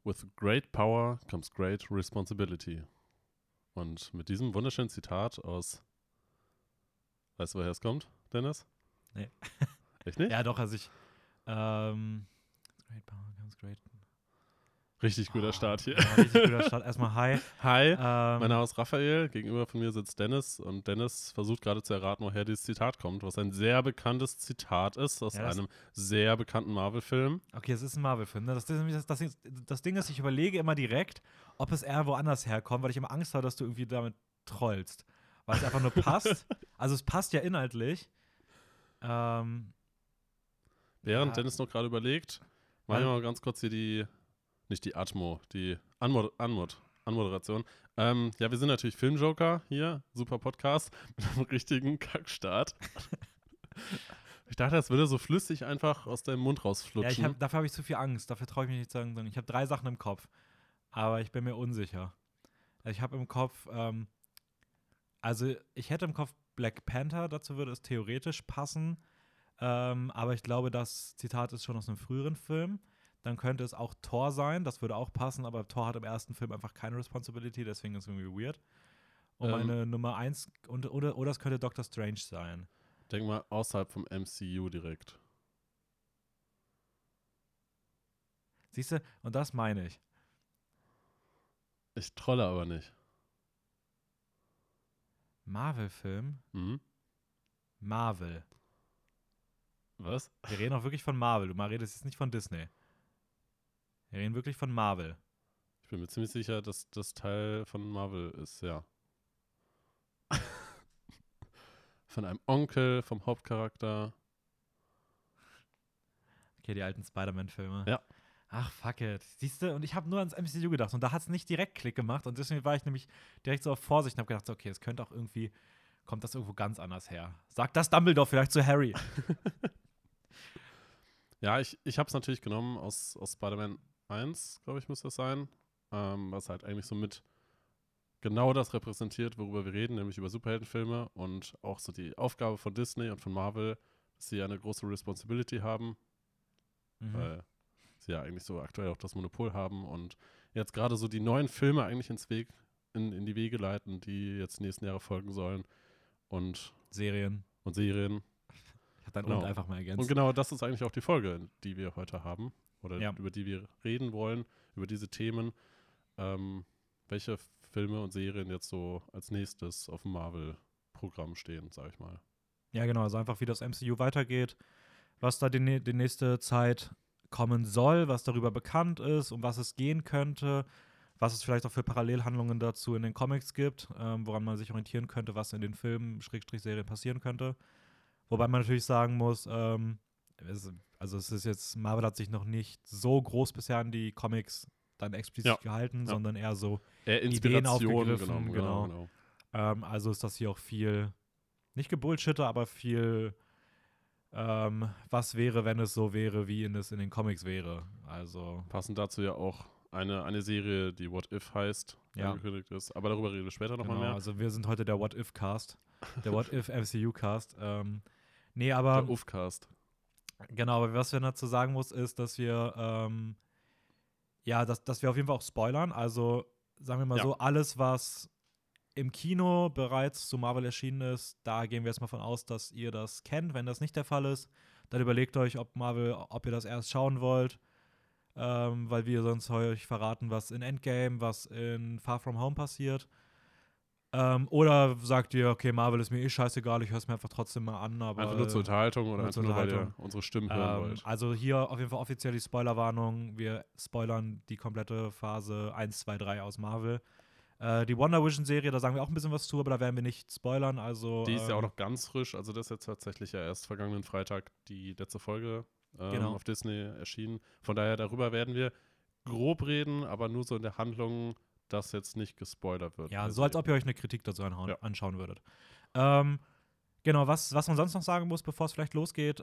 With great power comes great responsibility. Und mit diesem wunderschönen Zitat aus, weißt du, woher es kommt, Dennis? Nee. Echt nicht? Ja, doch, also great power comes great. Richtig guter Start hier. Ja, richtig guter Start. Erstmal hi. Hi, mein Name ist Raphael. Gegenüber von mir sitzt Dennis. Und Dennis versucht gerade zu erraten, woher dieses Zitat kommt, was ein sehr bekanntes Zitat ist aus einem sehr bekannten Marvel-Film. Okay, es ist ein Marvel-Film. Ne? Das Ding ist, ich überlege immer direkt, ob es eher woanders herkommt, weil ich immer Angst habe, dass du irgendwie damit trollst. Weil es einfach nur passt. Also es passt ja inhaltlich. Während Dennis noch gerade überlegt, machen wir mal ganz kurz hier die Anmoderation. Ja, wir sind natürlich Filmjoker hier, super Podcast mit einem richtigen Kackstart. Ich dachte, das würde so flüssig einfach aus deinem Mund rausflutschen. Ja, dafür habe ich zu viel Angst, dafür traue ich mich nicht zu sagen. Ich habe 3 Sachen im Kopf, aber ich bin mir unsicher. Ich habe im Kopf, also ich hätte im Kopf Black Panther, dazu würde es theoretisch passen, aber ich glaube, das Zitat ist schon aus einem früheren Film. Dann könnte es auch Thor sein, das würde auch passen, aber Thor hat im ersten Film einfach keine Responsibility, deswegen ist es irgendwie weird. Und meine Nummer 1, oder es könnte Doctor Strange sein. Denk mal außerhalb vom MCU direkt. Siehst du, und das meine ich. Ich trolle aber nicht. Marvel-Film? Mhm. Marvel. Was? Wir reden auch wirklich von Marvel. Du redest jetzt nicht von Disney. Wir reden wirklich von Marvel. Ich bin mir ziemlich sicher, dass das Teil von Marvel ist, ja. Von einem Onkel, vom Hauptcharakter. Okay, die alten Spider-Man-Filme. Ja. Ach, fuck it. Siehst du, und ich habe nur ans MCU gedacht und da hat es nicht direkt Klick gemacht und deswegen war ich nämlich direkt so auf Vorsicht und habe gedacht, okay, es könnte auch irgendwie, kommt das irgendwo ganz anders her. Sagt das Dumbledore vielleicht zu Harry. Ja, ich habe es natürlich genommen aus Spider-Man 1, glaube ich, muss das sein. Was halt eigentlich so mit genau das repräsentiert, worüber wir reden, nämlich über Superheldenfilme und auch so die Aufgabe von Disney und von Marvel, dass sie eine große Responsibility haben, weil sie ja eigentlich so aktuell auch das Monopol haben und jetzt gerade so die neuen Filme eigentlich in die Wege leiten, die jetzt die nächsten Jahre folgen sollen und Serien. Ich habe dein Und einfach mal ergänzt. Und genau das ist eigentlich auch die Folge, die wir heute haben oder über die wir reden wollen, über diese Themen. Welche Filme und Serien jetzt so als nächstes auf dem Marvel-Programm stehen, sag ich mal. Ja, genau, also einfach wie das MCU weitergeht, was da die nächste Zeit kommen soll, was darüber bekannt ist, um was es gehen könnte, was es vielleicht auch für Parallelhandlungen dazu in den Comics gibt, woran man sich orientieren könnte, was in den Filmen, Serien passieren könnte. Wobei man natürlich sagen muss, es ist jetzt, Marvel hat sich noch nicht so groß bisher an die Comics dann explizit gehalten, sondern eher so Ideen aufgegriffen. Genau. Also ist das hier auch viel, nicht gebullshitter, aber viel was wäre, wenn es so wäre, wie es in den Comics wäre. Also passend dazu ja auch eine Serie, die What If heißt, angekündigt ist. Aber darüber reden wir später nochmal mehr. Also wir sind heute der What If-Cast. Der What If MCU-Cast. Nee, aber der Uff-Cast. Genau, aber was wir dazu sagen muss, ist, dass wir dass wir auf jeden Fall auch spoilern. Also sagen wir mal so, alles, was im Kino bereits zu Marvel erschienen ist, da gehen wir jetzt mal von aus, dass ihr das kennt. Wenn das nicht der Fall ist, dann überlegt euch, ob ihr das erst schauen wollt, weil wir sonst euch verraten, was in Endgame, was in Far From Home passiert. Oder sagt ihr, okay, Marvel ist mir scheißegal, ich höre es mir einfach trotzdem mal an. Aber einfach nur zur Unterhaltung oder einfach nur, weil ihr unsere Stimmen hören wollt. Also hier auf jeden Fall offiziell die Spoilerwarnung. Wir spoilern die komplette Phase 1, 2, 3 aus Marvel. Die Wonder Vision-Serie, da sagen wir auch ein bisschen was zu, aber da werden wir nicht spoilern. Also, die ist ja auch noch ganz frisch. Also das ist jetzt tatsächlich ja erst vergangenen Freitag die letzte Folge auf Disney erschienen. Von daher, darüber werden wir grob reden, aber nur so in der Handlung, dass jetzt nicht gespoilert wird. Ja, so als ob ihr euch eine Kritik dazu anschauen würdet. Genau, was man sonst noch sagen muss, bevor es vielleicht losgeht,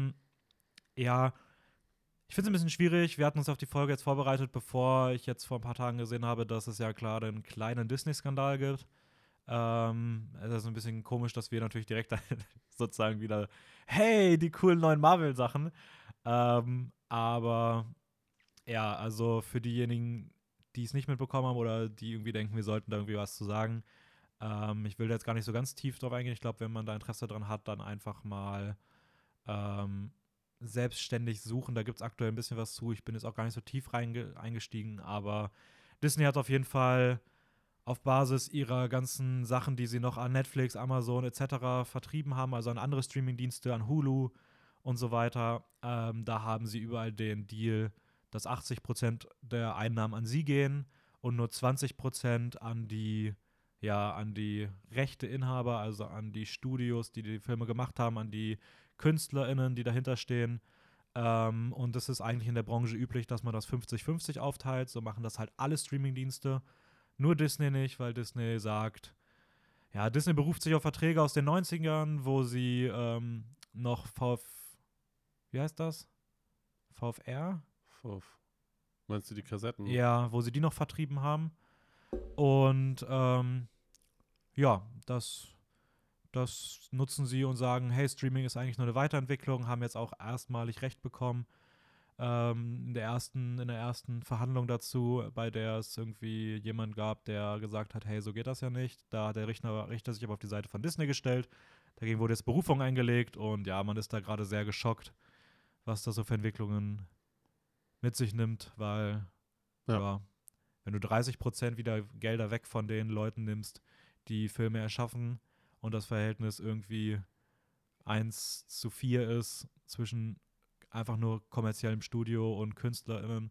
ich finde es ein bisschen schwierig. Wir hatten uns auf die Folge jetzt vorbereitet, bevor ich jetzt vor ein paar Tagen gesehen habe, dass es ja klar einen kleinen Disney-Skandal gibt. Es ist ein bisschen komisch, dass wir natürlich direkt sozusagen wieder, hey, die coolen neuen Marvel-Sachen. Aber Ja, also für diejenigen, die es nicht mitbekommen haben oder die irgendwie denken, wir sollten da irgendwie was zu sagen. Ich will da jetzt gar nicht so ganz tief drauf eingehen. Ich glaube, wenn man da Interesse dran hat, dann einfach mal ähm, selbstständig suchen. Da gibt es aktuell ein bisschen was zu. Ich bin jetzt auch gar nicht so tief eingestiegen, aber Disney hat auf jeden Fall auf Basis ihrer ganzen Sachen, die sie noch an Netflix, Amazon etc. vertrieben haben, also an andere Streamingdienste, an Hulu und so weiter, da haben sie überall den Deal, dass 80% der Einnahmen an sie gehen und nur 20% an die Rechteinhaber, also an die Studios, die die Filme gemacht haben, an die KünstlerInnen, die dahinter stehen. Und das ist eigentlich in der Branche üblich, dass man das 50-50 aufteilt. So machen das halt alle Streamingdienste. Nur Disney nicht, weil Disney sagt, ja, Disney beruft sich auf Verträge aus den 90ern, wo sie noch wie heißt das? VFR? Meinst du die Kassetten? Ja, wo sie die noch vertrieben haben. Und ja, das nutzen sie und sagen, hey, Streaming ist eigentlich nur eine Weiterentwicklung, haben jetzt auch erstmalig Recht bekommen in der ersten Verhandlung dazu, bei der es irgendwie jemand gab, der gesagt hat, hey, so geht das ja nicht. Da hat der Richter sich aber auf die Seite von Disney gestellt. Dagegen wurde jetzt Berufung eingelegt und ja, man ist da gerade sehr geschockt, was das so für Entwicklungen mit sich nimmt, weil ja wenn du 30% wieder Gelder weg von den Leuten nimmst, die Filme erschaffen und das Verhältnis irgendwie 1:4 ist zwischen einfach nur kommerziellem Studio und KünstlerInnen,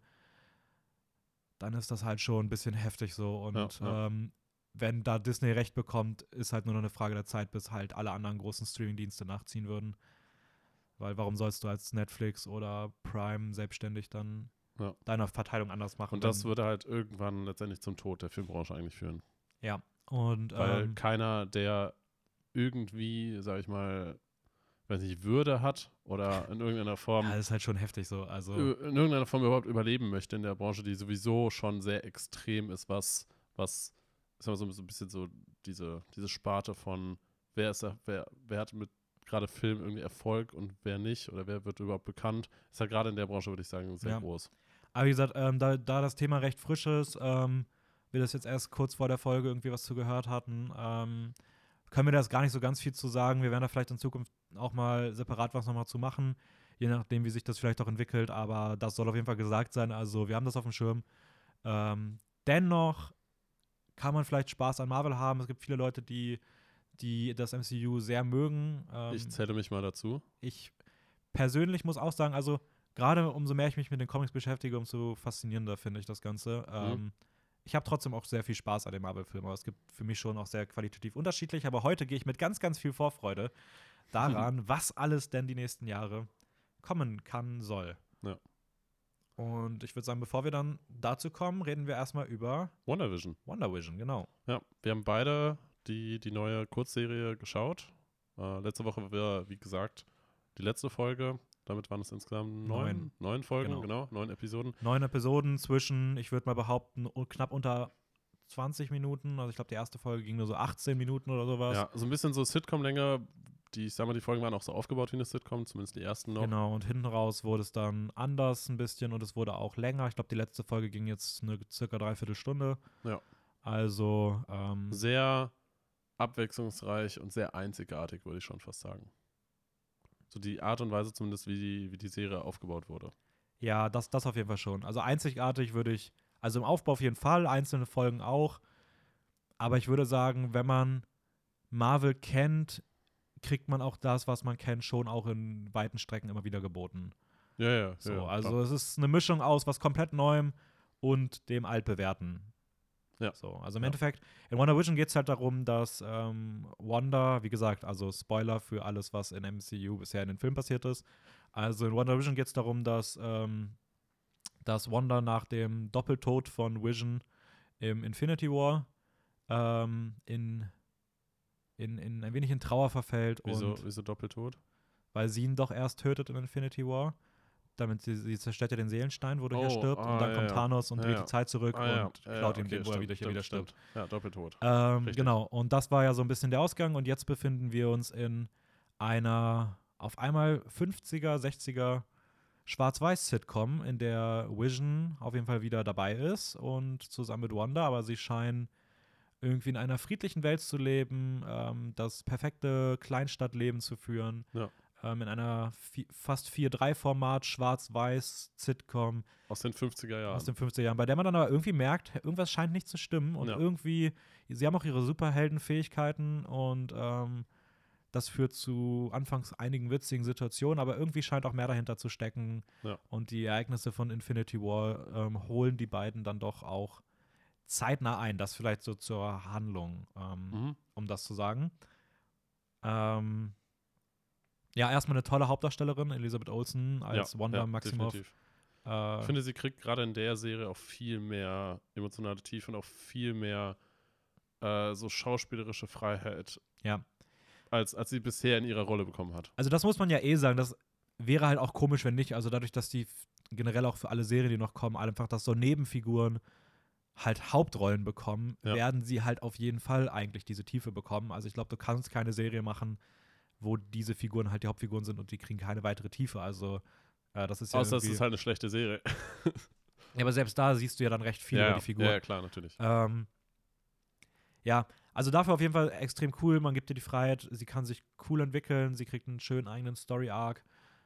dann ist das halt schon ein bisschen heftig so. Und wenn da Disney Recht bekommt, ist halt nur noch eine Frage der Zeit, bis halt alle anderen großen Streamingdienste nachziehen würden. Weil warum sollst du als Netflix oder Prime selbstständig dann deine Verteilung anders machen? Und das würde halt irgendwann letztendlich zum Tod der Filmbranche eigentlich führen. Ja. Und weil keiner, der irgendwie, sag ich mal, weiß nicht, Würde hat oder in irgendeiner Form. Ja, das ist halt schon heftig so. Also in irgendeiner Form überhaupt überleben möchte in der Branche, die sowieso schon sehr extrem ist, was ist aber so ein bisschen so diese Sparte von wer hat mit gerade Film irgendwie Erfolg und wer nicht oder wer wird überhaupt bekannt, ist halt gerade in der Branche, würde ich sagen, sehr groß. Aber wie gesagt, da das Thema recht frisch ist, wir das jetzt erst kurz vor der Folge irgendwie was zu gehört hatten, können wir da jetzt gar nicht so ganz viel zu sagen. Wir werden da vielleicht in Zukunft auch mal separat was nochmal zu machen, je nachdem, wie sich das vielleicht auch entwickelt. Aber das soll auf jeden Fall gesagt sein. Also wir haben das auf dem Schirm. Dennoch kann man vielleicht Spaß an Marvel haben. Es gibt viele Leute, die das MCU sehr mögen. Ich zähle mich mal dazu. Ich persönlich muss auch sagen, also gerade umso mehr ich mich mit den Comics beschäftige, umso faszinierender finde ich das Ganze. Ich habe trotzdem auch sehr viel Spaß an den Marvel-Filmen, aber es gibt für mich schon auch sehr qualitativ unterschiedlich. Aber heute gehe ich mit ganz, ganz viel Vorfreude daran, was alles denn die nächsten Jahre kommen kann, soll. Ja. Und ich würde sagen, bevor wir dann dazu kommen, reden wir erstmal über WandaVision. WandaVision, genau. Ja, wir haben beide die neue Kurzserie geschaut. Letzte Woche war, wie gesagt, die letzte Folge. Damit waren es insgesamt 9 Folgen, genau, 9 Episoden. 9 Episoden zwischen, ich würde mal behaupten, knapp unter 20 Minuten. Also ich glaube, die erste Folge ging nur so 18 Minuten oder sowas. Ja, so ein bisschen so Sitcom-Länge. Ich sag mal, die Folgen waren auch so aufgebaut wie eine Sitcom, zumindest die ersten noch. Genau, und hinten raus wurde es dann anders ein bisschen und es wurde auch länger. Ich glaube, die letzte Folge ging jetzt eine circa 3/4 Stunde. Ja. Also sehr abwechslungsreich und sehr einzigartig, würde ich schon fast sagen. So die Art und Weise zumindest, wie die Serie aufgebaut wurde. Ja, das auf jeden Fall schon. Also einzigartig würde ich, also im Aufbau auf jeden Fall, einzelne Folgen auch. Aber ich würde sagen, wenn man Marvel kennt, kriegt man auch das, was man kennt, schon auch in weiten Strecken immer wieder geboten. Ja. So, ja, also klar. es ist eine Mischung aus was komplett Neuem und dem Altbewährten. Ja. So, also im Endeffekt, in WandaVision geht es halt darum, dass Wanda, wie gesagt, also Spoiler für alles, was in MCU bisher in den Filmen passiert ist. Also in WandaVision geht es darum, dass Wanda nach dem Doppeltod von Vision im Infinity War ein wenig in Trauer verfällt. Wieso Doppeltod? Weil sie ihn doch erst tötet in Infinity War. Damit sie zerstört ja den Seelenstein, wodurch er stirbt. Und dann kommt Thanos und dreht die Zeit zurück und klaut ihm den, wo er wieder stirbt. Ja, Doppeltod. Genau, und das war ja so ein bisschen der Ausgang. Und jetzt befinden wir uns in einer auf einmal 50er, 60er Schwarz-Weiß-Sitcom, in der Vision auf jeden Fall wieder dabei ist und zusammen mit Wanda, aber sie scheinen irgendwie in einer friedlichen Welt zu leben, das perfekte Kleinstadtleben zu führen, Ja. in einer fast 4:3-Format, Schwarz-Weiß-Sitcom Aus den 50er Jahren. aus den 50er Jahren, bei der man dann aber irgendwie merkt, irgendwas scheint nicht zu stimmen und Ja. irgendwie, sie haben auch ihre Superheldenfähigkeiten und das führt zu anfangs einigen witzigen Situationen, aber irgendwie scheint auch mehr dahinter zu stecken. Ja. Und die Ereignisse von Infinity War holen die beiden dann doch auch zeitnah ein. Das vielleicht so zur Handlung, um das zu sagen. Ja, erstmal eine tolle Hauptdarstellerin, Elisabeth Olsen als Wanda Maximoff. Definitiv. Ich finde, sie kriegt gerade in der Serie auch viel mehr emotionale Tiefe und auch viel mehr so schauspielerische Freiheit, Ja. als sie bisher in ihrer Rolle bekommen hat. Also das muss man ja sagen, das wäre halt auch komisch, wenn nicht. Also dadurch, dass die generell auch für alle Serien, die noch kommen, einfach, dass so Nebenfiguren halt Hauptrollen bekommen, werden sie halt auf jeden Fall eigentlich diese Tiefe bekommen. Also ich glaube, du kannst keine Serie machen, wo diese Figuren halt die Hauptfiguren sind und die kriegen keine weitere Tiefe. Also das ist ja Außer es ist halt eine schlechte Serie. Ja, aber selbst da siehst du ja dann recht viel über die Figuren. Ja, klar, natürlich. Ja, also dafür auf jeden Fall extrem cool. Man gibt ihr die Freiheit, sie kann sich cool entwickeln, sie kriegt einen schönen eigenen Story-Arc.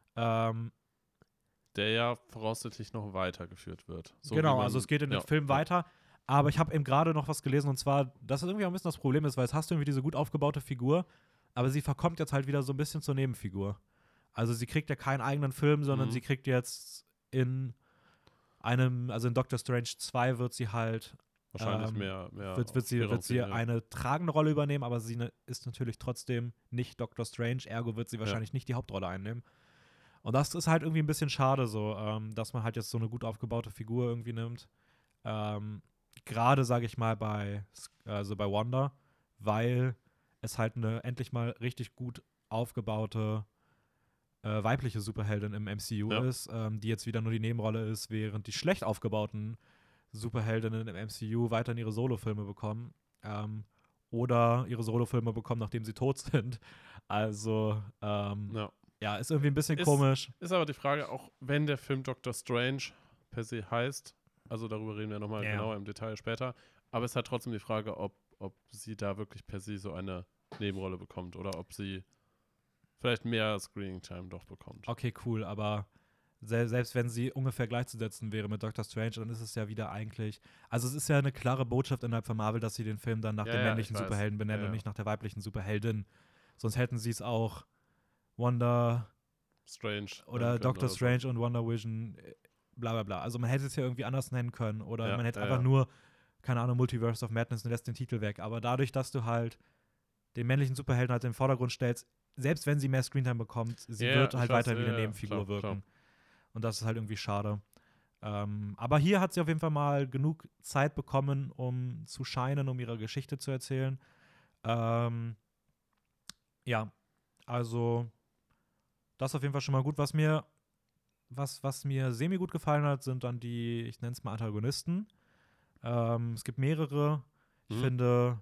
Der ja voraussichtlich noch weitergeführt wird. So genau, also es geht in den Film weiter. Aber ich habe eben gerade noch was gelesen und zwar, dass es irgendwie auch ein bisschen das Problem ist, weil jetzt hast du irgendwie diese gut aufgebaute Figur, aber sie verkommt jetzt halt wieder so ein bisschen zur Nebenfigur. Also sie kriegt ja keinen eigenen Film, sondern sie kriegt jetzt in Doctor Strange 2 wird sie halt wahrscheinlich mehr wird sie eine tragende Rolle übernehmen, aber sie ist natürlich trotzdem nicht Doctor Strange, ergo wird sie wahrscheinlich nicht die Hauptrolle einnehmen. Und das ist halt irgendwie ein bisschen schade so, dass man halt jetzt so eine gut aufgebaute Figur irgendwie nimmt. Gerade, sage ich mal, bei Wanda, weil es halt eine endlich mal richtig gut aufgebaute weibliche Superheldin im MCU ist, die jetzt wieder nur die Nebenrolle ist, während die schlecht aufgebauten Superheldinnen im MCU weiterhin ihre Solofilme bekommen. Oder ihre Solofilme bekommen, nachdem sie tot sind. Also, ist irgendwie ein bisschen komisch. Ist aber die Frage, auch wenn der Film Doctor Strange per se heißt, also darüber reden wir nochmal genauer im Detail später, aber es hat trotzdem die Frage, ob sie da wirklich per se so eine Nebenrolle bekommt oder ob sie vielleicht mehr Screening-Time doch bekommt. Okay, cool, aber selbst wenn sie ungefähr gleichzusetzen wäre mit Doctor Strange, dann ist es ja wieder eigentlich, also es ist ja eine klare Botschaft innerhalb von Marvel, dass sie den Film dann nach dem männlichen Superhelden benennen und nicht nach der weiblichen Superheldin. Sonst hätten sie es auch Wanda Strange oder Doctor Strange und Wonder Vision, bla bla bla. Also man hätte es ja irgendwie anders nennen können oder man hätte einfach nur, keine Ahnung, Multiverse of Madness und lässt den Titel weg. Aber dadurch, dass du halt den männlichen Superhelden halt in den Vordergrund stellst, selbst wenn sie mehr Screentime bekommt, sie wird halt weiter wie eine Nebenfigur wirken. Klar. Und das ist halt irgendwie schade. Aber hier hat sie auf jeden Fall mal genug Zeit bekommen, um zu scheinen, um ihre Geschichte zu erzählen. Also das ist auf jeden Fall schon mal gut. Was mir semi-gut gefallen hat, sind dann die, ich nenne es mal Antagonisten. Es gibt mehrere. Ich finde,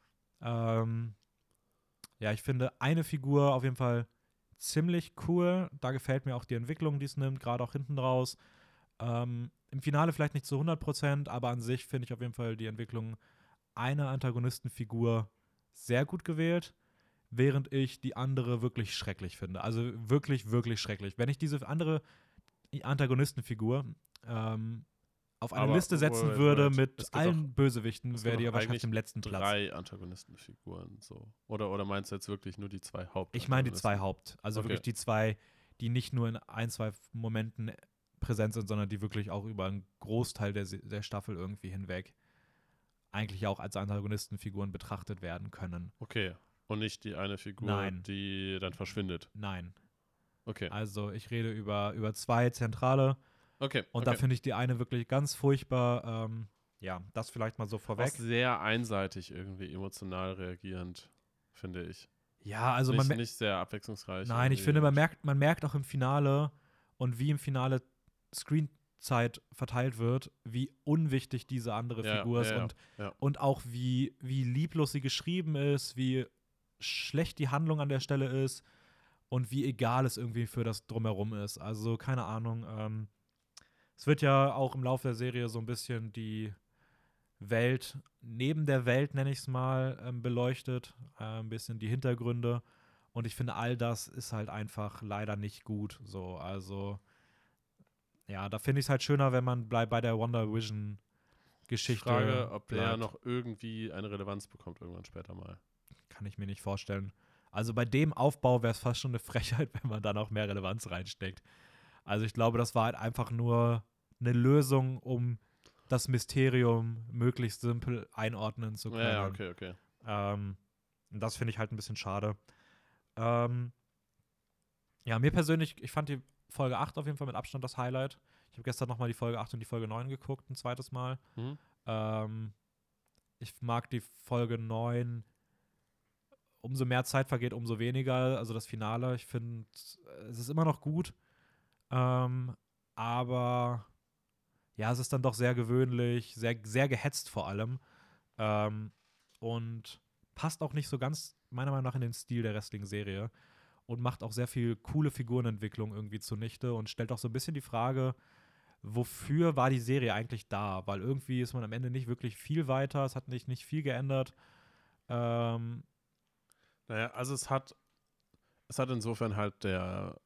ich finde eine Figur auf jeden Fall ziemlich cool. Da gefällt mir auch die Entwicklung, die es nimmt, gerade auch hinten raus. Im Finale vielleicht nicht zu 100%, aber an sich finde ich auf jeden Fall die Entwicklung einer Antagonistenfigur sehr gut gewählt, während ich die andere wirklich schrecklich finde. Also wirklich, wirklich schrecklich. Wenn ich diese andere Antagonistenfigur auf eine Liste setzen würde mit allen Bösewichten, wäre die wahrscheinlich auf dem letzten Platz. 3 Antagonistenfiguren so. Oder meinst du jetzt wirklich nur die 2 Haupt? Ich meine die 2 Haupt. Also wirklich die 2, die nicht nur in 1-2 Momenten präsent sind, sondern die wirklich auch über einen Großteil der Staffel irgendwie hinweg eigentlich auch als Antagonistenfiguren betrachtet werden können. Okay. Und nicht die eine Figur, die dann verschwindet? Nein. Okay. Also ich rede über 2 zentrale. Okay. Und da finde ich die eine wirklich ganz furchtbar. Das vielleicht mal so vorweg. Auch sehr einseitig irgendwie emotional reagierend, finde ich. Ja, also nicht sehr abwechslungsreich. Nein, ich finde, man merkt auch im Finale und wie im Finale Screenzeit verteilt wird, wie unwichtig diese andere Figur ist und auch wie lieblos sie geschrieben ist, wie schlecht die Handlung an der Stelle ist und wie egal es irgendwie für das Drumherum ist. Also, keine Ahnung. Es wird ja auch im Laufe der Serie so ein bisschen die Welt, neben der Welt, nenne ich es mal, beleuchtet. Ein bisschen die Hintergründe. Und ich finde, all das ist halt einfach leider nicht gut. So, also, ja, da finde ich es halt schöner, wenn man bei der Wonder Vision Ich Geschichte frage, ob der bleibt. noch irgendwie eine Relevanz bekommt irgendwann später mal. Kann ich mir nicht vorstellen. Also bei dem Aufbau wäre es fast schon eine Frechheit, wenn man da noch mehr Relevanz reinsteckt. Also ich glaube, das war halt einfach nur eine Lösung, um das Mysterium möglichst simpel einordnen zu können. Ja, okay. Und das finde ich halt ein bisschen schade. Ähm, ja, mir persönlich, ich fand die Folge 8 auf jeden Fall mit Abstand das Highlight. Ich habe gestern nochmal die Folge 8 und die Folge 9 geguckt, ein zweites Mal. Mhm. Ich mag die Folge 9. Umso mehr Zeit vergeht, umso weniger. Also das Finale, ich finde, es ist immer noch gut. Aber ja, es ist dann doch sehr gewöhnlich, sehr, sehr gehetzt vor allem. Und passt auch nicht so ganz, meiner Meinung nach, in den Stil der restlichen Serie. Und macht auch sehr viel coole Figurenentwicklung irgendwie zunichte und stellt auch so ein bisschen die Frage, wofür war die Serie eigentlich da? Weil irgendwie ist man am Ende nicht wirklich viel weiter, es hat nicht viel geändert. Naja, also es hat insofern halt der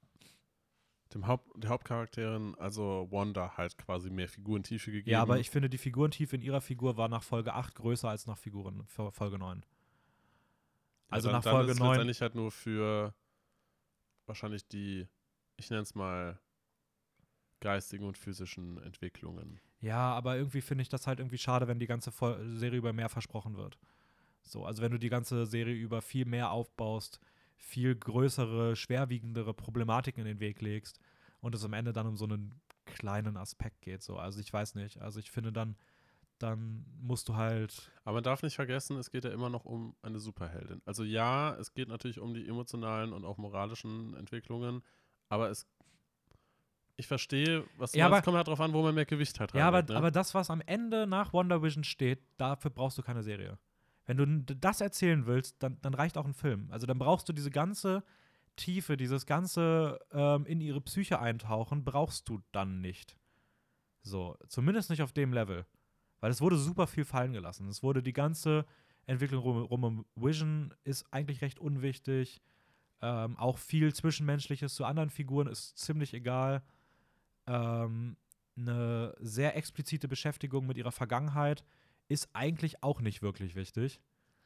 Hauptcharakterin, also Wanda, halt quasi mehr Figurentiefe gegeben. Ja, aber ich finde, die Figurentiefe in ihrer Figur war nach Folge 8 größer als nach Folge 9. Also dann, nach dann Folge ist es 9. letztendlich halt nur für wahrscheinlich die, ich nenne es mal, geistigen und physischen Entwicklungen. Ja, aber irgendwie finde ich das halt irgendwie schade, wenn die ganze Serie über mehr versprochen wird. So, also wenn du die ganze Serie über viel mehr aufbaust, viel größere, schwerwiegendere Problematiken in den Weg legst und es am Ende dann um so einen kleinen Aspekt geht. So, also ich weiß nicht. Also ich finde dann musst du halt. Aber man darf nicht vergessen, es geht ja immer noch um eine Superheldin. Also ja, es geht natürlich um die emotionalen und auch moralischen Entwicklungen, aber ich verstehe, was du Ja, meinst. aber Es kommt halt drauf an, wo man mehr Gewicht halt Ja, reinlegt, ne? aber das, was am Ende nach WandaVision steht, dafür brauchst du keine Serie. Wenn du das erzählen willst, dann reicht auch ein Film. Also dann brauchst du diese ganze Tiefe, dieses ganze in ihre Psyche eintauchen, brauchst du dann nicht. So, zumindest nicht auf dem Level. Weil es wurde super viel fallen gelassen. Es wurde die ganze Entwicklung rum um Vision ist eigentlich recht unwichtig. Auch viel Zwischenmenschliches zu anderen Figuren ist ziemlich egal. Eine sehr explizite Beschäftigung mit ihrer Vergangenheit ist eigentlich auch nicht wirklich wichtig.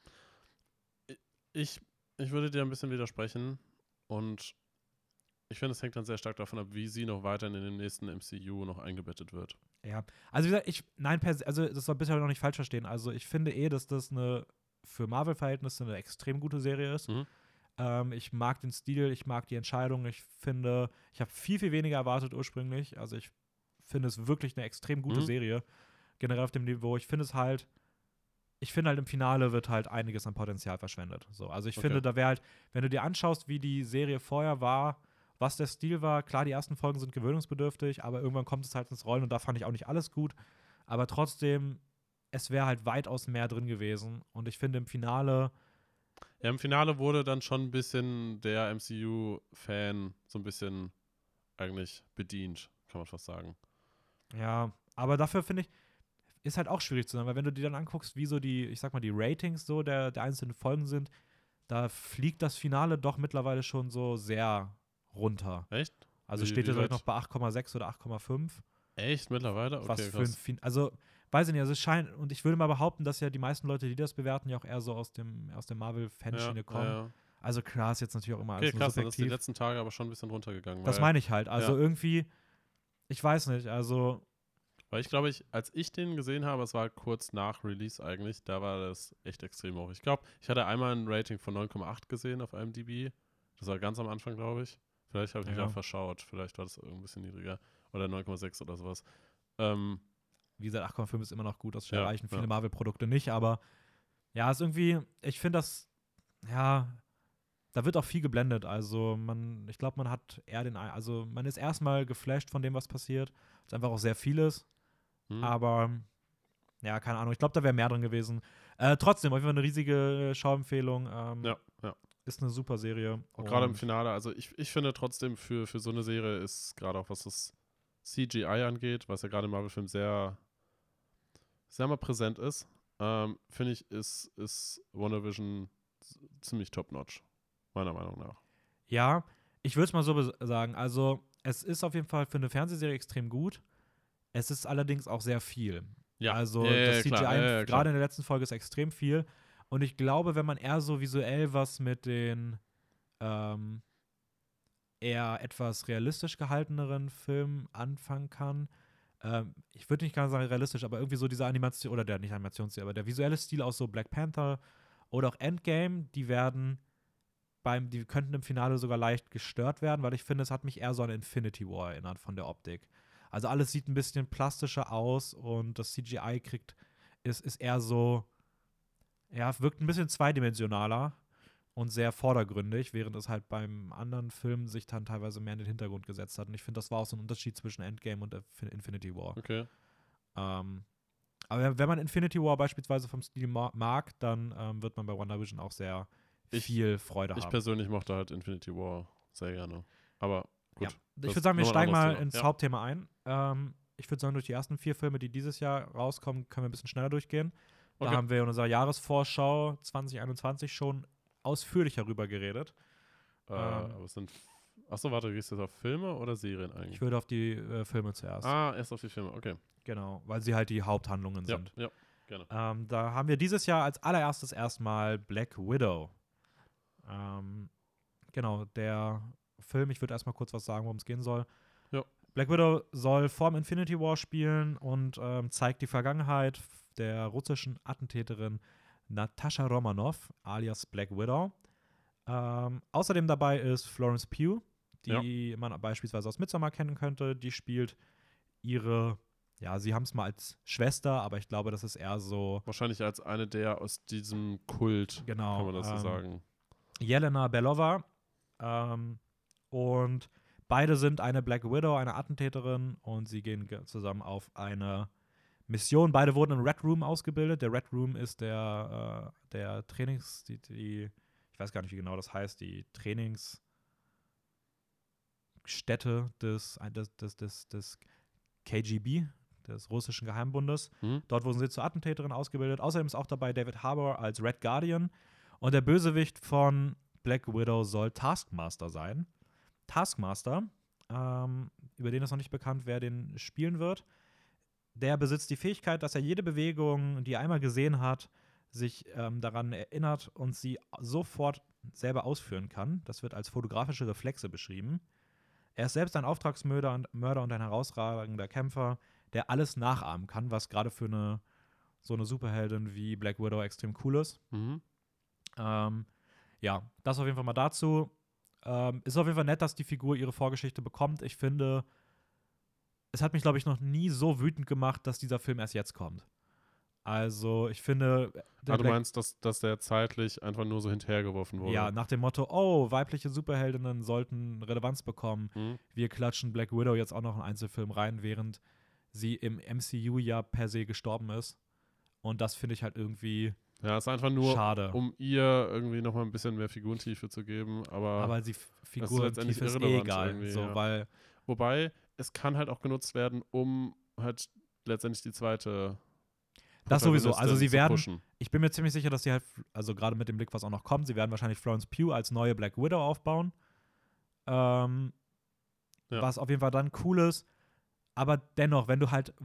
Ich würde dir ein bisschen widersprechen und ich finde, es hängt dann sehr stark davon ab, wie sie noch weiterhin in dem nächsten MCU noch eingebettet wird. Ja, also wie gesagt, also das soll bisher noch nicht falsch verstehen. Also ich finde dass das für Marvel-Verhältnisse eine extrem gute Serie ist. Mhm. Ich mag den Stil, ich mag die Entscheidung. Ich finde, ich habe viel, viel weniger erwartet ursprünglich. Also ich finde es wirklich eine extrem gute Serie. Generell auf dem Niveau. Ich finde halt im Finale wird halt einiges an Potenzial verschwendet. So, also ich finde, da wäre halt, wenn du dir anschaust, wie die Serie vorher war, was der Stil war, klar, die ersten Folgen sind gewöhnungsbedürftig, aber irgendwann kommt es halt ins Rollen und da fand ich auch nicht alles gut. Aber trotzdem, es wäre halt weitaus mehr drin gewesen. Und ich finde im Finale. Ja, im Finale wurde dann schon ein bisschen der MCU-Fan so ein bisschen eigentlich bedient, kann man fast sagen. Ja, aber dafür finde ich, ist halt auch schwierig zu sagen, weil wenn du dir dann anguckst, wie so die, ich sag mal, die Ratings so der einzelnen Folgen sind, da fliegt das Finale doch mittlerweile schon so sehr runter. Echt? Also steht jetzt noch bei 8,6 oder 8,5. Echt? Mittlerweile? Okay, was für ein also, weiß ich nicht, also es scheint, und ich würde mal behaupten, dass ja die meisten Leute, die das bewerten, ja auch eher so aus der Marvel-Fanschiene kommen. Ja. Also klar, ist jetzt natürlich auch immer alles Okay, krass, dann ist die subjektiv. letzten Tage aber schon ein bisschen runtergegangen. Das meine ich halt. Also ja. irgendwie, ich weiß nicht, also. Weil ich glaube, als ich den gesehen habe, es war kurz nach Release eigentlich, da war das echt extrem hoch. Ich glaube, ich hatte einmal ein Rating von 9,8 gesehen auf IMDb. Das war ganz am Anfang, glaube ich. Vielleicht habe ich mich auch verschaut. Vielleicht war das ein bisschen niedriger. Oder 9,6 oder sowas. Wie gesagt, 8,5 ist immer noch gut. Das erreichen viele Marvel-Produkte nicht. Aber ja, ist irgendwie, ich finde das, ja, da wird auch viel geblendet. Also ich glaube, man hat eher man ist erstmal geflasht von dem, was passiert. Es ist einfach auch sehr vieles. Aber, ja, keine Ahnung. Ich glaube, da wäre mehr drin gewesen. Trotzdem, auf jeden Fall eine riesige Schauempfehlung. Ja. ist eine super Serie. Und gerade im Finale, also ich finde trotzdem für so eine Serie ist gerade auch was das CGI angeht, was ja gerade im Marvel-Film sehr, sehr mal präsent ist, finde ich, ist WandaVision ziemlich top-notch, meiner Meinung nach. Ja, ich würde es mal so sagen. Also, es ist auf jeden Fall für eine Fernsehserie extrem gut. Es ist allerdings auch sehr viel. Ja, Also, das CGI, klar. gerade in der letzten Folge, ist extrem viel. Und ich glaube, wenn man eher so visuell was mit den eher etwas realistisch gehalteneren Filmen anfangen kann, ich würde nicht ganz sagen realistisch, aber irgendwie so diese Animation, oder der, nicht Animationsstil, aber der visuelle Stil aus so Black Panther oder auch Endgame, die könnten im Finale sogar leicht gestört werden, weil ich finde, es hat mich eher so an Infinity War erinnert von der Optik. Also alles sieht ein bisschen plastischer aus und das CGI ist eher so, ja, wirkt ein bisschen zweidimensionaler und sehr vordergründig, während es halt beim anderen Film sich dann teilweise mehr in den Hintergrund gesetzt hat. Und ich finde, das war auch so ein Unterschied zwischen Endgame und Infinity War. Okay. Aber wenn man Infinity War beispielsweise vom Stil mag, dann wird man bei WandaVision auch sehr viel Freude haben. Ich persönlich mochte halt Infinity War sehr gerne. Aber gut. Ja. Ich würde sagen, wir ist steigen mal Thema. ins Hauptthema ein. Ich würde sagen, durch die ersten 4 Filme, die dieses Jahr rauskommen, können wir ein bisschen schneller durchgehen. Da haben wir in unserer Jahresvorschau 2021 schon ausführlicher rüber geredet. Aber es sind. Achso, warte, gehst du jetzt auf Filme oder Serien eigentlich? Ich würde auf die Filme zuerst. Erst auf die Filme, okay. Genau, weil sie halt die Haupthandlungen sind. Ja, gerne. Da haben wir dieses Jahr als allererstes erstmal Black Widow. Genau, der Film, ich würde erstmal kurz was sagen, worum es gehen soll. Ja. Black Widow soll vorm Infinity War spielen und zeigt die Vergangenheit der russischen Attentäterin Natascha Romanoff, alias Black Widow. Außerdem dabei ist Florence Pugh, die man beispielsweise aus Midsommar kennen könnte. Die spielt ihre, sie haben es mal als Schwester, aber ich glaube, das ist eher so. Wahrscheinlich als eine der aus diesem Kult, genau, kann man das so sagen. Jelena Belova. Und beide sind eine Black Widow, eine Attentäterin, und sie gehen zusammen auf eine Mission. Beide wurden im Red Room ausgebildet. Der Red Room ist der Trainings, ich weiß gar nicht, wie genau das heißt, die Trainingsstätte des KGB, des russischen Geheimbundes. Dort wurden sie zur Attentäterin ausgebildet. Außerdem ist auch dabei David Harbour als Red Guardian. Und der Bösewicht von Black Widow soll Taskmaster sein. Taskmaster, über den ist noch nicht bekannt, wer den spielen wird. Der besitzt die Fähigkeit, dass er jede Bewegung, die er einmal gesehen hat, sich daran erinnert und sie sofort selber ausführen kann. Das wird als fotografische Reflexe beschrieben. Er ist selbst ein Auftragsmörder und ein herausragender Kämpfer, der alles nachahmen kann, was gerade für so eine Superheldin wie Black Widow extrem cool ist. Das auf jeden Fall mal dazu. Ist auf jeden Fall nett, dass die Figur ihre Vorgeschichte bekommt. Ich finde, es hat mich, glaube ich, noch nie so wütend gemacht, dass dieser Film erst jetzt kommt. Also, ich finde. Du meinst, dass der zeitlich einfach nur so hinterhergeworfen wurde? Ja, nach dem Motto: Oh, weibliche Superheldinnen sollten Relevanz bekommen. Wir klatschen Black Widow jetzt auch noch einen Einzelfilm rein, während sie im MCU ja per se gestorben ist. Und das finde ich halt irgendwie. Ja, es ist einfach nur, schade. Um ihr irgendwie nochmal ein bisschen mehr Figurentiefe zu geben. Aber die Figurentiefe ist egal. So, weil wobei, es kann halt auch genutzt werden, um halt letztendlich die zweite. Das sowieso. Also sie werden, pushen. Ich bin mir ziemlich sicher, dass sie halt, also gerade mit dem Blick, was auch noch kommt, sie werden wahrscheinlich Florence Pugh als neue Black Widow aufbauen. Was auf jeden Fall dann cool ist. Aber dennoch, wenn du halt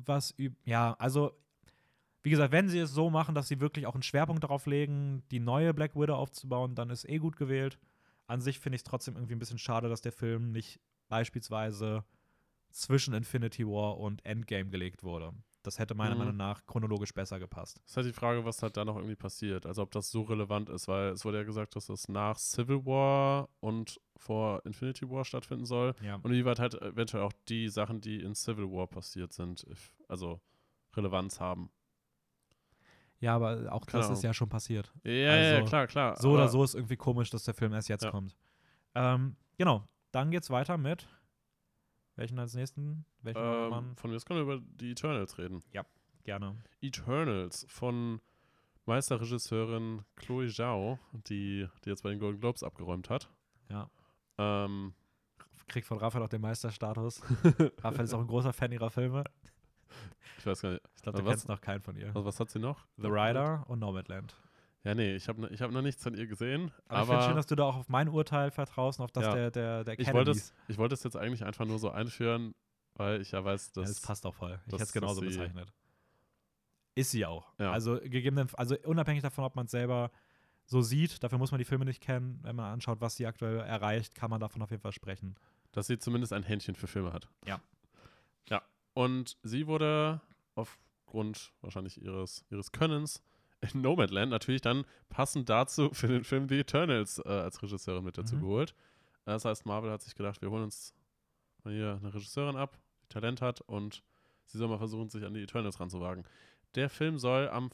wie gesagt, wenn sie es so machen, dass sie wirklich auch einen Schwerpunkt darauf legen, die neue Black Widow aufzubauen, dann ist gut gewählt. An sich finde ich es trotzdem irgendwie ein bisschen schade, dass der Film nicht beispielsweise zwischen Infinity War und Endgame gelegt wurde. Das hätte meiner Meinung nach chronologisch besser gepasst. Das ist halt die Frage, was halt da noch irgendwie passiert. Also ob das so relevant ist, weil es wurde ja gesagt, dass das nach Civil War und vor Infinity War stattfinden soll. Ja. Und inwieweit halt eventuell auch die Sachen, die in Civil War passiert sind, also Relevanz haben. Ja, aber auch das ist ja schon passiert. Ja, klar. So oder so ist irgendwie komisch, dass der Film erst jetzt kommt. Genau, dann geht's weiter mit welchen als nächsten? Von mir können wir über die Eternals reden. Ja, gerne. Eternals von Meisterregisseurin Chloe Zhao, die jetzt bei den Golden Globes abgeräumt hat. Ja. Ähm, Kriegt von Raphael auch den Meisterstatus. Raphael ist auch ein großer Fan ihrer Filme. ich weiß gar nicht. Ich glaube, du kennst noch keinen von ihr. Also was hat sie noch? The Rider und Nomadland. Ja, nee, ich hab noch nichts von ihr gesehen. Aber ich finde schön, dass du da auch auf mein Urteil vertraust und auf das Ja. der ich wollte es jetzt eigentlich einfach nur so einführen, weil ich ja weiß, dass... Ja, das passt auch voll. Ich dass- hätte es genauso dass sie- bezeichnet. Ist sie auch. Ja. Also unabhängig davon, ob man es selber so sieht, dafür muss man die Filme nicht kennen. Wenn man anschaut, was sie aktuell erreicht, kann man davon auf jeden Fall sprechen. dass sie zumindest ein Händchen für Filme hat. Ja. Ja, und sie wurde aufgrund wahrscheinlich ihres Könnens in Nomadland natürlich dann passend dazu für den Film The Eternals als Regisseurin mit dazu geholt. Das heißt, Marvel hat sich gedacht, wir holen uns mal hier eine Regisseurin ab, die Talent hat und sie soll mal versuchen, sich an die Eternals ranzuwagen. Der Film soll am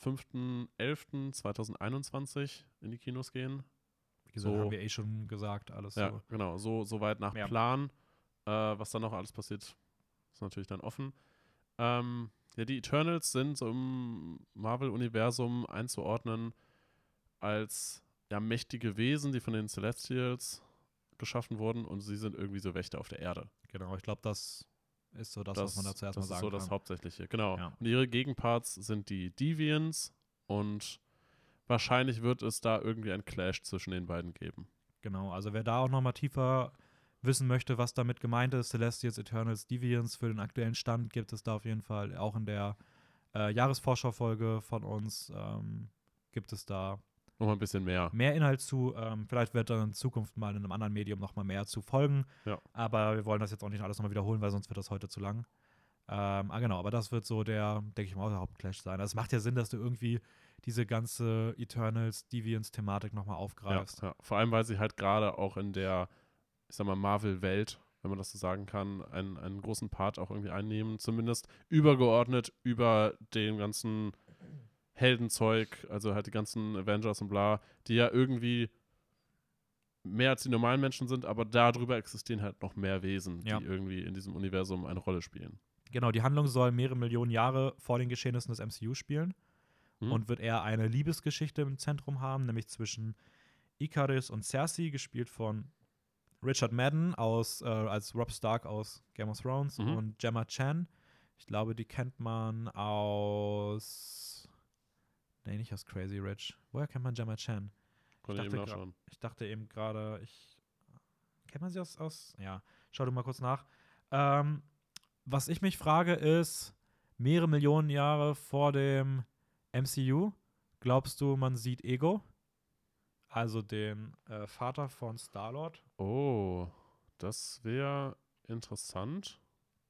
5.11.2021 in die Kinos gehen. Wie gesagt, So- haben wir schon gesagt, alles Ja, so. genau, so weit nach Ja. Plan. Was dann noch alles passiert, ist natürlich dann offen. Ja, die Eternals sind so im Marvel-Universum einzuordnen als ja, mächtige Wesen, die von den Celestials geschaffen wurden und sie sind irgendwie so Wächter auf der Erde. Genau, ich glaube, das ist so das, was man dazu erstmal das ist sagen so kann. das Hauptsächliche, genau. Ja. Und ihre Gegenparts sind die Deviants und wahrscheinlich wird es da irgendwie ein Clash zwischen den beiden geben. Genau, also wer da auch nochmal tiefer wissen möchte, was damit gemeint ist, Celestials, Eternals, Deviants, für den aktuellen Stand gibt es da auf jeden Fall auch in der Jahresvorschau-Folge von uns gibt es da Nochmal ein bisschen mehr. mehr Inhalt zu. Vielleicht wird dann in Zukunft mal in einem anderen Medium nochmal mehr zu folgen. Ja. Aber wir wollen das jetzt auch nicht alles nochmal wiederholen, weil sonst wird das heute zu lang. Genau, aber das wird so der, denke ich mal, der Hauptclash sein. Also es macht ja Sinn, dass du irgendwie diese ganze Eternals-Deviants-Thematik nochmal aufgreifst. Ja, vor allem, weil sie halt gerade auch in der, ich sag mal, Marvel-Welt, wenn man das so sagen kann, einen großen Part auch irgendwie einnehmen, zumindest übergeordnet über den ganzen Heldenzeug, also halt die ganzen Avengers und bla, die ja irgendwie mehr als die normalen Menschen sind, aber darüber existieren halt noch mehr Wesen, Ja. die irgendwie in diesem Universum eine Rolle spielen. Genau, die Handlung soll mehrere Millionen Jahre vor den Geschehnissen des MCU spielen Mhm. und wird eher eine Liebesgeschichte im Zentrum haben, nämlich zwischen Ikaris und Cersei, gespielt von Richard Madden als Robb Stark aus Game of Thrones Mhm. und Gemma Chan. Ich glaube, die kennt man aus nicht aus Crazy Rich. Woher kennt man Gemma Chan? Konnte ich dachte eben nachschauen. Ich dachte eben gerade, kennt man sie aus? Ja, schau du mal kurz nach. Was ich mich frage ist, mehrere Millionen Jahre vor dem MCU, glaubst du, man sieht Ego? Also den Vater von Star-Lord? Oh, das wäre interessant.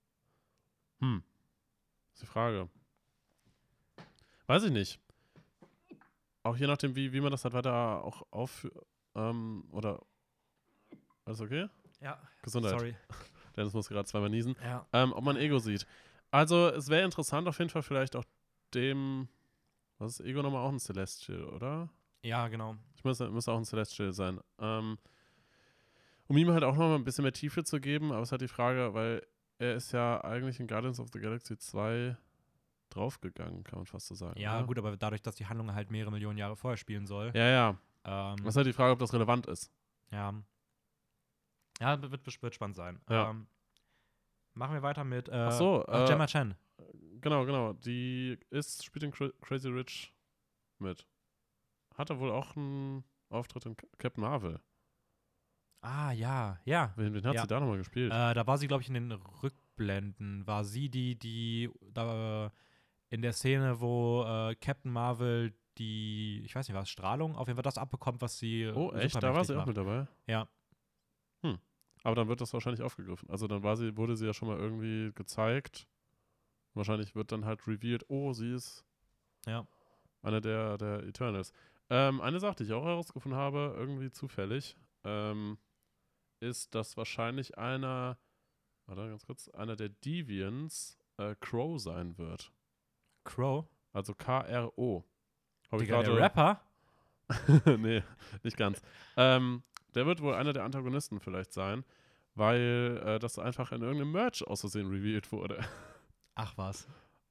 Ist die Frage. Weiß ich nicht. Auch je nachdem, wie man das halt weiter auch aufführt. Oder. Alles okay? Ja. Gesundheit. Sorry. Dennis muss gerade zweimal niesen. Ja. Ob man Ego sieht. Also, es wäre interessant auf jeden Fall vielleicht auch dem. Was ist Ego nochmal? Auch ein Celestial, oder? Ja, genau. Ich muss auch ein Celestial sein. Um ihm halt auch nochmal ein bisschen mehr Tiefe zu geben, aber es ist halt die Frage, weil er ist ja eigentlich in Guardians of the Galaxy 2 draufgegangen, kann man fast so sagen. Ja, oder? gut, aber dadurch, dass die Handlung halt mehrere Millionen Jahre vorher spielen soll. Ja. Das ist halt die Frage, ob das relevant ist. Ja. Ja, wird spannend sein. Ja. Machen wir weiter mit Ach so, Gemma Chan. Genau. Die spielt in Crazy Rich mit. Hatte wohl auch einen Auftritt in Captain Marvel. Ah, ja. Wen hat Ja. sie da nochmal gespielt? Da war sie, glaube ich, in den Rückblenden. War sie die da in der Szene, wo Captain Marvel ich weiß nicht, was, Strahlung, auf jeden Fall das abbekommt, was sie Oh, echt? Da war sie auch macht. mit dabei? Ja. Aber dann wird das wahrscheinlich aufgegriffen. Also dann wurde sie ja schon mal irgendwie gezeigt. Wahrscheinlich wird dann halt revealed, oh, sie ist Ja. eine der Eternals. Eine Sache, die ich auch herausgefunden habe, irgendwie zufällig, ist, dass wahrscheinlich einer der Deviants Crow sein wird. Crow? Also K-R-O. Hab ich Digga, der gerade- Rapper? Nee, nicht ganz. Der wird wohl einer der Antagonisten vielleicht sein, weil das einfach in irgendeinem Merch aus Versehen revealed wurde. Ach was.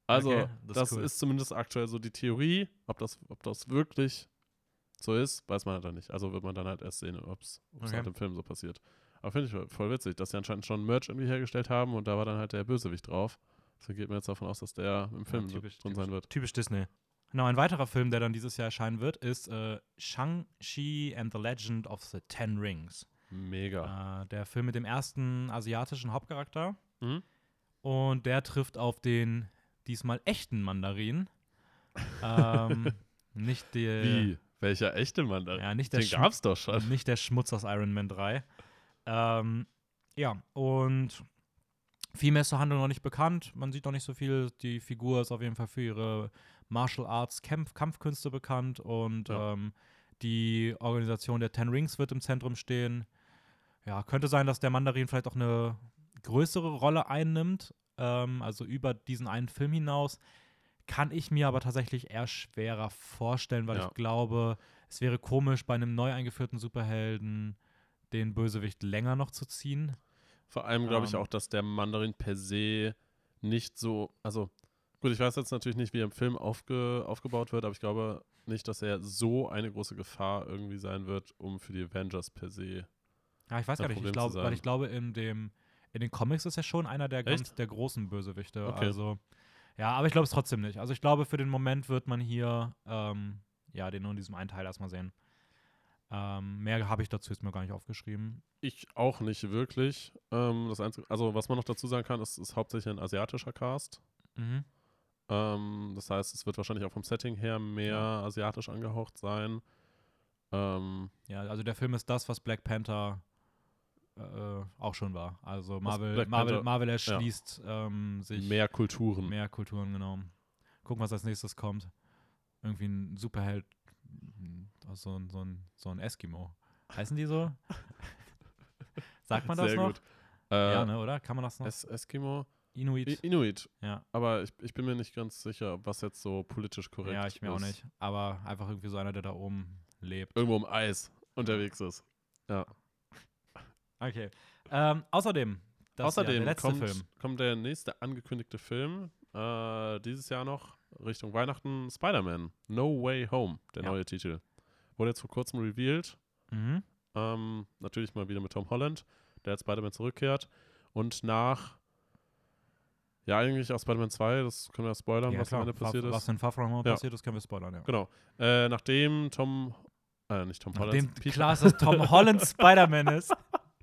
Also, Okay, das cool. ist zumindest aktuell so die Theorie. Ob das wirklich so ist, weiß man halt dann nicht. Also wird man dann halt erst sehen, ob es Okay. halt im Film so passiert. Aber finde ich voll witzig, dass sie anscheinend schon Merch irgendwie hergestellt haben und da war dann halt der Bösewicht drauf. Deswegen geht man jetzt davon aus, dass der im Film drin sein wird. Typisch Disney. Genau, ein weiterer Film, der dann dieses Jahr erscheinen wird, ist Shang-Chi and the Legend of the Ten Rings. Mega. Der Film mit dem ersten asiatischen Hauptcharakter. Mhm. Und der trifft auf den diesmal echten Mandarin. Nicht der. Wie? Welcher echte Mann da? Ja, nicht der Den gab's doch schon. Nicht der Schmutz aus Iron Man 3. Ja, und viel mehr ist zur Handlung noch nicht bekannt. Man sieht noch nicht so viel. Die Figur ist auf jeden Fall für ihre Martial Arts Kampfkünste bekannt und die Organisation der Ten Rings wird im Zentrum stehen. Ja, könnte sein, dass der Mandarin vielleicht auch eine größere Rolle einnimmt, also über diesen einen Film hinaus. Kann ich mir aber tatsächlich eher schwerer vorstellen, weil ich glaube, es wäre komisch, bei einem neu eingeführten Superhelden den Bösewicht länger noch zu ziehen. Vor allem glaube ich auch, dass der Mandarin per se nicht so, also gut, ich weiß jetzt natürlich nicht, wie er im Film aufgebaut wird, aber ich glaube nicht, dass er so eine große Gefahr irgendwie sein wird, um für die Avengers per se. Ja, ich weiß gar nicht, weil ich glaube, in den Comics ist er schon einer der der großen Bösewichte. Okay. Also, ja, aber ich glaube es trotzdem nicht. Also ich glaube, für den Moment wird man hier den nur in diesem einen Teil erstmal sehen. Mehr habe ich dazu jetzt mir gar nicht aufgeschrieben. Ich auch nicht wirklich. Das Einzige, also was man noch dazu sagen kann, ist hauptsächlich ein asiatischer Cast. Mhm. Das heißt, es wird wahrscheinlich auch vom Setting her mehr asiatisch angehaucht sein. Ja, also der Film ist das, was Black Panther auch schon war. Also Marvel erschließt sich mehr Kulturen. Mehr Kulturen, genau. Gucken, was als nächstes kommt. Irgendwie ein Superheld, so ein Eskimo. Heißen die so? Sagt man das Sehr noch? Gut. Ja, ne, oder? Kann man das noch? Eskimo? Inuit. Inuit. Ja. Aber ich bin mir nicht ganz sicher, was jetzt so politisch korrekt ist. Ja, ich mir auch nicht. Aber einfach irgendwie so einer, der da oben lebt. Irgendwo im Eis unterwegs ist. Ja. Okay. Außerdem der letzte Film. Kommt der nächste angekündigte Film dieses Jahr noch Richtung Weihnachten, Spider-Man No Way Home, der neue Titel. Wurde jetzt vor kurzem revealed. Mhm. Natürlich mal wieder mit Tom Holland, der als Spider-Man zurückkehrt. Und nach eigentlich auch Spider-Man 2, das können wir spoilern, was am Ende passiert ist. Was in Far From Home passiert ist, können wir spoilern, ja. Genau. Nachdem klar ist, dass Tom Holland Spider-Man ist.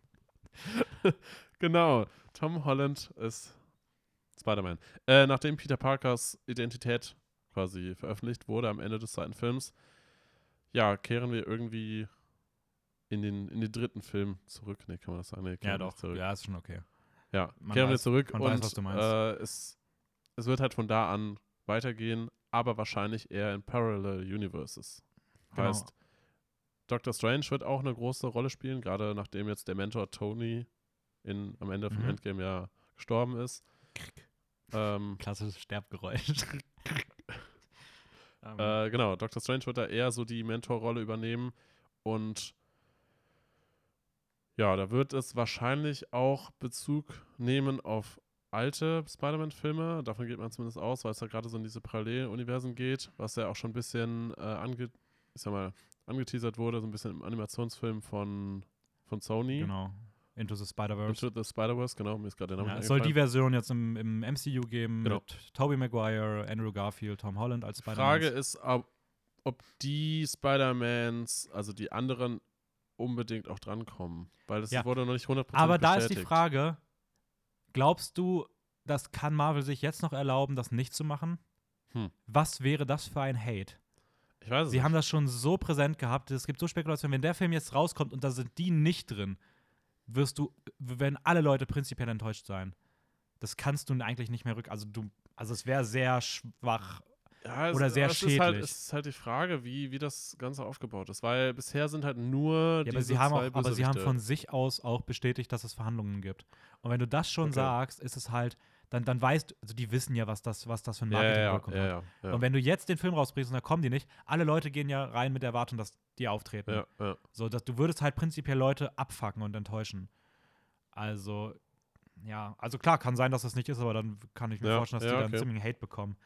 Genau, Tom Holland ist Spider-Man. Nachdem Peter Parkers Identität quasi veröffentlicht wurde am Ende des zweiten Films, kehren wir irgendwie in den dritten Film zurück. Nee, kann man das sagen? Nee, ja, doch. Zurück. Ja, ist schon okay. Ja, kehren wir zurück man und weiß, was du meinst. Es wird halt von da an weitergehen, aber wahrscheinlich eher in Parallel Universes. Genau. Heißt, Doctor Strange wird auch eine große Rolle spielen, gerade nachdem jetzt der Mentor Tony am Ende vom Endgame gestorben ist. Klassisches Sterbgeräusch. Genau, Doctor Strange wird da eher so die Mentorrolle übernehmen und da wird es wahrscheinlich auch Bezug nehmen auf alte Spider-Man-Filme. Davon geht man zumindest aus, weil es da gerade so in diese Paralleluniversen geht, was ja auch schon ein bisschen angeteasert wurde, so ein bisschen im Animationsfilm von Sony. Genau. Into the Spider-Verse. Into the Spider-Verse, genau. Mir ist gerade der Name es soll die Version jetzt im MCU geben genau. mit Tobey Maguire, Andrew Garfield, Tom Holland als Spider-Man. Frage ist, ob die Spider-Mans, also die anderen, unbedingt auch drankommen. Weil das wurde noch nicht 100% Aber da bestätigt. ist die Frage, glaubst du, das kann Marvel sich jetzt noch erlauben, das nicht zu machen? Was wäre das für ein Hate? Ich weiß es Sie nicht. haben das schon so präsent gehabt, es gibt so Spekulationen, wenn der Film jetzt rauskommt und da sind die nicht drin, werden alle Leute prinzipiell enttäuscht sein. Das kannst du eigentlich nicht mehr also es wäre sehr schwach oder sehr schädlich. Es ist halt die Frage, wie das Ganze aufgebaut ist, weil bisher sind halt nur diese zwei aber sie haben von sich aus auch bestätigt, dass es Verhandlungen gibt. Und wenn du das schon sagst, ist es halt, dann weißt du, also die wissen ja, was das für ein Marketing-Wirkung hat. Ja. Und wenn du jetzt den Film rausbringst und dann kommen die nicht, alle Leute gehen ja rein mit der Erwartung, dass die auftreten. Ja. So, dass du würdest halt prinzipiell Leute abfucken und enttäuschen. Also, ja, also klar, kann sein, dass das nicht ist, aber dann kann ich mir vorstellen, dass die dann okay. ziemlichen Hate bekommen.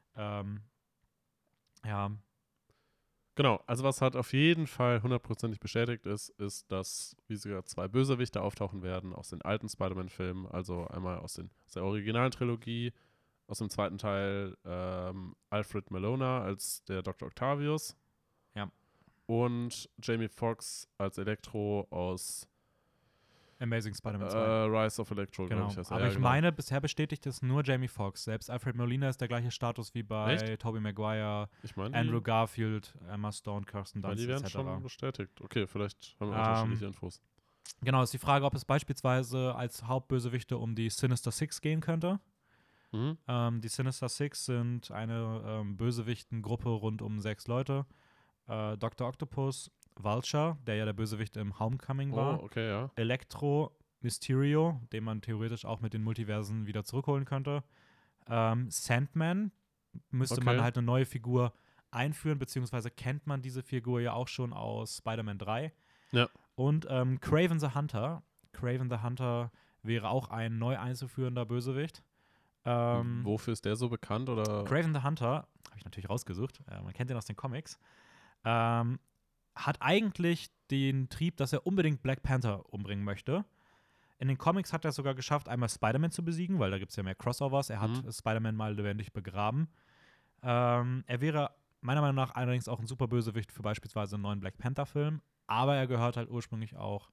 Ja, Genau, also was halt auf jeden Fall hundertprozentig bestätigt ist, dass, wie gesagt, 2 Bösewichte auftauchen werden aus den alten Spider-Man-Filmen, also einmal aus der originalen Trilogie, aus dem zweiten Teil Alfred Molina als der Dr. Octavius ja. und Jamie Foxx als Elektro aus Amazing Spider-Man 2. Rise of Electro, Genau. glaube ich. Heißt er. Aber Ja, ich genau. meine, bisher bestätigt es nur Jamie Foxx. Selbst Alfred Molina ist der gleiche Status wie bei Echt? Tobey Maguire, Ich meine, Andrew Garfield, Emma Stone, Kirsten Dunst die werden etc. schon bestätigt. Okay, vielleicht haben wir unterschiedliche Infos. Genau, ist die Frage, ob es beispielsweise als Hauptbösewichte um die Sinister Six gehen könnte. Mhm. Die Sinister Six sind eine Bösewichtengruppe rund um 6 Leute. Dr. Octopus, Vulture, der ja der Bösewicht im Homecoming war. Oh, okay, ja. Electro, Mysterio, den man theoretisch auch mit den Multiversen wieder zurückholen könnte. Sandman, müsste man halt eine neue Figur einführen, beziehungsweise kennt man diese Figur ja auch schon aus Spider-Man 3. Ja. Und Kraven the Hunter. Kraven the Hunter wäre auch ein neu einzuführender Bösewicht. Wofür ist der so bekannt? Oder? Kraven the Hunter, habe ich natürlich rausgesucht, man kennt den aus den Comics, hat eigentlich den Trieb, dass er unbedingt Black Panther umbringen möchte. In den Comics hat er es sogar geschafft, einmal Spider-Man zu besiegen, weil da gibt es ja mehr Crossovers. Er hat Spider-Man mal lebendig begraben. Er wäre meiner Meinung nach allerdings auch ein super Bösewicht für beispielsweise einen neuen Black Panther-Film. Aber er gehört halt ursprünglich auch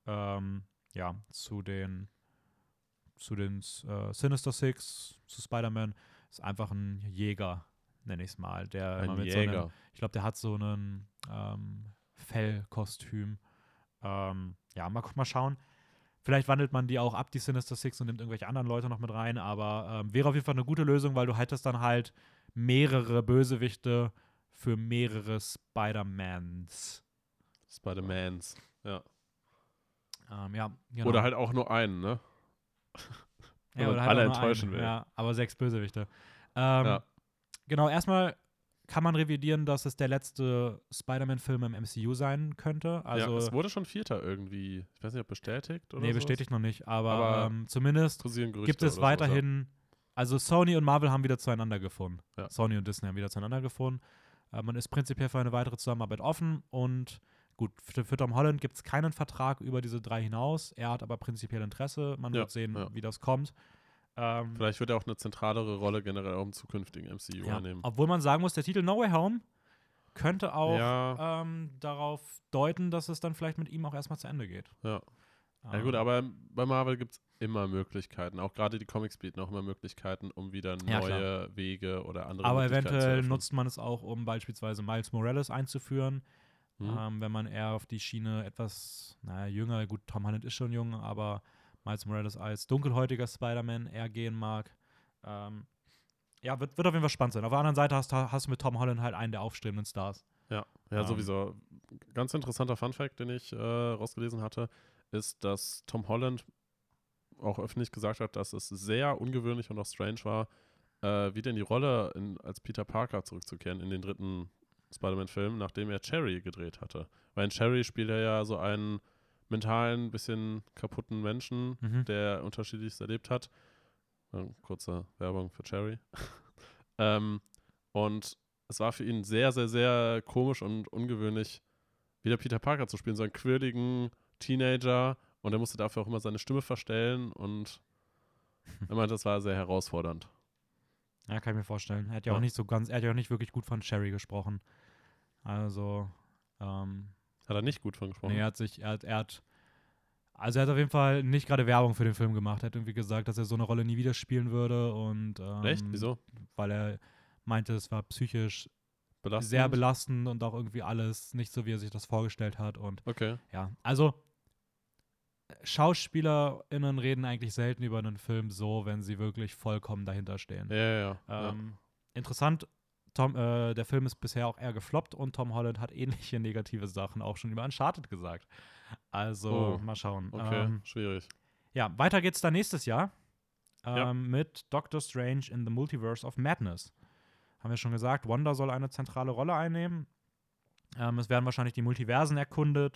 zu den Sinister Six, zu Spider-Man. Ist einfach ein Jäger, nenne ich es mal. Der Ein mit Jäger. So einem, ich glaube, der hat so einen Fellkostüm. Mal schauen. Vielleicht wandelt man die auch ab, die Sinister Six, und nimmt irgendwelche anderen Leute noch mit rein. Aber wäre auf jeden Fall eine gute Lösung, weil du hättest dann halt mehrere Bösewichte für mehrere Spider-Mans. Spider-Mans, ja. Genau. Oder halt auch nur einen, ne? Ja, oder halt alle auch nur enttäuschen einen. will. Ja, aber 6 Bösewichte. Ja. Genau, erstmal kann man revidieren, dass es der letzte Spider-Man-Film im MCU sein könnte. Also, ja, es wurde schon 4. irgendwie. Ich weiß nicht, ob bestätigt oder nee, sowas. bestätigt noch nicht. Aber zumindest kursieren Gerüchte gibt es oder weiterhin, also Sony und Marvel haben wieder zueinander gefunden. Ja. Sony und Disney haben wieder zueinander gefunden. Man ist prinzipiell für eine weitere Zusammenarbeit offen und gut, für Tom Holland gibt es keinen Vertrag über diese 3 hinaus. Er hat aber prinzipiell Interesse. Man wird sehen, wie das kommt. Vielleicht wird er auch eine zentralere Rolle generell auch im zukünftigen MCU einnehmen. Obwohl man sagen muss, der Titel No Way Home könnte auch darauf deuten, dass es dann vielleicht mit ihm auch erstmal zu Ende geht. Ja. Ja gut, aber bei Marvel gibt es immer Möglichkeiten. Auch gerade die Comics bieten auch immer Möglichkeiten, um wieder neue Wege oder andere aber Möglichkeiten zu eventuell öffnen. nutzt man es auch, um beispielsweise Miles Morales einzuführen. Wenn man eher auf die Schiene etwas, jünger, gut, Tom Holland ist schon jung, aber Miles Morales als dunkelhäutiger Spider-Man eher gehen mag. Wird auf jeden Fall spannend sein. Auf der anderen Seite hast du mit Tom Holland halt einen der aufstrebenden Stars. Ja, sowieso. Ganz interessanter Funfact, den ich rausgelesen hatte, ist, dass Tom Holland auch öffentlich gesagt hat, dass es sehr ungewöhnlich und auch strange war, wieder in die Rolle als Peter Parker zurückzukehren in den 3. Spider-Man-Film, nachdem er Cherry gedreht hatte. Weil in Cherry spielt er ja so einen mentalen, bisschen kaputten Menschen, der Unterschiedliches erlebt hat. Kurze Werbung für Cherry. Und es war für ihn sehr, sehr, sehr komisch und ungewöhnlich, wieder Peter Parker zu spielen, so einen quirligen Teenager, und er musste dafür auch immer seine Stimme verstellen, und er meinte, das war sehr herausfordernd. Ja, kann ich mir vorstellen. Er hat ja auch nicht wirklich gut von Cherry gesprochen. Also, hat er nicht gut von gesprochen? Nee, er hat auf jeden Fall nicht gerade Werbung für den Film gemacht. Er hat irgendwie gesagt, dass er so eine Rolle nie wieder spielen würde, und echt? Wieso? Weil er meinte, es war psychisch belastend? Sehr belastend und auch irgendwie alles nicht so, wie er sich das vorgestellt hat. Und okay. Ja, also SchauspielerInnen reden eigentlich selten über einen Film so, wenn sie wirklich vollkommen dahinter stehen. Ja. Interessant, der Film ist bisher auch eher gefloppt, und Tom Holland hat ähnliche negative Sachen auch schon über Uncharted gesagt. Also, mal schauen. Okay, schwierig. Ja, weiter geht's dann nächstes Jahr mit Doctor Strange in the Multiverse of Madness. Haben wir schon gesagt, Wanda soll eine zentrale Rolle einnehmen. Es werden wahrscheinlich die Multiversen erkundet.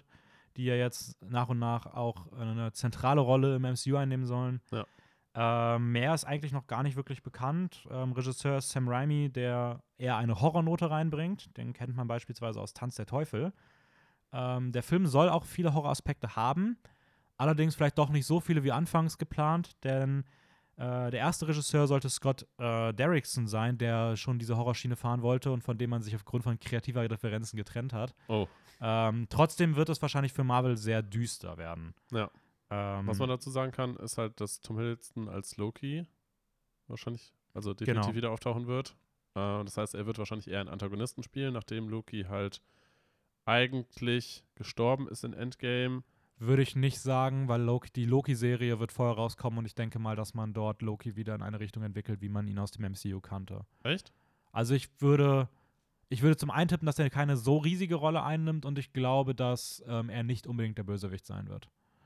die ja jetzt nach und nach auch eine zentrale Rolle im MCU einnehmen sollen. Ja. Mehr ist eigentlich noch gar nicht wirklich bekannt. Regisseur ist Sam Raimi, der eher eine Horrornote reinbringt. Den kennt man beispielsweise aus Tanz der Teufel. Der Film soll auch viele Horroraspekte haben, allerdings vielleicht doch nicht so viele wie anfangs geplant, denn der erste Regisseur sollte Scott Derrickson sein, der schon diese Horrorschiene fahren wollte und von dem man sich aufgrund von kreativer Referenzen getrennt hat. Oh. Trotzdem wird es wahrscheinlich für Marvel sehr düster werden. Ja. Was man dazu sagen kann, ist halt, dass Tom Hiddleston als Loki wahrscheinlich, also definitiv wieder auftauchen wird. Das heißt, er wird wahrscheinlich eher einen Antagonisten spielen, nachdem Loki halt eigentlich gestorben ist in Endgame. Würde ich nicht sagen, weil die Loki-Serie wird vorher rauskommen und ich denke mal, dass man dort Loki wieder in eine Richtung entwickelt, wie man ihn aus dem MCU kannte. Echt? Also ich würde zum einen tippen, dass er keine so riesige Rolle einnimmt und ich glaube, dass er nicht unbedingt der Bösewicht sein wird.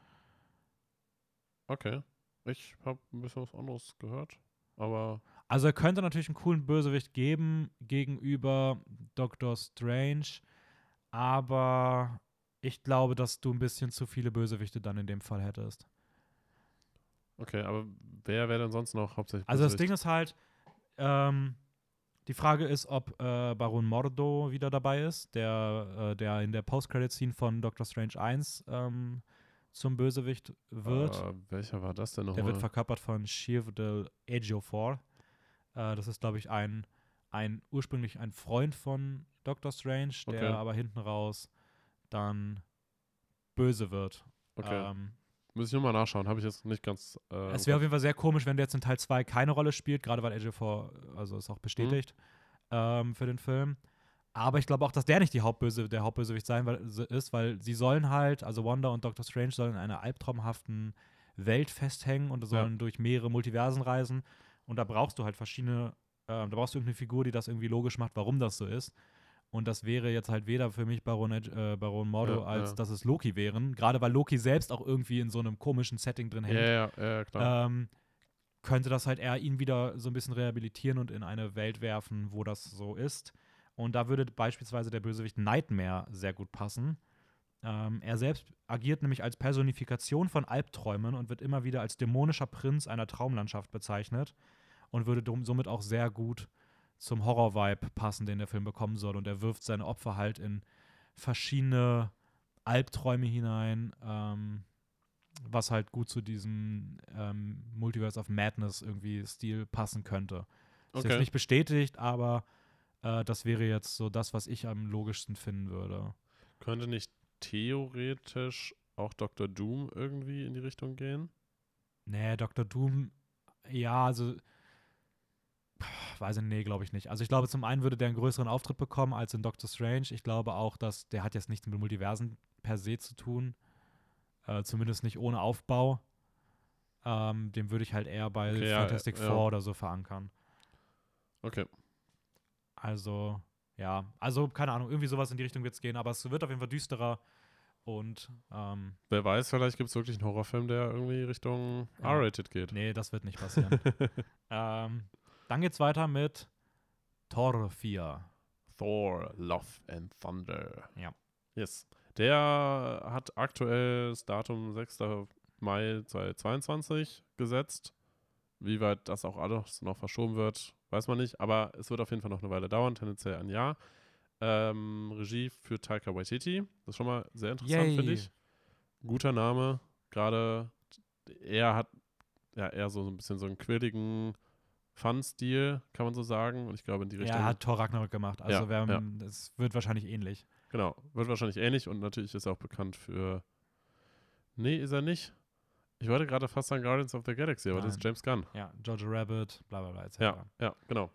Okay. Ich habe ein bisschen was anderes gehört, aber Also er könnte natürlich einen coolen Bösewicht geben gegenüber Doctor Strange, aber ich glaube, dass du ein bisschen zu viele Bösewichte dann in dem Fall hättest. okay, aber wer wäre denn sonst noch hauptsächlich Also das Bösewicht? Ding ist halt, die Frage ist, ob Baron Mordo wieder dabei ist, der in der Post-Credit-Scene von Doctor Strange 1 zum Bösewicht wird. Welcher war das denn nochmal? Der wird verkörpert von Chiwetel Ejiofor. Das ist, glaube ich, ursprünglich ein Freund von Doctor Strange, der aber hinten raus dann böse wird. Okay. Muss ich nur mal nachschauen, habe ich jetzt nicht ganz. Es wäre auf jeden Fall sehr komisch, wenn der jetzt in Teil 2 keine Rolle spielt, gerade weil Ejiofor, also ist auch bestätigt für den Film. Aber ich glaube auch, dass der nicht der Hauptbösewicht ist, weil sie sollen halt, also Wanda und Doctor Strange sollen in einer albtraumhaften Welt festhängen und sollen durch mehrere Multiversen reisen. Und da brauchst du halt da brauchst du irgendeine Figur, die das irgendwie logisch macht, warum das so ist. Und das wäre jetzt halt weder für mich Baron Mordo, als dass es Loki wären. Gerade weil Loki selbst auch irgendwie in so einem komischen Setting drin hängt. Ja, klar. Könnte das halt eher ihn wieder so ein bisschen rehabilitieren und in eine Welt werfen, wo das so ist. Und da würde beispielsweise der Bösewicht Nightmare sehr gut passen. Er selbst agiert nämlich als Personifikation von Albträumen und wird immer wieder als dämonischer Prinz einer Traumlandschaft bezeichnet und würde somit auch sehr gut zum Horror-Vibe passen, den der Film bekommen soll. Und er wirft seine Opfer halt in verschiedene Albträume hinein, was halt gut zu diesem Multiverse of Madness irgendwie Stil passen könnte. Ist jetzt nicht bestätigt, aber das wäre jetzt so das, was ich am logischsten finden würde. Könnte nicht theoretisch auch Dr. Doom irgendwie in die Richtung gehen? Nee, Dr. Doom, ja, also weiß ich, nee, glaube ich nicht. Also ich glaube, zum einen würde der einen größeren Auftritt bekommen als in Doctor Strange. Ich glaube auch, dass der hat jetzt nichts mit Multiversen per se zu tun. Zumindest nicht ohne Aufbau. Den würde ich halt eher bei Fantastic Four oder so verankern. Okay. Also, ja. Also, keine Ahnung, irgendwie sowas in die Richtung wird es gehen, aber es wird auf jeden Fall düsterer und wer weiß, vielleicht gibt es wirklich einen Horrorfilm, der irgendwie Richtung R-Rated geht. Nee, das wird nicht passieren. Dann geht's weiter mit Thor 4. Thor, Love and Thunder. Ja. Yes. Der hat aktuell das Datum 6. Mai 2022 gesetzt. Wie weit das auch alles noch verschoben wird, weiß man nicht. Aber es wird auf jeden Fall noch eine Weile dauern, tendenziell ein Jahr. Regie für Taika Waititi. Das ist schon mal sehr interessant, finde ich. Guter Name. Gerade er hat ja eher so ein bisschen so einen quirligen Fun-Stil, kann man so sagen. Und ich glaube, in die Richtung. Ja, er hat Thor Ragnarök gemacht. Also es wird wahrscheinlich ähnlich. Genau, wird wahrscheinlich ähnlich. Und natürlich ist er auch bekannt für. Nee, ist er nicht. Ich wollte gerade fast sagen Guardians of the Galaxy, aber das ist James Gunn. Ja, Jojo Rabbit, bla bla bla, etc. Ja, genau.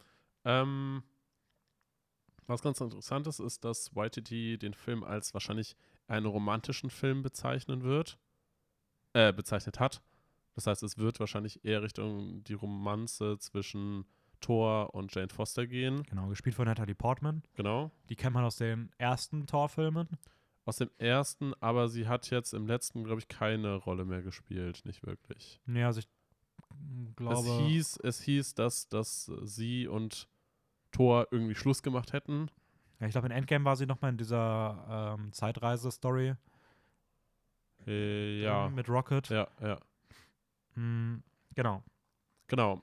Was ganz interessant ist, dass Waititi den Film als wahrscheinlich einen romantischen Film bezeichnet hat. Das heißt, es wird wahrscheinlich eher Richtung die Romanze zwischen Thor und Jane Foster gehen. Genau, gespielt von Natalie Portman. Genau. Die kennt man aus den ersten Thor-Filmen. Aus dem ersten, aber sie hat jetzt im letzten, glaube ich, keine Rolle mehr gespielt. Nicht wirklich. Nee, also ich glaube. Es hieß, dass sie und Thor irgendwie Schluss gemacht hätten. Ja, ich glaube, in Endgame war sie nochmal in dieser Zeitreise-Story. Ja. Mit Rocket. Ja. Genau. Genau.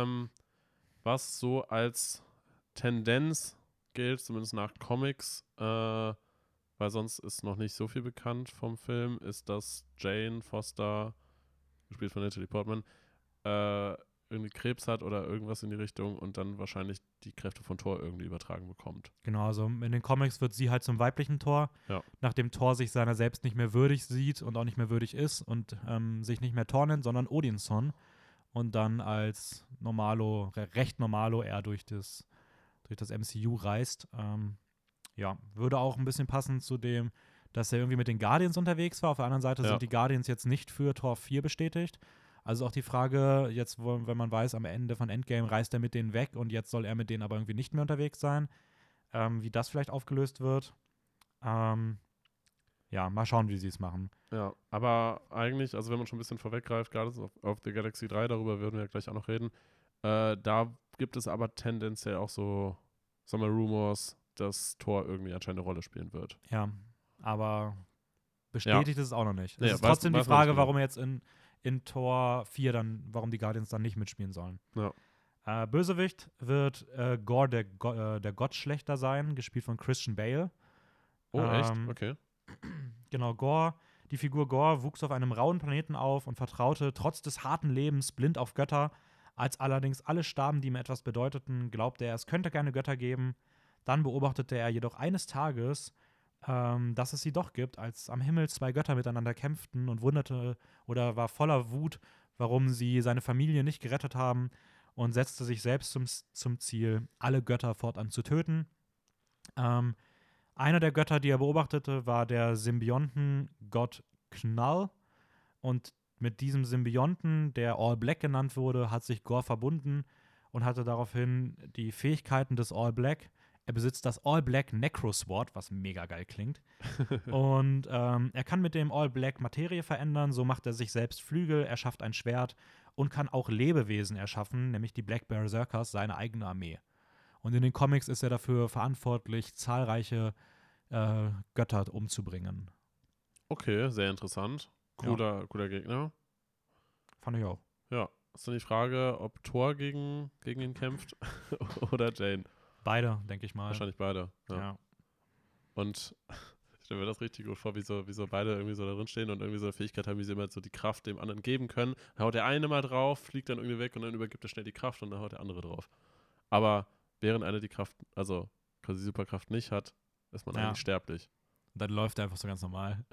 Was so als Tendenz gilt, zumindest nach Comics, weil sonst ist noch nicht so viel bekannt vom Film, ist, dass Jane Foster, gespielt von Natalie Portman, irgendwie Krebs hat oder irgendwas in die Richtung und dann wahrscheinlich die Kräfte von Thor irgendwie übertragen bekommt. Genau, also in den Comics wird sie halt zum weiblichen Thor, Ja. nachdem Thor sich seiner selbst nicht mehr würdig sieht und auch nicht mehr würdig ist und sich nicht mehr Thor nennt, sondern Odinson und dann als recht Normalo er durch das MCU reist. Ja, würde auch ein bisschen passen zu dem, dass er irgendwie mit den Guardians unterwegs war. Auf der anderen Seite sind die Guardians jetzt nicht für Thor 4 bestätigt. Also auch die Frage, jetzt, wenn man weiß, am Ende von Endgame reist er mit denen weg und jetzt soll er mit denen aber irgendwie nicht mehr unterwegs sein, wie das vielleicht aufgelöst wird. Ja, mal schauen, wie sie es machen. Ja, aber eigentlich, also wenn man schon ein bisschen vorweggreift, Guardians of the Galaxy 3, darüber würden wir ja gleich auch noch reden, da gibt es aber tendenziell auch so, sagen wir, Rumors, dass Thor irgendwie anscheinend eine Rolle spielen wird. Ja, aber bestätigt ist es auch noch nicht. Es Ja, ist trotzdem die Frage, genau. warum er jetzt in Tor 4 warum die Guardians dann nicht mitspielen sollen. Ja. Bösewicht wird Gore, der Gottschlechter sein, gespielt von Christian Bale. Oh, echt? Okay. Genau, Gore, die Figur Gore wuchs auf einem rauen Planeten auf und vertraute trotz des harten Lebens blind auf Götter. Als allerdings alle starben, die ihm etwas bedeuteten, glaubte er, es könnte keine Götter geben. Dann beobachtete er jedoch eines Tages, dass es sie doch gibt, als am Himmel zwei Götter miteinander kämpften und wunderte oder war voller Wut, warum sie seine Familie nicht gerettet haben und setzte sich selbst zum Ziel, alle Götter fortan zu töten. Einer der Götter, die er beobachtete, war der Symbiontengott Knall und mit diesem Symbionten, der All Black genannt wurde, hat sich Gore verbunden und hatte daraufhin die Fähigkeiten des All Black. Er besitzt das All Black Necro Sword, was mega geil klingt. Und er kann mit dem All Black Materie verändern, so macht er sich selbst Flügel, er schafft ein Schwert und kann auch Lebewesen erschaffen, nämlich die Black Berserkers, seine eigene Armee. Und in den Comics ist er dafür verantwortlich, zahlreiche Götter umzubringen. Okay, sehr interessant. Cooler Gegner. Fand ich auch. Ja, ist dann die Frage, ob Thor gegen ihn kämpft oder Jane. Beide, denke ich mal. Wahrscheinlich beide. Ja. Und ich stelle mir das richtig gut vor, wie so beide irgendwie so da drin stehen und irgendwie so eine Fähigkeit haben, wie sie immer so die Kraft dem anderen geben können. Dann haut der eine mal drauf, fliegt dann irgendwie weg und dann übergibt er schnell die Kraft und dann haut der andere drauf. Aber während einer die Kraft, also quasi die Superkraft nicht hat, ist man eigentlich sterblich. Und dann läuft er einfach so ganz normal.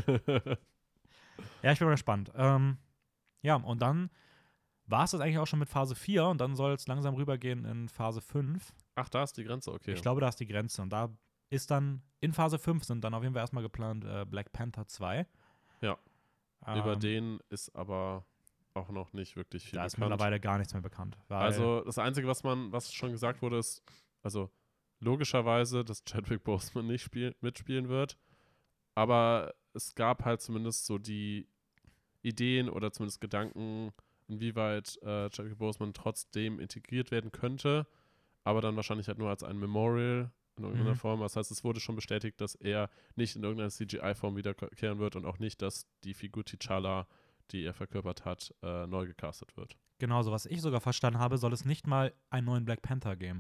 Ja, ich bin mal gespannt. Ja, und dann war es das eigentlich auch schon mit Phase 4 und dann soll es langsam rübergehen in Phase 5. Ach, da ist die Grenze, okay. Ich glaube, da ist die Grenze. Und da ist dann in Phase 5 sind dann auf jeden Fall erstmal geplant Black Panther 2. Ja. Über den ist aber auch noch nicht wirklich viel bekannt. Da ist mittlerweile gar nichts mehr bekannt. Also das Einzige, was schon gesagt wurde, ist, also logischerweise, dass Chadwick Boseman nicht mitspielen wird. Aber es gab halt zumindest so die Ideen oder zumindest Gedanken, inwieweit Chadwick Boseman trotzdem integriert werden könnte, aber dann wahrscheinlich halt nur als ein Memorial in irgendeiner Form. Das heißt, es wurde schon bestätigt, dass er nicht in irgendeiner CGI-Form wiederkehren wird und auch nicht, dass die Figur T'Challa, die er verkörpert hat, neu gecastet wird. Genau, so was ich sogar verstanden habe, soll es nicht mal einen neuen Black Panther geben.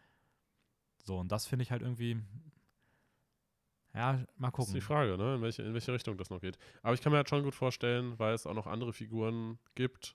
So, und das finde ich halt irgendwie. Ja, mal gucken. Das ist die Frage, ne? In welche Richtung das noch geht. Aber ich kann mir halt schon gut vorstellen, weil es auch noch andere Figuren gibt.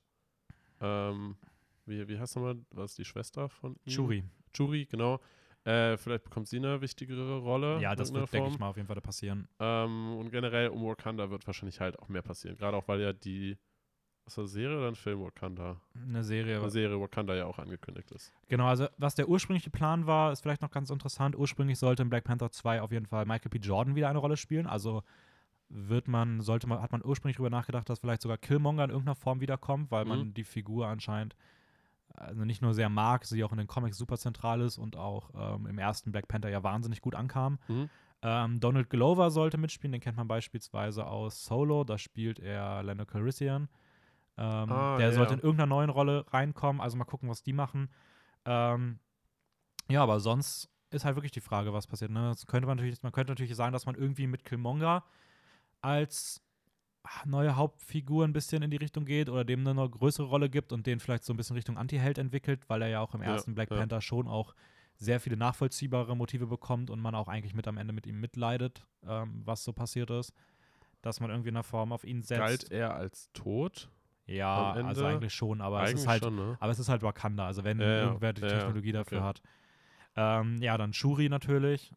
Wie heißt nochmal? Was ist die Schwester von ihm? Shuri, genau. Vielleicht bekommt sie eine wichtigere Rolle. Ja, das wird, denke ich mal, auf jeden Fall passieren. Und generell um Wakanda wird wahrscheinlich halt auch mehr passieren. Gerade auch, weil ja ist das eine Serie oder ein Film Wakanda? Eine Serie Wakanda ja auch angekündigt ist. Genau, also was der ursprüngliche Plan war, ist vielleicht noch ganz interessant. Ursprünglich sollte in Black Panther 2 auf jeden Fall Michael B. Jordan wieder eine Rolle spielen. Also hat man ursprünglich darüber nachgedacht, dass vielleicht sogar Killmonger in irgendeiner Form wiederkommt, weil man die Figur anscheinend also nicht nur sehr mag, sie auch in den Comics super zentral ist und auch im ersten Black Panther ja wahnsinnig gut ankam. Donald Glover sollte mitspielen, den kennt man beispielsweise aus Solo, da spielt er Lando Calrissian. Der sollte in irgendeiner neuen Rolle reinkommen, also mal gucken, was die machen. Ja, aber sonst ist halt wirklich die Frage, was passiert. Ne? Man könnte natürlich sagen, dass man irgendwie mit Killmonger als neue Hauptfigur ein bisschen in die Richtung geht oder dem eine noch größere Rolle gibt und den vielleicht so ein bisschen Richtung Anti-Held entwickelt, weil er ja auch im ersten Black Panther schon auch sehr viele nachvollziehbare Motive bekommt und man auch eigentlich am Ende mit ihm mitleidet, was so passiert ist. Dass man irgendwie in einer Form auf ihn setzt. Galt er als tot? Ja, also eigentlich schon, aber eigentlich es ist halt, schon, ne? aber es ist halt Wakanda, also wenn irgendwer die Technologie dafür hat. Dann Shuri natürlich.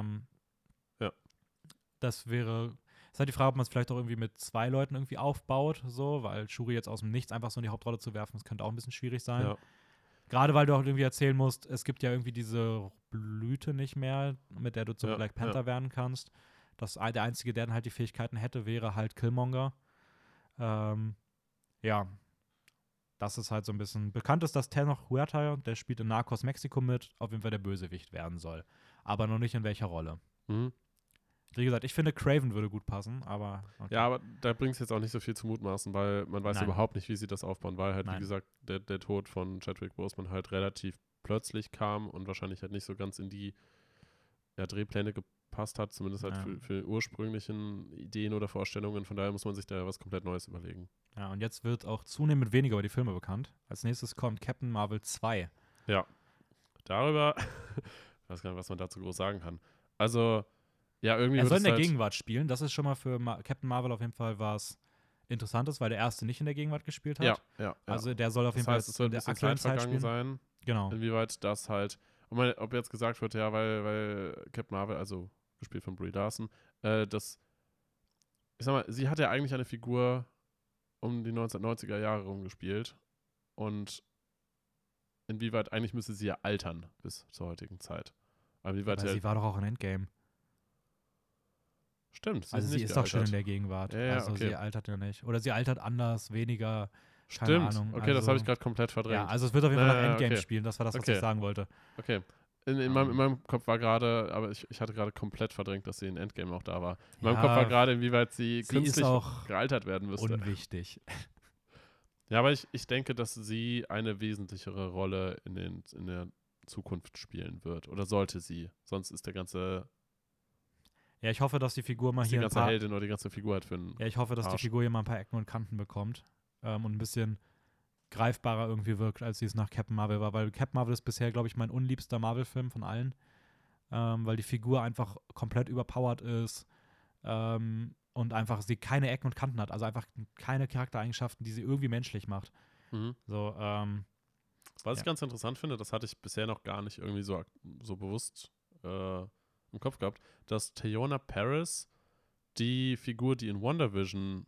Das wäre, ist halt die Frage, ob man es vielleicht auch irgendwie mit 2 Leuten irgendwie aufbaut, so, weil Shuri jetzt aus dem Nichts einfach so in die Hauptrolle zu werfen, das könnte auch ein bisschen schwierig sein. Ja. Gerade weil du auch irgendwie erzählen musst, es gibt ja irgendwie diese Blüte nicht mehr, mit der du zum Black Panther werden kannst. Der Einzige, der dann halt die Fähigkeiten hätte, wäre halt Killmonger. Das ist halt so ein bisschen bekannt ist, dass Tenoch Huerta, der spielt in Narcos Mexiko mit, auf jeden Fall der Bösewicht werden soll. Aber noch nicht in welcher Rolle. Mhm. Wie gesagt, ich finde, Craven würde gut passen, aber okay. Ja, aber da bringt es jetzt auch nicht so viel zu mutmaßen, weil man weiß überhaupt nicht, wie sie das aufbauen, weil halt, wie gesagt, der Tod von Chadwick Boseman halt relativ plötzlich kam und wahrscheinlich halt nicht so ganz in die Drehpläne gepasst hat, zumindest halt für ursprünglichen Ideen oder Vorstellungen. Von daher muss man sich da was komplett Neues überlegen. Ja, und jetzt wird auch zunehmend weniger über die Filme bekannt. Als nächstes kommt Captain Marvel 2. Ja, darüber, ich weiß gar nicht, was man dazu groß sagen kann. Also, ja, irgendwie er soll in der halt Gegenwart spielen. Das ist schon mal für Captain Marvel auf jeden Fall was Interessantes, weil der erste nicht in der Gegenwart gespielt hat. Ja. Also der soll auf jeden Fall es wird ein bisschen Zeit vergangen sein. Genau. Inwieweit das halt, ob jetzt gesagt wird, ja, weil Captain Marvel, also gespielt von Brie Larson, ich sag mal, sie hat ja eigentlich eine Figur um die 1990er Jahre rumgespielt und inwieweit eigentlich müsste sie ja altern bis zur heutigen Zeit. Aber sie war doch auch in Endgame. Stimmt. Sie ist doch schon in der Gegenwart. Sie altert ja nicht. Oder sie altert anders, weniger. Keine Ahnung. Okay, das habe ich gerade komplett verdrängt. Ja, also es wird auf jeden Fall nach Endgame spielen. Das war das, was ich sagen wollte. Okay. In meinem Kopf war gerade, aber ich hatte gerade komplett verdrängt, dass sie in Endgame auch da war. In meinem Kopf war gerade, inwieweit sie künstlich auch gealtert werden müsste. Unwichtig. Ja, aber ich denke, dass sie eine wesentlichere Rolle in der Zukunft spielen wird. Oder sollte sie. Sonst ist der ganze Ja, ich hoffe, dass die Figur mal hier die ganze Heldin oder die ganze Figur halt für einen Ja, ich hoffe, dass die Figur hier mal ein paar Ecken und Kanten bekommt und ein bisschen greifbarer irgendwie wirkt, als sie es nach Captain Marvel war. Weil Captain Marvel ist bisher, glaube ich, mein unliebster Marvel-Film von allen. Weil die Figur einfach komplett überpowered ist und einfach sie keine Ecken und Kanten hat. Also einfach keine Charaktereigenschaften, die sie irgendwie menschlich macht. Mhm. So, was ich ganz interessant finde, das hatte ich bisher noch gar nicht irgendwie so bewusst im Kopf gehabt, dass Teyonah Parris die Figur, die in WandaVision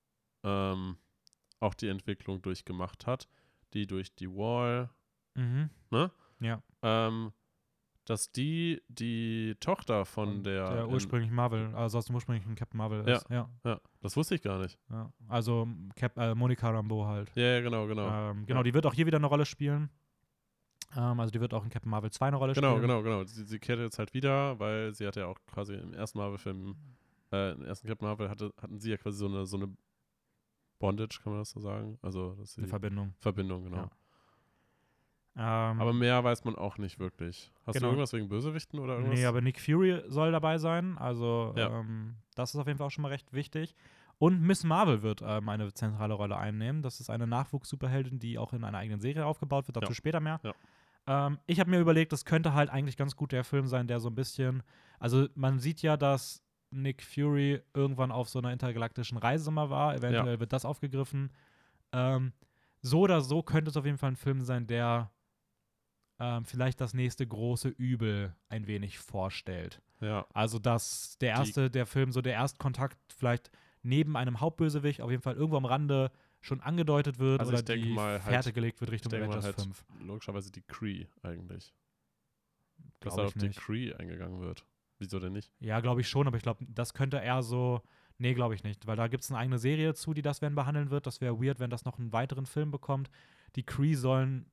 auch die Entwicklung durchgemacht hat, die durch die Wall, ne? Ja. Dass die Tochter von der ursprünglichen Marvel, also aus dem ursprünglichen Captain Marvel ist. Ja, das wusste ich gar nicht. Ja. Also Monica Rambeau halt. Ja, genau. Die wird auch hier wieder eine Rolle spielen. Also die wird auch in Captain Marvel 2 eine Rolle spielen. Genau. Sie kehrt jetzt halt wieder, weil sie hat ja auch quasi im ersten Marvel-Film, im ersten Captain Marvel hatten sie ja quasi so eine Bondage, kann man das so sagen? Also das ist eine Verbindung. Verbindung, genau. Ja. Aber mehr weiß man auch nicht wirklich. Hast du irgendwas wegen Bösewichten oder irgendwas? Nee, aber Nick Fury soll dabei sein. Also das ist auf jeden Fall auch schon mal recht wichtig. Und Miss Marvel wird eine zentrale Rolle einnehmen. Das ist eine Nachwuchs-Superheldin, die auch in einer eigenen Serie aufgebaut wird. Dazu später mehr. Ja. Ich habe mir überlegt, das könnte halt eigentlich ganz gut der Film sein, der so ein bisschen, also man sieht ja, dass Nick Fury irgendwann auf so einer intergalaktischen Reise mal war. Eventuell wird das aufgegriffen. So oder so könnte es auf jeden Fall ein Film sein, der vielleicht das nächste große Übel ein wenig vorstellt. Ja. Also, dass der Film, so der Erstkontakt vielleicht neben einem Hauptbösewicht auf jeden Fall irgendwo am Rande schon angedeutet wird also oder die Fährte gelegt wird Richtung Avengers 5. Logischerweise die Kree eigentlich. Dass da auf die Kree eingegangen wird. Wieso denn nicht? Ja, glaube ich schon, aber ich glaube, das könnte eher so. Nee, glaube ich nicht, weil da gibt es eine eigene Serie zu, die das behandeln wird. Das wäre weird, wenn das noch einen weiteren Film bekommt. Die Kree sollen.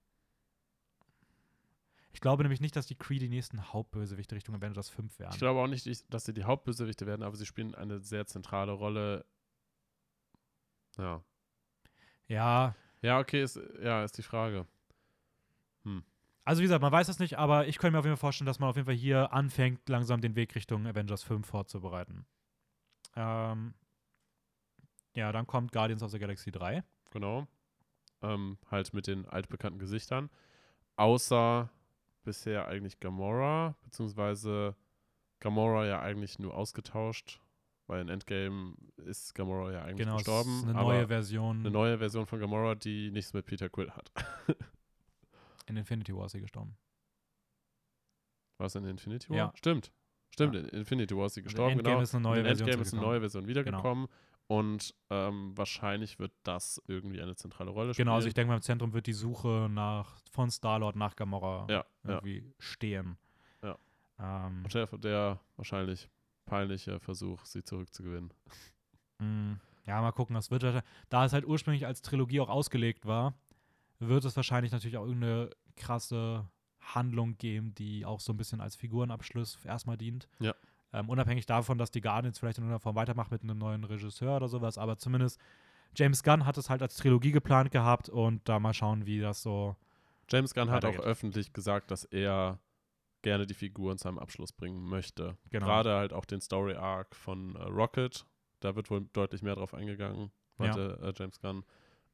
Ich glaube nämlich nicht, dass die Kree die nächsten Hauptbösewichte Richtung Avengers 5 werden. Ich glaube auch nicht, dass sie die Hauptbösewichte werden, aber sie spielen eine sehr zentrale Rolle. Ja. Ja. Ja, okay, ist die Frage. Also wie gesagt, man weiß es nicht, aber ich könnte mir auf jeden Fall vorstellen, dass man auf jeden Fall hier anfängt, langsam den Weg Richtung Avengers 5 vorzubereiten. Ja, dann kommt Guardians of the Galaxy 3. Genau. Halt mit den altbekannten Gesichtern. Außer bisher eigentlich Gamora, beziehungsweise Gamora ja eigentlich nur ausgetauscht, weil in Endgame ist Gamora ja eigentlich Genau, es gestorben. ist eine aber neue Version. eine neue Version von Gamora, die nichts mit Peter Quill hat. In Infinity War ist sie gestorben. War es in Infinity War? Ja. Stimmt, Ja. in Infinity War ist sie Und gestorben, in Endgame genau. ist eine neue in Version Endgame ist eine zurückgekommen. neue Version wiedergekommen. Und wahrscheinlich wird das irgendwie eine zentrale Rolle spielen. Genau, also ich denke mal, im Zentrum wird die Suche von Star-Lord nach Gamora Ja, irgendwie stehen. Ja. Und der wahrscheinlich peinliche Versuch, sie zurückzugewinnen. Ja, mal gucken, was wird. Da es halt ursprünglich als Trilogie auch ausgelegt war, wird es wahrscheinlich natürlich auch irgendeine krasse Handlung geben, die auch so ein bisschen als Figurenabschluss erstmal dient. Ja. Unabhängig davon, dass die Guardians vielleicht in irgendeiner Form weitermacht mit einem neuen Regisseur oder sowas, aber zumindest James Gunn hat es halt als Trilogie geplant gehabt und da mal schauen, wie das so James Gunn hat auch weitergeht. öffentlich gesagt, dass er gerne die Figuren zu einem Abschluss bringen möchte. Genau. Gerade halt auch den Story-Arc von Rocket, da wird wohl deutlich mehr drauf eingegangen, meinte James Gunn.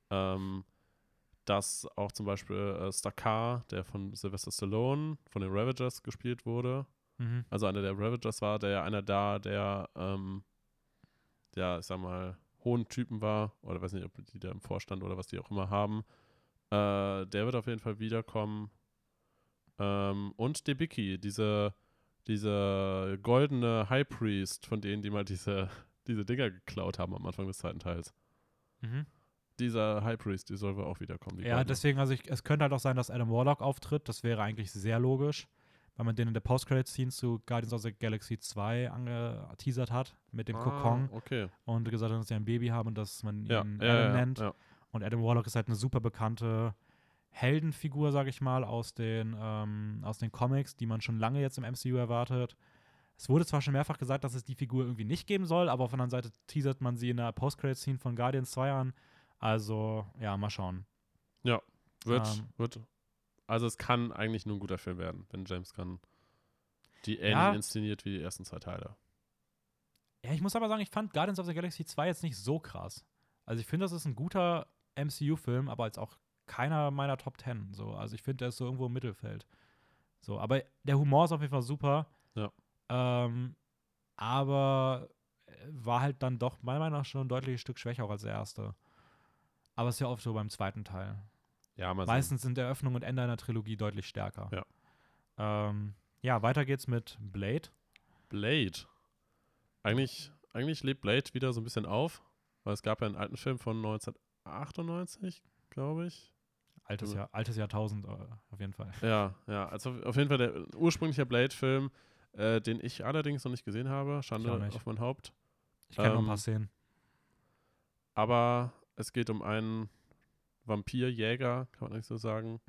Dass auch zum Beispiel Stakar, der von Sylvester Stallone, von den Ravagers gespielt wurde, also einer der Ravagers war, der ja einer der ich sag mal, hohen Typen war, oder weiß nicht, ob die da im Vorstand oder was die auch immer haben, der wird auf jeden Fall wiederkommen. Und Debicki, diese goldene High Priest, von denen, die mal diese Dinger geklaut haben am Anfang des zweiten Teils. Dieser High Priest, die soll wohl auch wiederkommen. Ja, deswegen, also es könnte halt auch sein, dass Adam Warlock auftritt. Das wäre eigentlich sehr logisch, weil man den in der Post-Credit-Scene zu Guardians of the Galaxy 2 angeteasert hat, mit dem Kokon. Okay. Und gesagt hat, dass sie ein Baby haben und dass man ihn Adam nennt. Ja. Und Adam Warlock ist halt eine super bekannte Heldenfigur, sage ich mal, aus den Comics, die man schon lange jetzt im MCU erwartet. Es wurde zwar schon mehrfach gesagt, dass es die Figur irgendwie nicht geben soll, aber auf der anderen Seite teasert man sie in der Post-Credit-Scene von Guardians 2 an. Also, ja, mal schauen. Ja, wird. Also es kann eigentlich nur ein guter Film werden, wenn James Gunn die ähnlich inszeniert wie die ersten 2 Teile. Ja, ich muss aber sagen, ich fand Guardians of the Galaxy 2 jetzt nicht so krass. Also ich finde, das ist ein guter MCU-Film, aber jetzt auch keiner meiner Top 10. So. Also ich finde, der ist so irgendwo im Mittelfeld. So, aber der Humor ist auf jeden Fall super. Ja. Aber war halt dann doch meiner Meinung nach schon ein deutliches Stück schwächer auch als der erste. Aber es ist ja oft so beim zweiten Teil. Ja, mal Meistens sind Eröffnung und Ende einer Trilogie deutlich stärker. Ja. Weiter geht's mit Blade. Blade. Eigentlich lebt Blade wieder so ein bisschen auf, weil es gab ja einen alten Film von 1998, glaube ich. Altes Jahrtausend auf jeden Fall. Ja, also auf jeden Fall der ursprüngliche Blade-Film, den ich allerdings noch nicht gesehen habe. Schande auf mein Haupt. Ich kenne noch ein paar Szenen. Aber es geht um einen Vampirjäger, kann man eigentlich so sagen.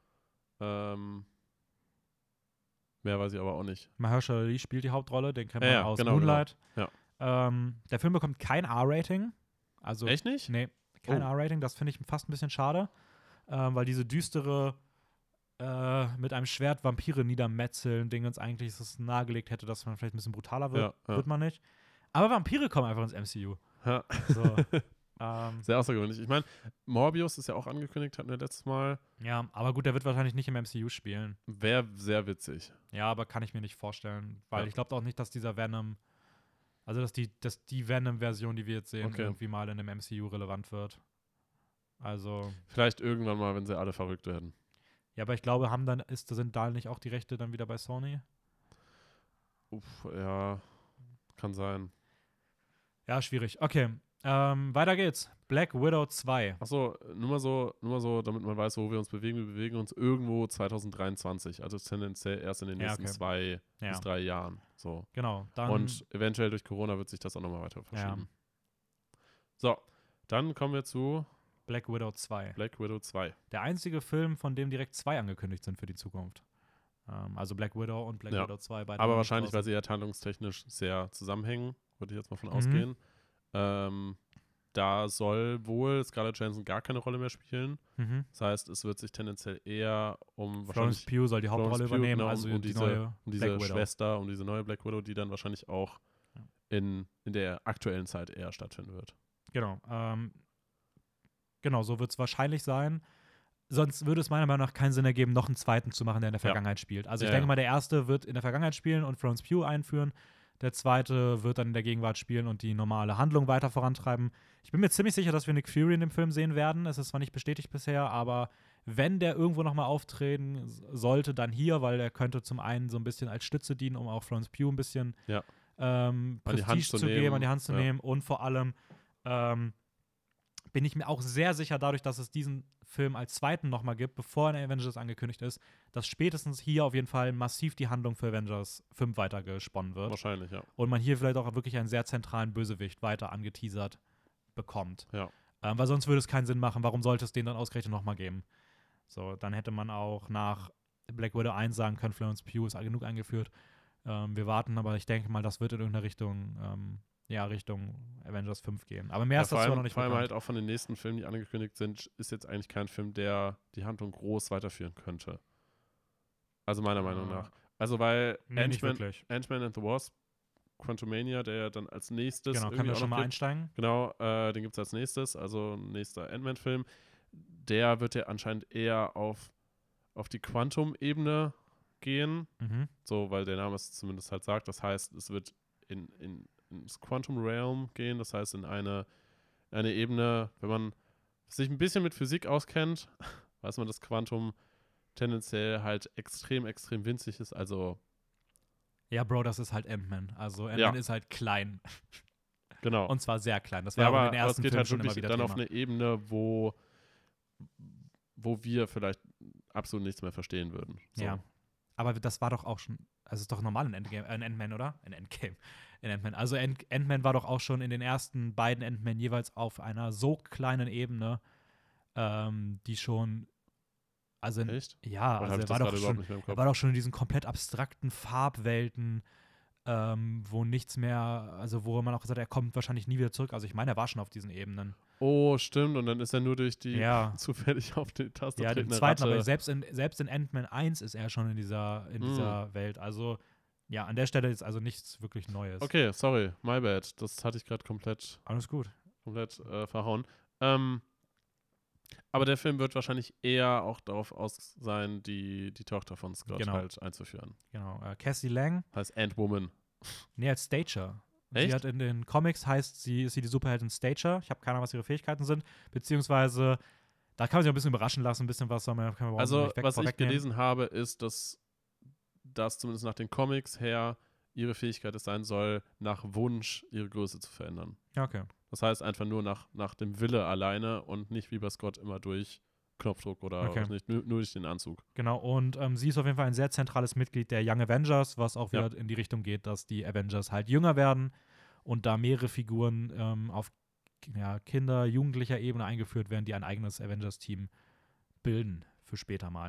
Mehr weiß ich aber auch nicht. Mahershala Ali spielt die Hauptrolle, den kennt man aus genau, Moonlight. Genau. Der Film bekommt kein R-Rating. Also, echt nicht? Nee, kein R-Rating. Das finde ich fast ein bisschen schade, weil diese düstere mit einem Schwert Vampire niedermetzeln Dingens eigentlich es nahegelegt hätte, dass man vielleicht ein bisschen brutaler wird. Ja. Wird man nicht. Aber Vampire kommen einfach ins MCU. Ja. So. Sehr außergewöhnlich. Ich meine, Morbius ist ja auch angekündigt, hatten wir letztes Mal. Ja, aber gut, der wird wahrscheinlich nicht im MCU spielen. Wäre sehr witzig. Ja, aber kann ich mir nicht vorstellen, weil ich glaube auch nicht, dass dieser Venom, also dass die Venom-Version, die wir jetzt sehen, irgendwie mal in dem MCU relevant wird. Also. Vielleicht irgendwann mal, wenn sie alle verrückt werden. Ja, aber ich glaube, sind da nicht auch die Rechte dann wieder bei Sony? Ja, kann sein. Ja, schwierig. Okay. Weiter geht's. Black Widow 2. Achso, nur mal so, damit man weiß, wo wir uns bewegen. Wir bewegen uns irgendwo 2023, also tendenziell erst in den nächsten 2 bis 3 Jahren. So. Genau. Und eventuell durch Corona wird sich das auch nochmal weiter verschieben. Ja. So, dann kommen wir zu Black Widow 2. Black Widow 2. Der einzige Film, von dem direkt 2 angekündigt sind für die Zukunft. Also Black Widow und Black Widow 2. Beide aber wahrscheinlich, weil sie ja handlungstechnisch sehr zusammenhängen, würde ich jetzt mal von ausgehen. Da soll wohl Scarlett Johansson gar keine Rolle mehr spielen. Das heißt, es wird sich tendenziell eher um Florence Pugh soll die Hauptrolle übernehmen, genau, also um diese Schwester, um diese neue Black Widow, die dann wahrscheinlich auch in der aktuellen Zeit eher stattfinden wird. Genau. Genau, so wird es wahrscheinlich sein. Sonst würde es meiner Meinung nach keinen Sinn ergeben, noch einen zweiten zu machen, der in der Vergangenheit spielt. Also ich denke mal, der erste wird in der Vergangenheit spielen und Florence Pugh einführen. Der zweite wird dann in der Gegenwart spielen und die normale Handlung weiter vorantreiben. Ich bin mir ziemlich sicher, dass wir Nick Fury in dem Film sehen werden. Es ist zwar nicht bestätigt bisher, aber wenn der irgendwo nochmal auftreten sollte, dann hier, weil der könnte zum einen so ein bisschen als Stütze dienen, um auch Florence Pugh ein bisschen Prestige zu geben, an die Hand zu nehmen. Und vor allem bin ich mir auch sehr sicher, dadurch, dass es diesen Film als zweiten nochmal gibt, bevor in Avengers angekündigt ist, dass spätestens hier auf jeden Fall massiv die Handlung für Avengers 5 weitergesponnen wird. Wahrscheinlich, ja. Und man hier vielleicht auch wirklich einen sehr zentralen Bösewicht weiter angeteasert bekommt. Ja. Weil sonst würde es keinen Sinn machen. Warum sollte es den dann ausgerechnet nochmal geben? So, dann hätte man auch nach Black Widow 1 sagen können, Florence Pugh ist genug eingeführt. Wir warten, aber ich denke mal, das wird in irgendeine Richtung Richtung Avengers 5 gehen. Aber mehr ist das zwar noch nicht bekannt. Vor allem halt auch von den nächsten Filmen, die angekündigt sind, ist jetzt eigentlich kein Film, der die Handlung groß weiterführen könnte. Also meiner Meinung nach. Also weil Ant-Man and the Wasp, Quantumania, der ja dann als nächstes genau, können wir schon mal einsteigen? Genau, den gibt es als nächstes, also nächster Ant-Man-Film. Der wird ja anscheinend eher auf die Quantum-Ebene gehen. So, weil der Name es zumindest halt sagt. Das heißt, es wird ins Quantum Realm gehen, das heißt in eine Ebene, wenn man sich ein bisschen mit Physik auskennt, weiß man, dass Quantum tendenziell halt extrem, extrem winzig ist, also ja, Bro, das ist halt Ant-Man. Also Ant-Man ist halt klein. Genau. Und zwar sehr klein. Das war aber in den ersten Filmen halt schon immer wieder dann Thema. auf eine Ebene, wo wir vielleicht absolut nichts mehr verstehen würden. So. Ja. Aber das war doch auch schon, also ist doch normal in Ant-Man, oder? In Ant-Man. Also Ant-Man war doch auch schon in den ersten beiden Ant-Man jeweils auf einer so kleinen Ebene, die schon, also echt? Ja, also er war doch schon in diesen komplett abstrakten Farbwelten, wo nichts mehr, also wo man auch gesagt hat, er kommt wahrscheinlich nie wieder zurück. Also ich meine, er war schon auf diesen Ebenen. Oh, stimmt. Und dann ist er nur durch die zufällig auf die Taste den zweiten, aber selbst in Ant-Man 1 ist er schon in dieser Welt. Also ja, an der Stelle ist also nichts wirklich Neues. Okay, sorry, my bad. Das hatte ich gerade komplett verhauen. Aber der Film wird wahrscheinlich eher auch darauf aus sein, die Tochter von Scott halt einzuführen. Genau. Cassie Lang. Heißt Ant-Woman. Nee, als Stature. Echt? Sie hat in den Comics ist sie die Superheldin Stature. Ich habe keine Ahnung, was ihre Fähigkeiten sind. Beziehungsweise, da kann man sich ein bisschen überraschen lassen, ein bisschen was soll man. Also, was ich gelesen habe, ist, dass zumindest nach den Comics her ihre Fähigkeit es sein soll, nach Wunsch ihre Größe zu verändern. Ja, okay. Das heißt einfach nur nach dem Wille alleine und nicht wie bei Scott immer durch Knopfdruck oder nicht, nur durch den Anzug. Genau, und sie ist auf jeden Fall ein sehr zentrales Mitglied der Young Avengers, was auch wieder in die Richtung geht, dass die Avengers halt jünger werden und da mehrere Figuren auf Kinder-, jugendlicher Ebene eingeführt werden, die ein eigenes Avengers-Team bilden für später mal.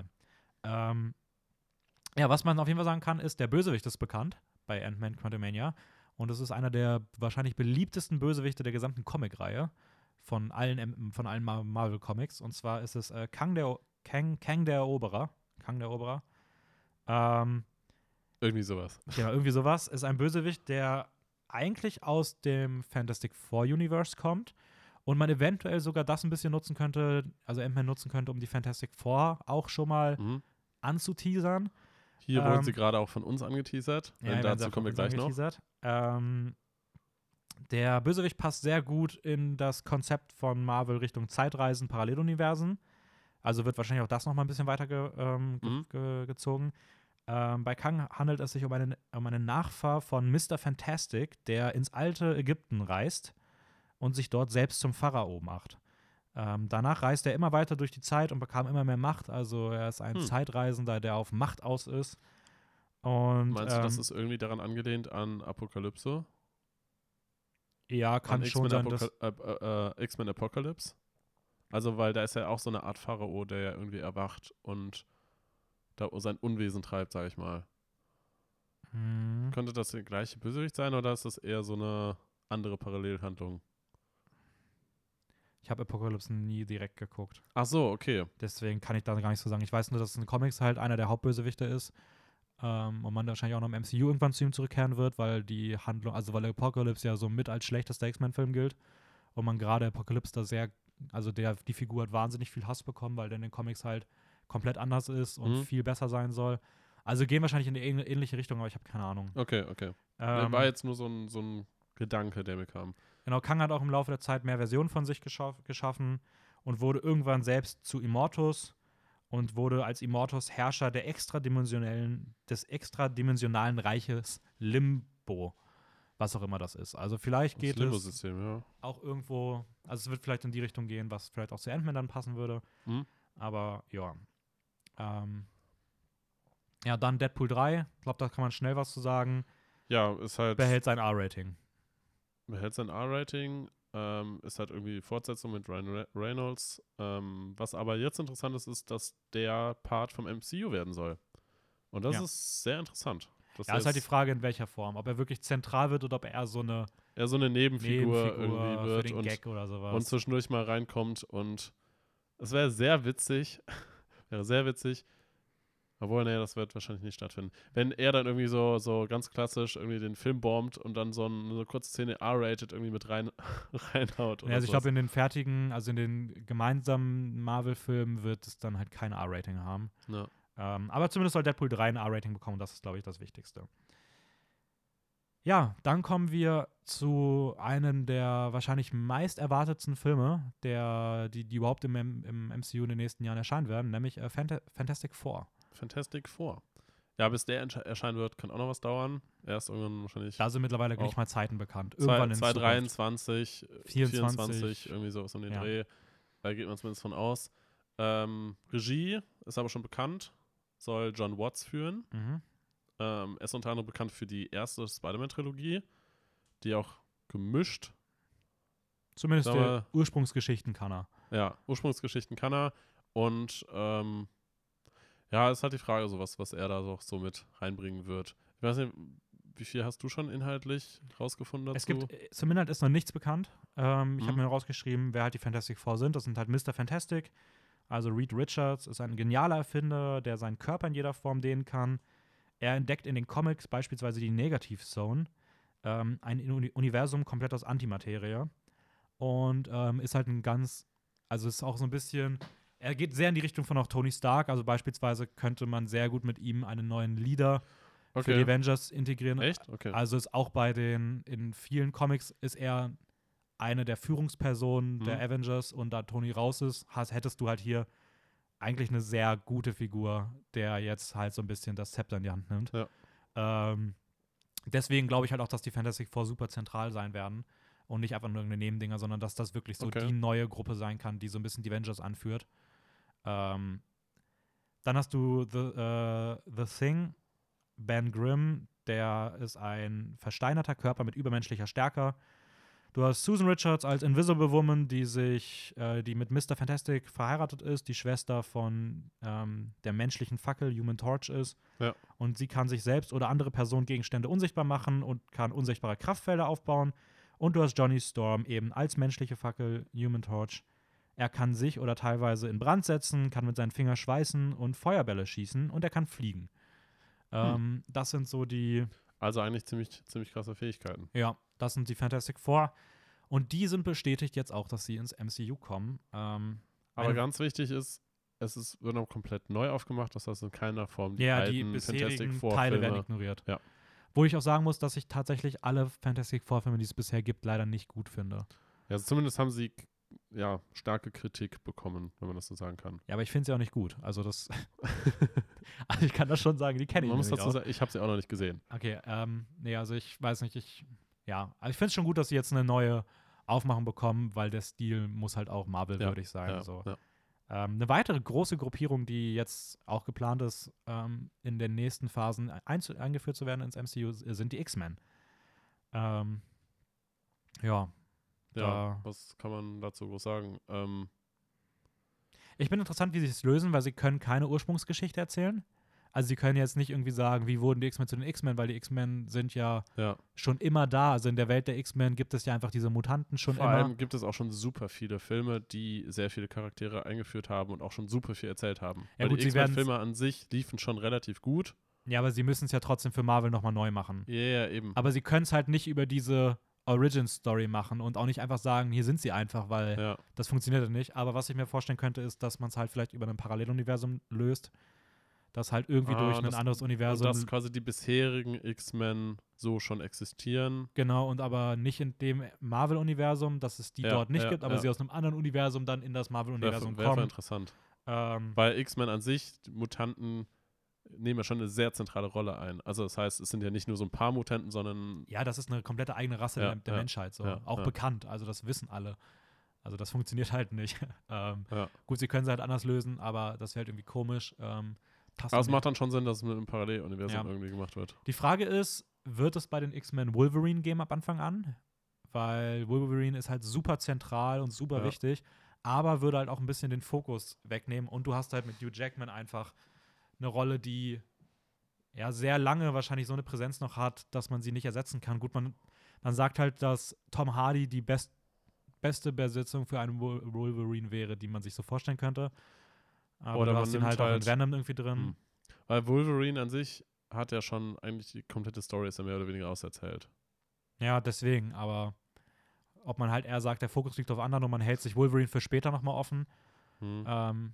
Was man auf jeden Fall sagen kann, ist, der Bösewicht ist bekannt bei Ant-Man Quantumania. Und es ist einer der wahrscheinlich beliebtesten Bösewichte der gesamten Comic-Reihe von allen Marvel-Comics. Und zwar ist es Kang der Eroberer. Irgendwie sowas. Genau, irgendwie sowas. Ist ein Bösewicht, der eigentlich aus dem Fantastic Four-Universe kommt und man eventuell sogar das ein bisschen nutzen könnte, also Ant-Man nutzen könnte, um die Fantastic Four auch schon mal anzuteasern. Hier wurden sie gerade auch von uns angeteasert. Dazu kommen wir gleich noch. Der Bösewicht passt sehr gut in das Konzept von Marvel Richtung Zeitreisen, Paralleluniversen. Also wird wahrscheinlich auch das noch mal ein bisschen weiter gezogen. Bei Kang handelt es sich um einen Nachfahr von Mr. Fantastic, der ins alte Ägypten reist und sich dort selbst zum Pharao macht. Danach reist er immer weiter durch die Zeit und bekam immer mehr Macht. Also er ist ein Zeitreisender, der auf Macht aus ist. Und, meinst du, das ist irgendwie daran angelehnt an Apokalypse? Ja, kann schon sein, dass X-Men Apocalypse? Also, weil da ist ja auch so eine Art Pharao, der ja irgendwie erwacht und da sein Unwesen treibt, sag ich mal. Könnte das der gleiche Bösewicht sein oder ist das eher so eine andere Parallelhandlung? Ich habe Apocalypse nie direkt geguckt. Ach so, okay. Deswegen kann ich da gar nicht so sagen. Ich weiß nur, dass in den Comics halt einer der Hauptbösewichte ist. Und man wahrscheinlich auch noch im MCU irgendwann zu ihm zurückkehren wird, weil die Handlung, also weil Apocalypse ja so mit als schlechtester X-Men-Film gilt. und man gerade Apocalypse da also die Figur hat wahnsinnig viel Hass bekommen, weil der in den Comics halt komplett anders ist und viel besser sein soll. Also gehen wahrscheinlich in eine ähnliche Richtung, aber ich habe keine Ahnung. Okay. War jetzt nur so ein Gedanke, der mir kam. Genau, Kang hat auch im Laufe der Zeit mehr Versionen von sich geschaffen und wurde irgendwann selbst zu Immortus und wurde als Immortus Herrscher des extradimensionalen Reiches Limbo, was auch immer das ist. Also vielleicht geht es auch irgendwo, also es wird vielleicht in die Richtung gehen, was vielleicht auch zu Ant-Man dann passen würde. Aber ja. Ja, dann Deadpool 3. Ich glaube, da kann man schnell was zu sagen. Ja, ist halt. Behält sein R-Rating. Ist halt irgendwie Fortsetzung mit Ryan Reynolds. Was aber jetzt interessant ist, dass der Part vom MCU werden soll. Und das ist sehr interessant. Ja, ist halt die Frage, in welcher Form. Ob er wirklich zentral wird oder ob er eher so eine Nebenfigur irgendwie wird für den Gag oder sowas. Und zwischendurch mal reinkommt. Und es wäre sehr witzig. Obwohl, das wird wahrscheinlich nicht stattfinden. Wenn er dann irgendwie so ganz klassisch irgendwie den Film bombt und dann so eine kurze Szene R-rated irgendwie mit reinhaut. Oder also ich glaube, in den gemeinsamen Marvel-Filmen wird es dann halt kein R-Rating haben. Ja. Aber zumindest soll Deadpool 3 ein R-Rating bekommen. Das ist, glaube ich, das Wichtigste. Ja, dann kommen wir zu einem der wahrscheinlich meist erwartetsten Filme, die überhaupt im MCU in den nächsten Jahren erscheinen werden, nämlich Fantastic Four. Fantastic Four. Ja, bis der erscheinen wird, kann auch noch was dauern. Erst irgendwann wahrscheinlich. Da sind mittlerweile nicht mal Zeiten bekannt. Irgendwann 2023, 24, irgendwie sowas um den Dreh. Da geht man zumindest von aus. Regie ist aber schon bekannt. Soll John Watts führen. Er ist unter anderem bekannt für die erste Spider-Man-Trilogie, die auch gemischt. Zumindest die Ursprungsgeschichten kann er. Ja, Ursprungsgeschichten kann er. Und ist halt die Frage, was er da so mit reinbringen wird. Ich weiß nicht, wie viel hast du schon inhaltlich rausgefunden dazu? Zum Inhalt ist noch nichts bekannt. Ich habe mir rausgeschrieben, wer halt die Fantastic Four sind. Das sind halt Mr. Fantastic. Also Reed Richards ist ein genialer Erfinder, der seinen Körper in jeder Form dehnen kann. Er entdeckt in den Comics beispielsweise die Negativ-Zone, ein Universum komplett aus Antimaterie. Und ist halt ist auch so ein bisschen. Er geht sehr in die Richtung von auch Tony Stark, also beispielsweise könnte man sehr gut mit ihm einen neuen Leader für die Avengers integrieren. Echt? Okay. Also ist auch in vielen Comics ist er eine der Führungspersonen der Avengers und da Tony raus ist, hättest du halt hier eigentlich eine sehr gute Figur, der jetzt halt so ein bisschen das Zepter in die Hand nimmt. Ja. Deswegen glaube ich halt auch, dass die Fantastic Four super zentral sein werden und nicht einfach nur irgendeine Nebendinger, sondern dass das wirklich so die neue Gruppe sein kann, die so ein bisschen die Avengers anführt. Dann hast du The Thing, Ben Grimm, der ist ein versteinerter Körper mit übermenschlicher Stärke. Du hast Susan Richards als Invisible Woman, die mit Mr. Fantastic verheiratet ist, die Schwester von der menschlichen Fackel, Human Torch ist. Ja. Und sie kann sich selbst oder andere Personen Gegenstände unsichtbar machen und kann unsichtbare Kraftfelder aufbauen. Und du hast Johnny Storm eben als menschliche Fackel, Human Torch. Er kann sich oder teilweise in Brand setzen, kann mit seinen Fingern schweißen und Feuerbälle schießen und er kann fliegen. Das sind so die. Also eigentlich ziemlich krasse Fähigkeiten. Ja, das sind die Fantastic Four. Und die sind bestätigt jetzt auch, dass sie ins MCU kommen. Aber ganz wichtig ist, wird noch komplett neu aufgemacht, das heißt in keiner Form die alten bisherigen Fantastic Four Teile Filme werden ignoriert. Ja. Wo ich auch sagen muss, dass ich tatsächlich alle Fantastic Four Filme, die es bisher gibt, leider nicht gut finde. Ja, also zumindest haben sie starke Kritik bekommen, wenn man das so sagen kann. Ja, aber ich finde sie auch nicht gut. Also das also ich kann das schon sagen, die kenne ich nicht. Man muss dazu sagen, ich habe sie auch noch nicht gesehen. Okay, also ich weiß nicht, also ich finde es schon gut, dass sie jetzt eine neue Aufmachung bekommen, weil der Stil muss halt auch Marvel-würdig sein. Ja, so. ja. Eine weitere große Gruppierung, die jetzt auch geplant ist, in den nächsten Phasen eingeführt zu werden ins MCU, sind die X-Men. Was kann man dazu groß sagen? Ich bin interessant, wie sie es lösen, weil sie können keine Ursprungsgeschichte erzählen. Also sie können jetzt nicht irgendwie sagen, wie wurden die X-Men zu den X-Men, weil die X-Men sind ja schon immer da. Also in der Welt der X-Men gibt es ja einfach diese Mutanten schon immer. Vor allem gibt es auch schon super viele Filme, die sehr viele Charaktere eingeführt haben und auch schon super viel erzählt haben. Ja, weil gut, die X-Men-Filme an sich liefen schon relativ gut. Ja, aber sie müssen es ja trotzdem für Marvel nochmal neu machen. Ja, eben. Aber sie können es halt nicht über diese Origin-Story machen und auch nicht einfach sagen, hier sind sie einfach, weil Ja. das funktioniert ja nicht. Aber was ich mir vorstellen könnte, ist, dass man es halt vielleicht über ein Paralleluniversum löst, das halt irgendwie durch ein anderes Und Universum, dass quasi die bisherigen X-Men so schon existieren. genau, und aber nicht in dem Marvel-Universum, dass es die Ja, dort nicht ja, gibt, aber ja. sie aus einem anderen Universum dann in das Marvel-Universum Wäre kommen. interessant. Ähm, Weil X-Men an sich, die Mutanten nehmen ja schon eine sehr zentrale Rolle ein. Also das heißt, es sind ja nicht nur so ein paar Mutanten, sondern ja, das ist eine komplette eigene Rasse Ja, der ja, Menschheit, so. ja, Auch ja. bekannt, also das wissen alle. Also das funktioniert halt nicht. ja. Gut, sie können sie halt anders lösen, aber das wäre halt irgendwie komisch. Passt Aber es nicht. macht dann schon Sinn, dass es mit einem Paralleluniversum Ja. irgendwie gemacht wird. Die Frage ist, wird es bei den X-Men Wolverine geben ab Anfang an? Weil Wolverine ist halt super zentral und super Ja. wichtig, aber würde halt auch ein bisschen den Fokus wegnehmen. Und du hast halt mit Hugh Jackman einfach eine Rolle, die ja sehr lange wahrscheinlich so eine Präsenz noch hat, dass man sie nicht ersetzen kann. Gut, man sagt halt, dass Tom Hardy die beste Besetzung für einen Wolverine wäre, die man sich so vorstellen könnte. Aber Oder du man hast ihn nimmt halt auch in halt- Venom irgendwie drin. Hm. Weil Wolverine an sich hat ja schon eigentlich die komplette Story ist ja mehr oder weniger auserzählt. Ja, deswegen, aber ob man halt eher sagt, der Fokus liegt auf anderen und man hält sich Wolverine für später nochmal offen. Hm. Ähm,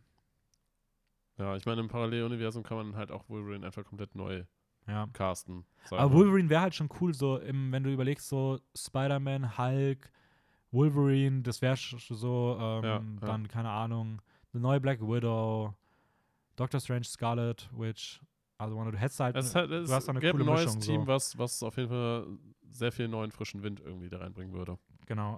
Ja, ich meine, im Paralleluniversum kann man halt auch Wolverine einfach komplett neu ja. casten. Aber Wolverine wäre halt schon cool, so wenn du überlegst, so Spider-Man, Hulk, Wolverine, das wäre so, Ja. dann, keine Ahnung, The neue Black Widow, Doctor Strange, Scarlet Witch, also du hättest halt, Es du hast da eine gäbe coole ein neues Mischung. Team, So. was auf jeden Fall sehr viel neuen, frischen Wind irgendwie da reinbringen würde. Genau.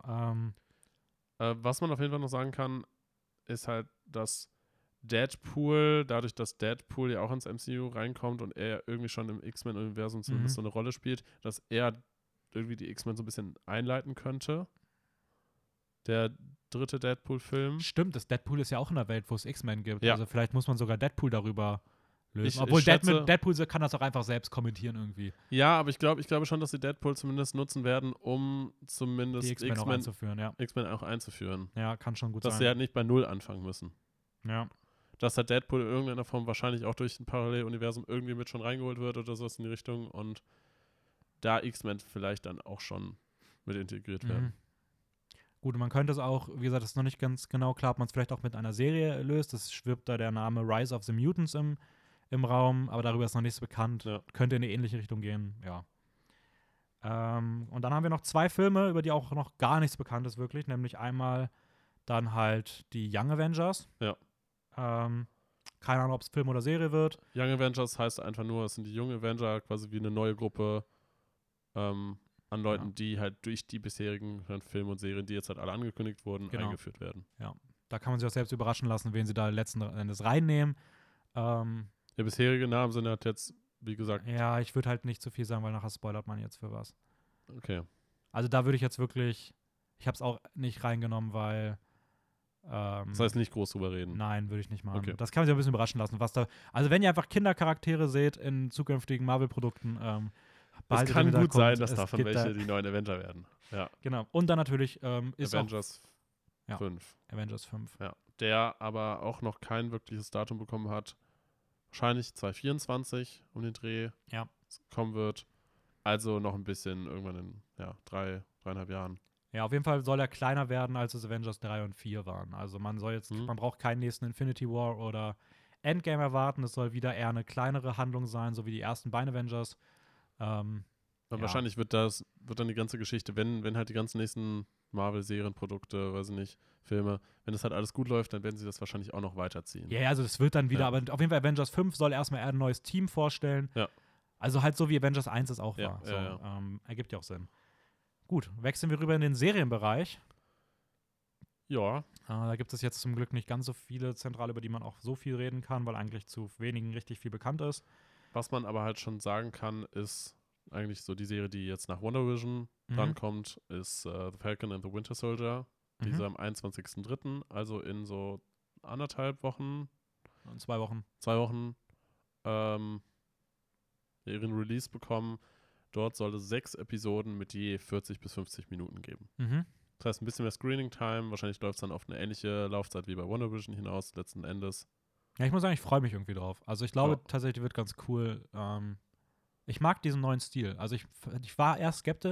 Was man auf jeden Fall noch sagen kann, ist halt, dass Deadpool, dadurch, dass Deadpool ja auch ins MCU reinkommt und er irgendwie schon im X-Men-Universum zumindest so eine Rolle spielt, dass er irgendwie die X-Men so ein bisschen einleiten könnte. Der dritte Deadpool-Film. Stimmt, das Deadpool ist ja auch in der Welt, wo es X-Men gibt. Ja. Also vielleicht muss man sogar Deadpool darüber lösen. Ich Obwohl schätze- Deadpool kann das auch einfach selbst kommentieren irgendwie. Ja, aber ich glaube schon, dass sie Deadpool zumindest nutzen werden, um zumindest Die X-Men auch einzuführen, ja. X-Men auch einzuführen. Ja, kann schon gut Dass sein. sie halt nicht bei Null anfangen müssen. Ja. Dass halt Deadpool in irgendeiner Form wahrscheinlich auch durch ein Paralleluniversum irgendwie mit schon reingeholt wird oder sowas in die Richtung und da X-Men vielleicht dann auch schon mit integriert werden. Mhm. Gut, man könnte es auch, wie gesagt, das ist noch nicht ganz genau klar, ob man es vielleicht auch mit einer Serie löst. Es schwirbt da der Name Rise of the Mutants im Raum, aber darüber ist noch nichts bekannt. Ja. Könnte in eine ähnliche Richtung gehen, ja. Und dann haben wir noch 2 Filme, über die auch noch gar nichts bekannt ist wirklich, nämlich einmal dann halt die Young Avengers. Ja. Keine Ahnung, ob es Film oder Serie wird. Young Avengers heißt einfach nur, es sind die jungen Avenger, quasi wie eine neue Gruppe an Leuten, die halt durch die bisherigen Filme und Serien, die jetzt halt alle angekündigt wurden, Genau. eingeführt werden. Da kann man sich auch selbst überraschen lassen, wen sie da letzten Endes reinnehmen. Der bisherige Namen sind halt jetzt, wie gesagt, Ja, ich würde halt nicht zu viel sagen, weil nachher spoilert man jetzt für was. okay. Also da würde ich jetzt wirklich, ich habe es auch nicht reingenommen, weil Das heißt nicht groß drüber reden. nein, würde ich nicht machen. Okay. Das kann man sich ein bisschen überraschen lassen, was da, also wenn ihr einfach Kindercharaktere seht in zukünftigen Marvel-Produkten, Es behaltet im kann gut Hintergrund, sein, dass es davon gibt welche die neuen Avenger werden. Ja. Genau. Und dann natürlich ist Avengers Ja. 5. auch Avengers 5. Ja. Der aber auch noch kein wirkliches Datum bekommen hat. Wahrscheinlich 2024 um den Dreh Ja. kommen wird. Also noch ein bisschen irgendwann in 3,5 Jahren. Ja, auf jeden Fall soll er kleiner werden, als es Avengers 3 und 4 waren. Also man soll jetzt, man braucht keinen nächsten Infinity War oder Endgame erwarten. Es soll wieder eher eine kleinere Handlung sein, so wie die ersten beiden Avengers. Aber wahrscheinlich wird dann die ganze Geschichte, wenn halt die ganzen nächsten Marvel-Serienprodukte, weiß ich nicht, Filme, wenn das halt alles gut läuft, dann werden sie das wahrscheinlich auch noch weiterziehen. Ja, also das wird dann wieder, Ja. aber auf jeden Fall Avengers 5 soll erstmal eher ein neues Team vorstellen. Ja. Also halt so wie Avengers 1 es auch Ja, war. So, ja. ergibt ja auch Sinn. Gut, wechseln wir rüber in den Serienbereich. Ja, Da gibt es jetzt zum Glück nicht ganz so viele Zentrale, über die man auch so viel reden kann, weil eigentlich zu wenigen richtig viel bekannt ist. was man aber halt schon sagen kann, ist eigentlich so die Serie, die jetzt nach Wonder Vision drankommt, ist The Falcon and the Winter Soldier. Diese am 21.03., also in so 1,5 Wochen, In 2 Wochen. 2 Wochen, ihren Release bekommen. Dort soll es 6 Episoden mit je 40 bis 50 Minuten geben. Das heißt, ein bisschen mehr Screening-Time. Wahrscheinlich läuft es dann auf eine ähnliche Laufzeit wie bei Wonder Vision hinaus, letzten Endes. Ja, ich muss sagen, ich freue mich irgendwie drauf. Also ich glaube Ja. tatsächlich, die wird ganz cool. Ich mag diesen neuen Stil. Also ich war erst skeptisch,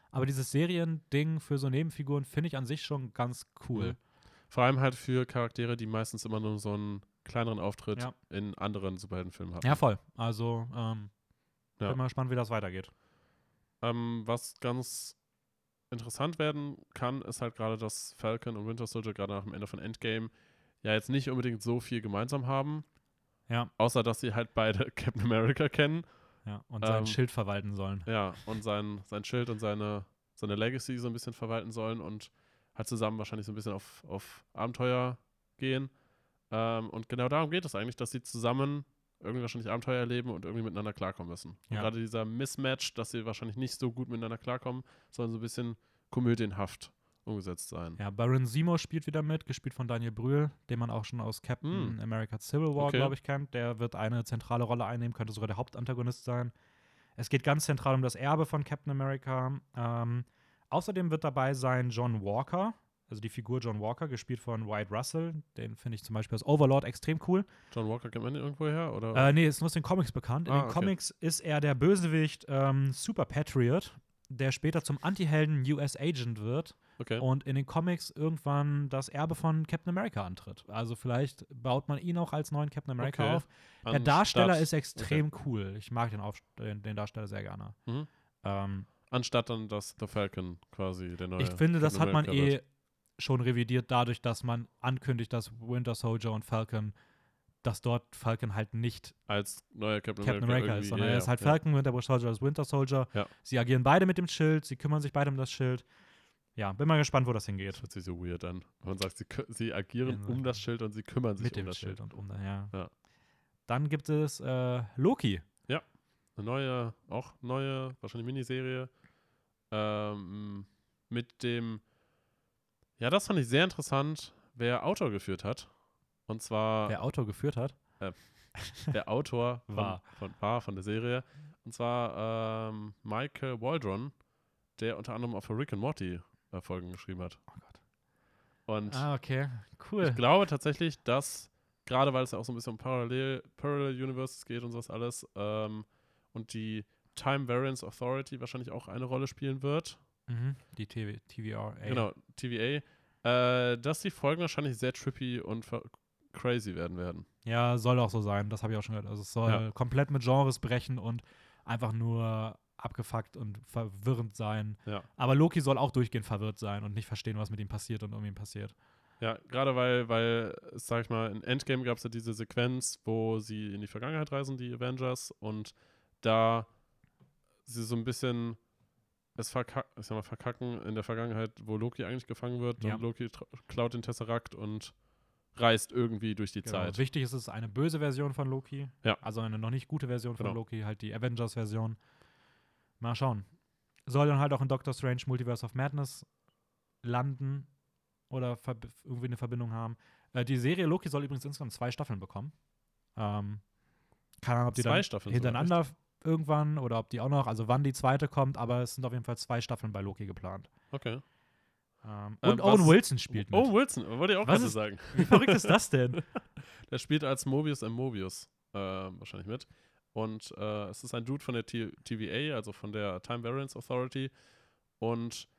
Aber dieses Seriending für so Nebenfiguren finde ich an sich schon ganz cool. Mhm. Vor allem halt für Charaktere, die meistens immer nur so einen kleineren Auftritt Ja. in anderen Superheldenfilmen hatten. Ja, voll. Also, Ja. bin mal gespannt, wie das weitergeht. Was ganz interessant werden kann, ist halt gerade, dass Falcon und Winter Soldier gerade nach dem Ende von Endgame ja jetzt nicht unbedingt so viel gemeinsam haben. Ja. Außer, dass sie halt beide Captain America kennen. Ja, und sein Schild verwalten sollen. Ja, und sein Schild und seine Legacy so ein bisschen verwalten sollen und halt zusammen wahrscheinlich so ein bisschen auf Abenteuer gehen. Und genau darum geht es eigentlich, dass sie zusammen irgendwie wahrscheinlich Abenteuer erleben und irgendwie miteinander klarkommen müssen. Und Ja. gerade dieser Mismatch, dass sie wahrscheinlich nicht so gut miteinander klarkommen, sondern so ein bisschen komödienhaft umgesetzt sein. Ja, Baron Zemo spielt wieder mit, gespielt von Daniel Brühl, den man auch schon aus Captain America Civil War, glaube ich, kennt. Der wird eine zentrale Rolle einnehmen, könnte sogar der Hauptantagonist sein. Es geht ganz zentral um das Erbe von Captain America. Außerdem wird dabei sein John Walker, also die Figur John Walker, gespielt von Wyatt Russell. Den finde ich zum Beispiel als Overlord extrem cool. John Walker kennt man den irgendwo her? Oder? Nee, ist nur aus den Comics bekannt. In den Comics ist er der Bösewicht Super Patriot, der später zum Anti-Helden US Agent wird. Okay. Und in den Comics irgendwann das Erbe von Captain America antritt. Also vielleicht baut man ihn auch als neuen Captain America auf. Der Darsteller ist extrem cool. Ich mag den Darsteller sehr gerne. Anstatt dann, dass The Falcon quasi der neue Ich finde, das hat man wird. schon revidiert dadurch, dass man ankündigt, dass Winter Soldier und Falcon, dass dort Falcon halt nicht als neuer Captain America ist, sondern er ist halt Falcon, Winter Soldier ist Winter Soldier. Ja. Sie agieren beide mit dem Schild, sie kümmern sich beide um das Schild. Ja, bin mal gespannt, wo das hingeht. Das hört sich so weird an. Man sagt, sie agieren um das Schild und sie kümmern sich um das Schild. Und ja. Dann gibt es Loki. Ja, eine neue, wahrscheinlich Miniserie. Mit dem, ja, das fand ich sehr interessant, wer Autor geführt hat. Und zwar. Der Autor geführt hat? Der Autor von der Serie. Und zwar Michael Waldron, der unter anderem auf Rick and Morty Folgen geschrieben hat. Oh Gott. Und okay, cool. ich glaube tatsächlich, dass, gerade weil es ja auch so ein bisschen um Parallel Universes geht und sowas alles, und die Time Variance Authority wahrscheinlich auch eine Rolle spielen wird. Die TVA. Genau, TVA. Dass die Folgen wahrscheinlich sehr trippy und crazy werden. Ja, soll auch so sein. Das habe ich auch schon gehört. Also es soll komplett mit Genres brechen und einfach nur abgefuckt und verwirrend sein. Ja. Aber Loki soll auch durchgehend verwirrt sein und nicht verstehen, was mit ihm passiert und um ihn passiert. Ja, gerade weil, sag ich mal, in Endgame gab es ja diese Sequenz, wo sie in die Vergangenheit reisen, die Avengers, und da sie so ein bisschen verkacken in der Vergangenheit, wo Loki eigentlich gefangen wird, und Loki klaut den Tesseract und reist irgendwie durch die Zeit. Wichtig ist, es ist eine böse Version von Loki. Ja. Also eine noch nicht gute Version von Loki, halt die Avengers-Version. Mal schauen. Soll dann halt auch in Doctor Strange Multiverse of Madness landen oder irgendwie eine Verbindung haben. Die Serie Loki soll übrigens insgesamt 2 Staffeln bekommen. Keine Ahnung, ob die 2 Staffeln hintereinander irgendwann oder ob die auch noch, also wann die zweite kommt, aber es sind auf jeden Fall 2 Staffeln bei Loki geplant. Okay. Und Owen Wilson spielt mit. Owen Wilson, wollte ich auch gerade sagen. Wie verrückt ist das denn? Der spielt als Mobius M. Mobius wahrscheinlich mit. Und es ist ein Dude von der TVA, also von der Time Variance Authority. Und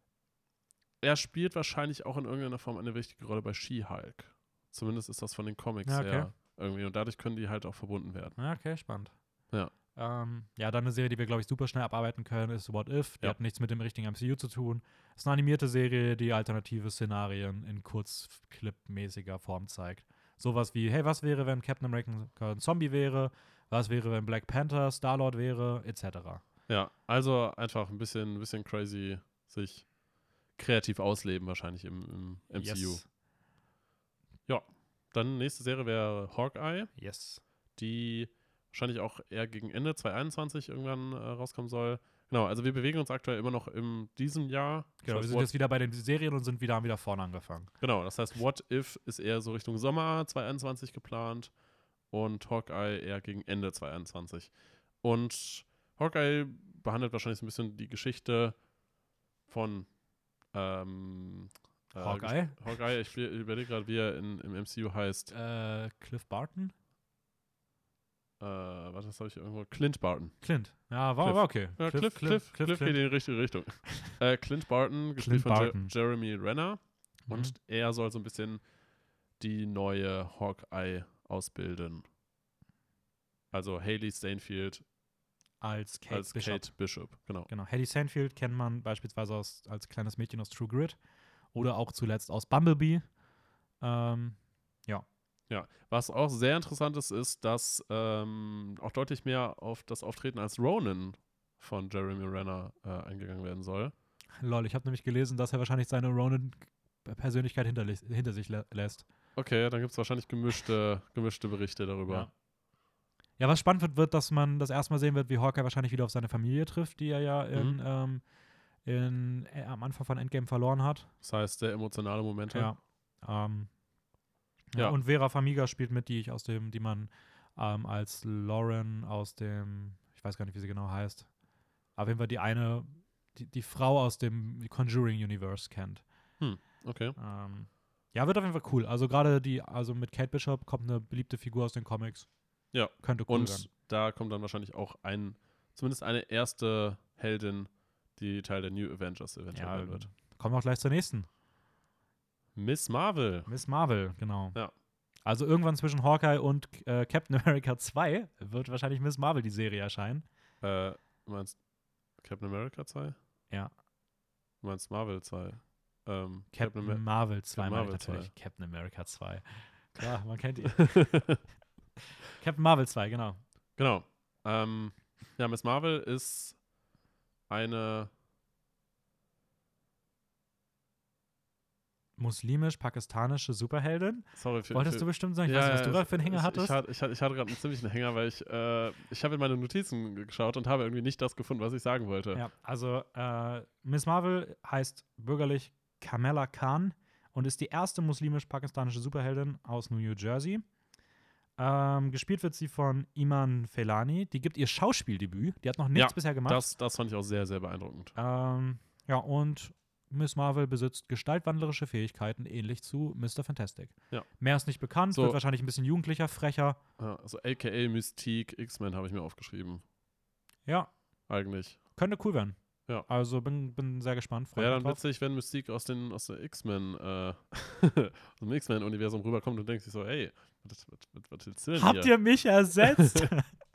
er spielt wahrscheinlich auch in irgendeiner Form eine wichtige Rolle bei She-Hulk. Zumindest ist das von den Comics her irgendwie. Und dadurch können die halt auch verbunden werden. Okay, spannend. Ja. Dann eine Serie, die wir, glaube ich, super schnell abarbeiten können, ist What If. Die hat nichts mit dem richtigen MCU zu tun. Ist eine animierte Serie, die alternative Szenarien in Kurzclip-mäßiger Form zeigt. Sowas wie, hey, was wäre, wenn Captain America ein Zombie wäre? Was wäre, wenn Black Panther Star-Lord wäre? Etc. Ja, also einfach ein bisschen crazy sich kreativ ausleben wahrscheinlich im MCU. Yes. Ja, dann nächste Serie wäre Hawkeye. Yes. Die wahrscheinlich auch eher gegen Ende 2021 irgendwann rauskommen soll. Genau, also wir bewegen uns aktuell immer noch in diesem Jahr. Genau, wir sind jetzt wieder bei den Serien und haben wieder vorne angefangen. Genau, das heißt, What If ist eher so Richtung Sommer 2021 geplant und Hawkeye eher gegen Ende 2021. Und Hawkeye behandelt wahrscheinlich so ein bisschen die Geschichte von Hawkeye? Hawkeye, ich überlege gerade, wie er im MCU heißt. Cliff Barton? warte, das habe ich irgendwo. Clint Barton. Clint. Ja, Cliff. war okay. Ja, Cliff geht in die richtige Richtung. Clint Barton, gespielt Clint von Barton. Jeremy Renner. Mhm. Und er soll so ein bisschen die neue Hawkeye ausbilden. Also Hailey Steinfeld Als Kate Bishop. Genau. Genau. Hailey Steinfeld kennt man beispielsweise als kleines Mädchen aus True Grit oder auch zuletzt aus Bumblebee. Ja, was auch sehr interessant ist, dass auch deutlich mehr auf das Auftreten als Ronin von Jeremy Renner eingegangen werden soll. Lol, ich habe nämlich gelesen, dass er wahrscheinlich seine Ronin-Persönlichkeit hinter sich lässt. Okay, dann gibt es wahrscheinlich gemischte Berichte darüber. Ja, was spannend wird, dass man das erstmal sehen wird, wie Hawkeye wahrscheinlich wieder auf seine Familie trifft, die er ja am Anfang von Endgame verloren hat. Das heißt, sehr emotionale Momente. Ja. Ja. Und Vera Farmiga spielt mit, die man als Lauren aus dem, ich weiß gar nicht, wie sie genau heißt, auf jeden Fall die Frau aus dem Conjuring Universe kennt. Okay. Ja, wird auf jeden Fall cool. Also gerade mit Kate Bishop kommt eine beliebte Figur aus den Comics. Ja. Könnte cool Und werden. da kommt dann wahrscheinlich auch zumindest eine erste Heldin, die Teil der New Avengers eventuell werden wird. Kommen wir auch gleich zur nächsten. Miss Marvel, genau. Ja. Also irgendwann zwischen Hawkeye und Captain America 2 wird wahrscheinlich Miss Marvel die Serie erscheinen. Du meinst Captain America 2? Ja. Du meinst Marvel 2? Captain Marvel 2 meine ich Marvel 2. natürlich. Captain America 2. Klar, man kennt ihn. Captain Marvel 2, genau. Genau. Ja, Miss Marvel ist eine muslimisch-pakistanische Superheldin. Sorry, Wolltest du bestimmt sagen? Ich weiß nicht, was du gerade für einen Hänger hattest. Ich hatte gerade einen ziemlichen Hänger, weil ich habe in meine Notizen geschaut und habe irgendwie nicht das gefunden, was ich sagen wollte. Ja, also Miss Marvel heißt bürgerlich Kamala Khan und ist die erste muslimisch-pakistanische Superheldin aus New Jersey. Gespielt wird sie von Iman Felani. Die gibt ihr Schauspieldebüt. Die hat noch nichts bisher gemacht. Das fand ich auch sehr, sehr beeindruckend. Ja, und Miss Marvel besitzt gestaltwandlerische Fähigkeiten, ähnlich zu Mr. Fantastic. Ja. Mehr ist nicht bekannt, So. wird wahrscheinlich ein bisschen jugendlicher, frecher. Also aka Mystique, X-Men habe ich mir aufgeschrieben. Ja. Eigentlich. Könnte cool werden. Ja. Also bin sehr gespannt. Wäre dann witzig, wenn Mystique aus der X-Men, aus dem X-Men-Universum rüberkommt und denkt sich so, ey, was willst du denn Habt ihr mich ersetzt?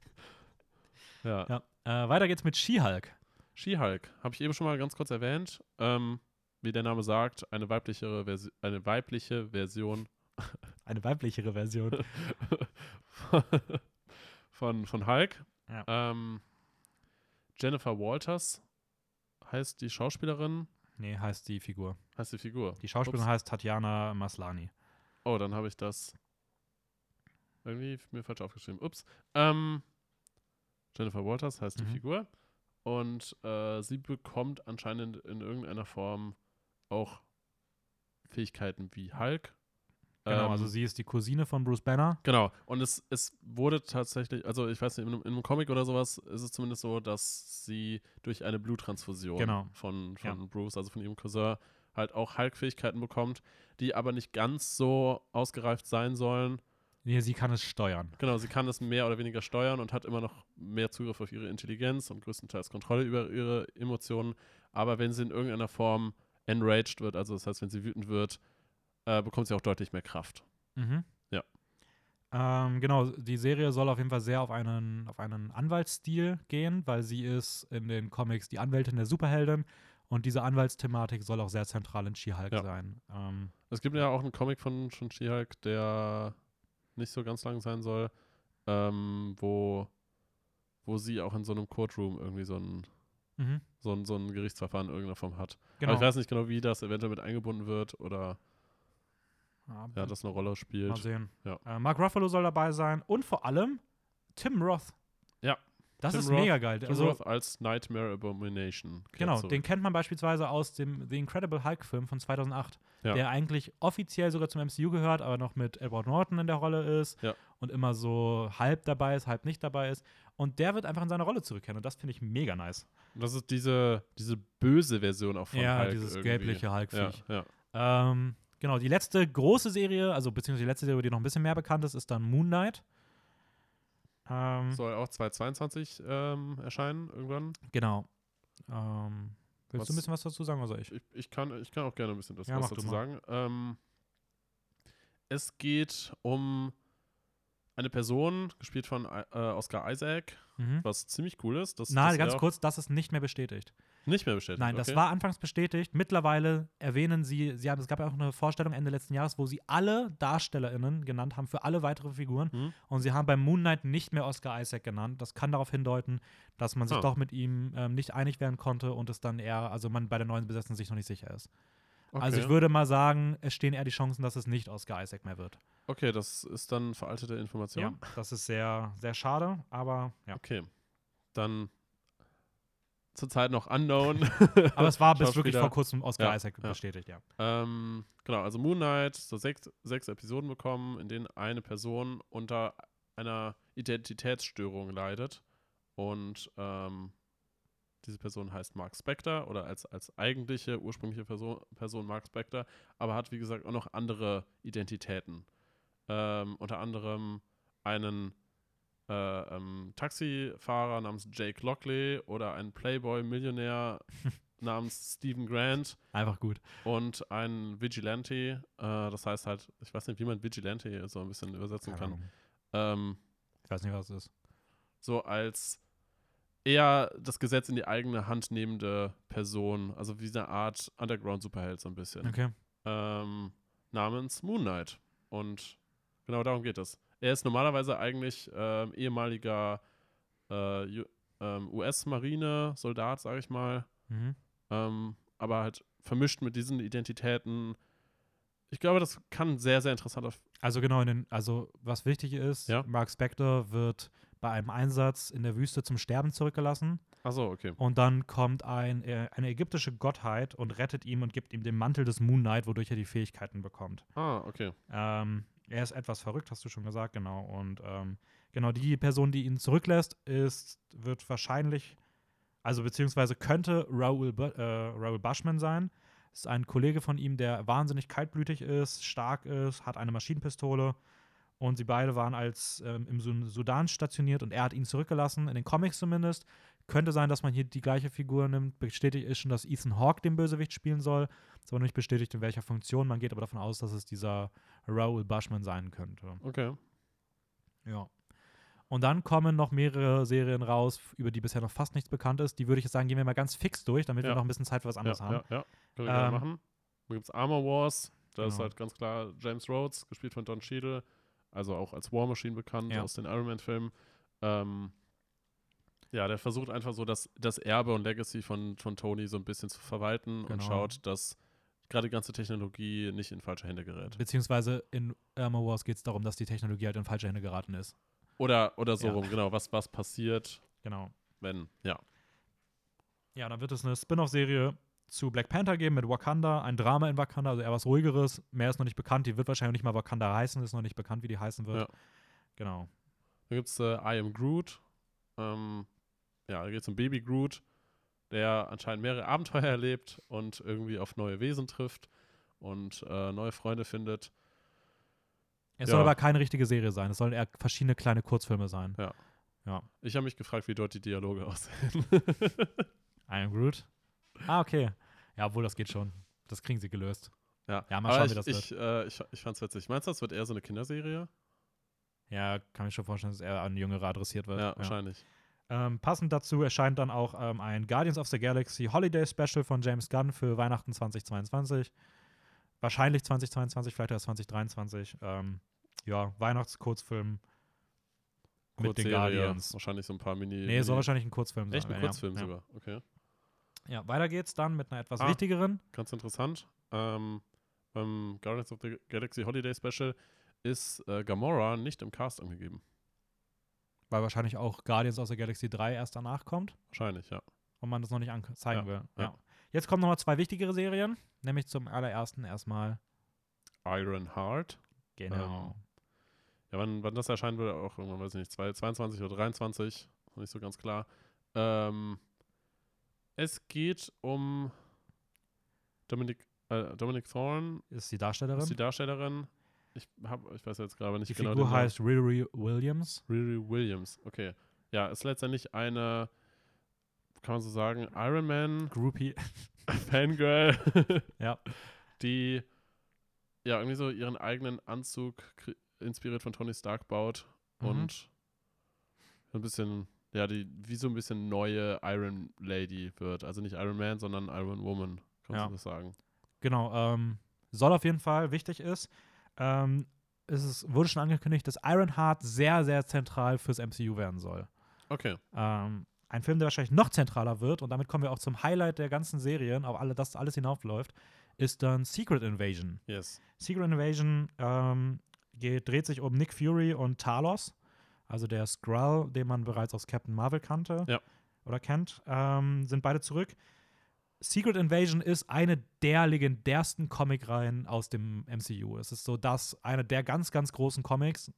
Ja. Weiter geht's mit She-Hulk. She-Hulk, habe ich eben schon mal ganz kurz erwähnt. Wie der Name sagt, eine weiblichere Version. Eine weiblichere Version. von Hulk. Ja. Jennifer Walters heißt die Schauspielerin. Nee, heißt die Figur. Die Schauspielerin heißt Tatjana Maslany. Oh, dann habe ich das irgendwie mir falsch aufgeschrieben. Ups. Jennifer Walters heißt die Figur. Und sie bekommt anscheinend in irgendeiner Form auch Fähigkeiten wie Hulk. Genau, also sie ist die Cousine von Bruce Banner. Genau, und es wurde tatsächlich, also ich weiß nicht, in einem Comic oder sowas ist es zumindest so, dass sie durch eine Bluttransfusion von Bruce, also von ihrem Cousin, halt auch Hulk-Fähigkeiten bekommt, die aber nicht ganz so ausgereift sein sollen. Nee, sie kann es steuern. Genau, sie kann es mehr oder weniger steuern und hat immer noch mehr Zugriff auf ihre Intelligenz und größtenteils Kontrolle über ihre Emotionen. Aber wenn sie in irgendeiner Form enraged wird, also das heißt, wenn sie wütend wird, bekommt sie auch deutlich mehr Kraft. Ja. Genau, die Serie soll auf jeden Fall sehr auf einen Anwaltsstil gehen, weil sie ist in den Comics die Anwältin der Superheldin und diese Anwaltsthematik soll auch sehr zentral in She-Hulk sein. Es gibt ja auch einen Comic von She-Hulk, der nicht so ganz lang sein soll, wo sie auch in so einem Courtroom irgendwie so ein Gerichtsverfahren in irgendeiner Form hat. Genau. Aber ich weiß nicht genau, wie das eventuell mit eingebunden wird oder das eine Rolle spielt. Mal sehen. Ja. Mark Ruffalo soll dabei sein und vor allem Tim Roth. Ja. Das Tim ist Roth, mega geil. Tim Also, Roth als Nightmare Abomination. Genau, den kennt man beispielsweise aus dem The Incredible Hulk-Film von 2008, der eigentlich offiziell sogar zum MCU gehört, aber noch mit Edward Norton in der Rolle ist und immer so halb dabei ist, halb nicht dabei ist. Und der wird einfach in seine Rolle zurückkehren und das finde ich mega nice. Und das ist diese böse Version auch von Hulk. Ja, dieses irgendwie gelbliche Hulk-Viech. Ja. Genau, die letzte große Serie, also beziehungsweise die letzte Serie, die noch ein bisschen mehr bekannt ist, ist dann Moon Knight. Soll auch 2022 erscheinen irgendwann. Genau. Willst du ein Was- bisschen was dazu sagen, oder soll ich? Ich kann auch gerne ein bisschen Ja, was mach du dazu mal. sagen. Es geht um eine Person, gespielt von Oscar Isaac, Mhm. was ziemlich cool ist. Dass Na, er ganz auch kurz, das ist nicht mehr bestätigt. nicht mehr bestätigt. Nein, das war anfangs bestätigt. Mittlerweile erwähnen es gab ja auch eine Vorstellung Ende letzten Jahres, wo sie alle DarstellerInnen genannt haben für alle weitere Figuren. Mhm. Und sie haben beim Moon Knight nicht mehr Oscar Isaac genannt. Das kann darauf hindeuten, dass man sich doch mit ihm nicht einig werden konnte und es dann eher, also man bei der neuen Besetzung sich noch nicht sicher ist. Okay. Also ich würde mal sagen, es stehen eher die Chancen, dass es nicht Oscar Isaac mehr wird. Okay, das ist dann veraltete Information. Ja, das ist sehr, sehr schade, aber ja. Okay, dann zurzeit noch unknown. Aber es war bis wirklich Schauspieler. vor kurzem Oscar Ja, Isaac ja. bestätigt, ja. Genau, also Moon Knight, so sechs Episoden bekommen, in denen eine Person unter einer Identitätsstörung leidet. Und diese Person heißt Mark Spector oder als eigentliche, ursprüngliche Person Mark Spector, aber hat, wie gesagt, auch noch andere Identitäten. Unter anderem einen Taxifahrer namens Jake Lockley oder einen Playboy-Millionär namens Stephen Grant Einfach gut. und einen Vigilante. Das heißt halt, ich weiß nicht, wie man Vigilante so ein bisschen übersetzen Keine kann. Ahnung. Ich weiß nicht, was es ist. So als eher das Gesetz in die eigene Hand nehmende Person, also wie eine Art Underground-Superheld so ein bisschen. Okay. Namens Moon Knight. Und genau darum geht es. Er ist normalerweise eigentlich ehemaliger US-Marine-Soldat, sage ich mal. Mhm. Aber halt vermischt mit diesen Identitäten. Ich glaube, das kann sehr, sehr interessant Also genau, also was wichtig ist, Ja. Mark Spector wird bei einem Einsatz in der Wüste zum Sterben zurückgelassen Achso, okay. und dann kommt eine ägyptische Gottheit und rettet ihn und gibt ihm den Mantel des Moon Knight, wodurch er die Fähigkeiten bekommt. Ah, okay. Er ist etwas verrückt, hast du schon gesagt, genau. Und genau, die Person, die ihn zurücklässt, wird wahrscheinlich, also beziehungsweise könnte Raoul Bushman sein. Das ist ein Kollege von ihm, der wahnsinnig kaltblütig ist, stark ist, hat eine Maschinenpistole. Und sie beide waren im Sudan stationiert und er hat ihn zurückgelassen, in den Comics zumindest. Könnte sein, dass man hier die gleiche Figur nimmt. Bestätigt ist schon, dass Ethan Hawke den Bösewicht spielen soll. Ist aber noch nicht bestätigt, in welcher Funktion. Man geht aber davon aus, dass es dieser Raoul Bushman sein könnte. Okay. Ja. Und dann kommen noch mehrere Serien raus, über die bisher noch fast nichts bekannt ist. Die würde ich jetzt sagen, gehen wir mal ganz fix durch, damit wir noch ein bisschen Zeit für was anderes haben. Ja. Können wir gerne machen. Dann gibt es Armor Wars. Da ist Genau. halt ganz klar James Rhodes, gespielt von Don Cheadle. Also auch als War Machine bekannt aus den Iron Man-Filmen. Der versucht einfach so das Erbe und Legacy von Tony so ein bisschen zu verwalten und schaut, dass gerade die ganze Technologie nicht in falsche Hände gerät. Beziehungsweise in Armor Wars geht es darum, dass die Technologie halt in falsche Hände geraten ist. Oder so rum, genau. Was passiert, genau, wenn, ja. Ja, dann wird es eine Spin-off-Serie zu Black Panther geben mit Wakanda, ein Drama in Wakanda, also eher was Ruhigeres. Mehr ist noch nicht bekannt. Die wird wahrscheinlich nicht mal Wakanda heißen, ist noch nicht bekannt, wie die heißen wird. Ja. Genau. Dann gibt es I Am Groot. Da geht es um Baby Groot, der anscheinend mehrere Abenteuer erlebt und irgendwie auf neue Wesen trifft und neue Freunde findet. Es soll aber keine richtige Serie sein. Es sollen eher verschiedene kleine Kurzfilme sein. Ja. Ich habe mich gefragt, wie dort die Dialoge aussehen. I Am Groot. Ah, okay. Ja, obwohl, das geht schon. Das kriegen sie gelöst. Ja, mal schauen, wie das wird. Ich fand's witzig. Meinst du, das wird eher so eine Kinderserie? Ja, kann mir schon vorstellen, dass es eher an Jüngere adressiert wird. Ja, wahrscheinlich. Passend dazu erscheint dann auch ein Guardians of the Galaxy Holiday Special von James Gunn für Weihnachten 2022. Wahrscheinlich 2022, vielleicht erst 2023. Weihnachtskurzfilm mit den Guardians. Wahrscheinlich so ein paar Nee, soll wahrscheinlich ein Kurzfilm sein. Echt ein Kurzfilm sogar, okay. Ja, weiter geht's dann mit einer etwas wichtigeren. Ganz interessant. Beim Guardians of the Galaxy Holiday Special ist Gamora nicht im Cast angegeben. Weil wahrscheinlich auch Guardians of the Galaxy 3 erst danach kommt. Wahrscheinlich, ja. Und man das noch nicht zeigen will. Ja. Jetzt kommen nochmal 2 wichtigere Serien. Nämlich zum allerersten erstmal Iron Heart. Genau. Wann das erscheinen wird, auch irgendwann, weiß ich nicht, 22 oder 23, noch nicht so ganz klar. Es geht um Dominic Thorne. Ist die Darstellerin. ich weiß jetzt gerade nicht Die genau. Figur heißt Riri Williams. Riri Williams, okay. Ja, ist letztendlich eine, kann man so sagen, Iron Man Groupie. Fangirl, Ja. die ja irgendwie so ihren eigenen Anzug inspiriert von Tony Stark baut und so ein bisschen, ja, die wie so ein bisschen neue Iron Lady wird. Also nicht Iron Man, sondern Iron Woman, kann man das sagen. Genau, soll auf jeden Fall wichtig ist. Wurde schon angekündigt, dass Ironheart sehr, sehr zentral fürs MCU werden soll. Okay. Ein Film, der wahrscheinlich noch zentraler wird, und damit kommen wir auch zum Highlight der ganzen Serien, auf das alles hinaufläuft, ist dann Secret Invasion. Yes. Secret Invasion dreht sich um Nick Fury und Talos, also der Skrull, den man bereits aus Captain Marvel kannte oder kennt, sind beide zurück. Secret Invasion ist eine der legendärsten Comicreihen aus dem MCU. Es ist so eine der ganz, ganz großen Comics.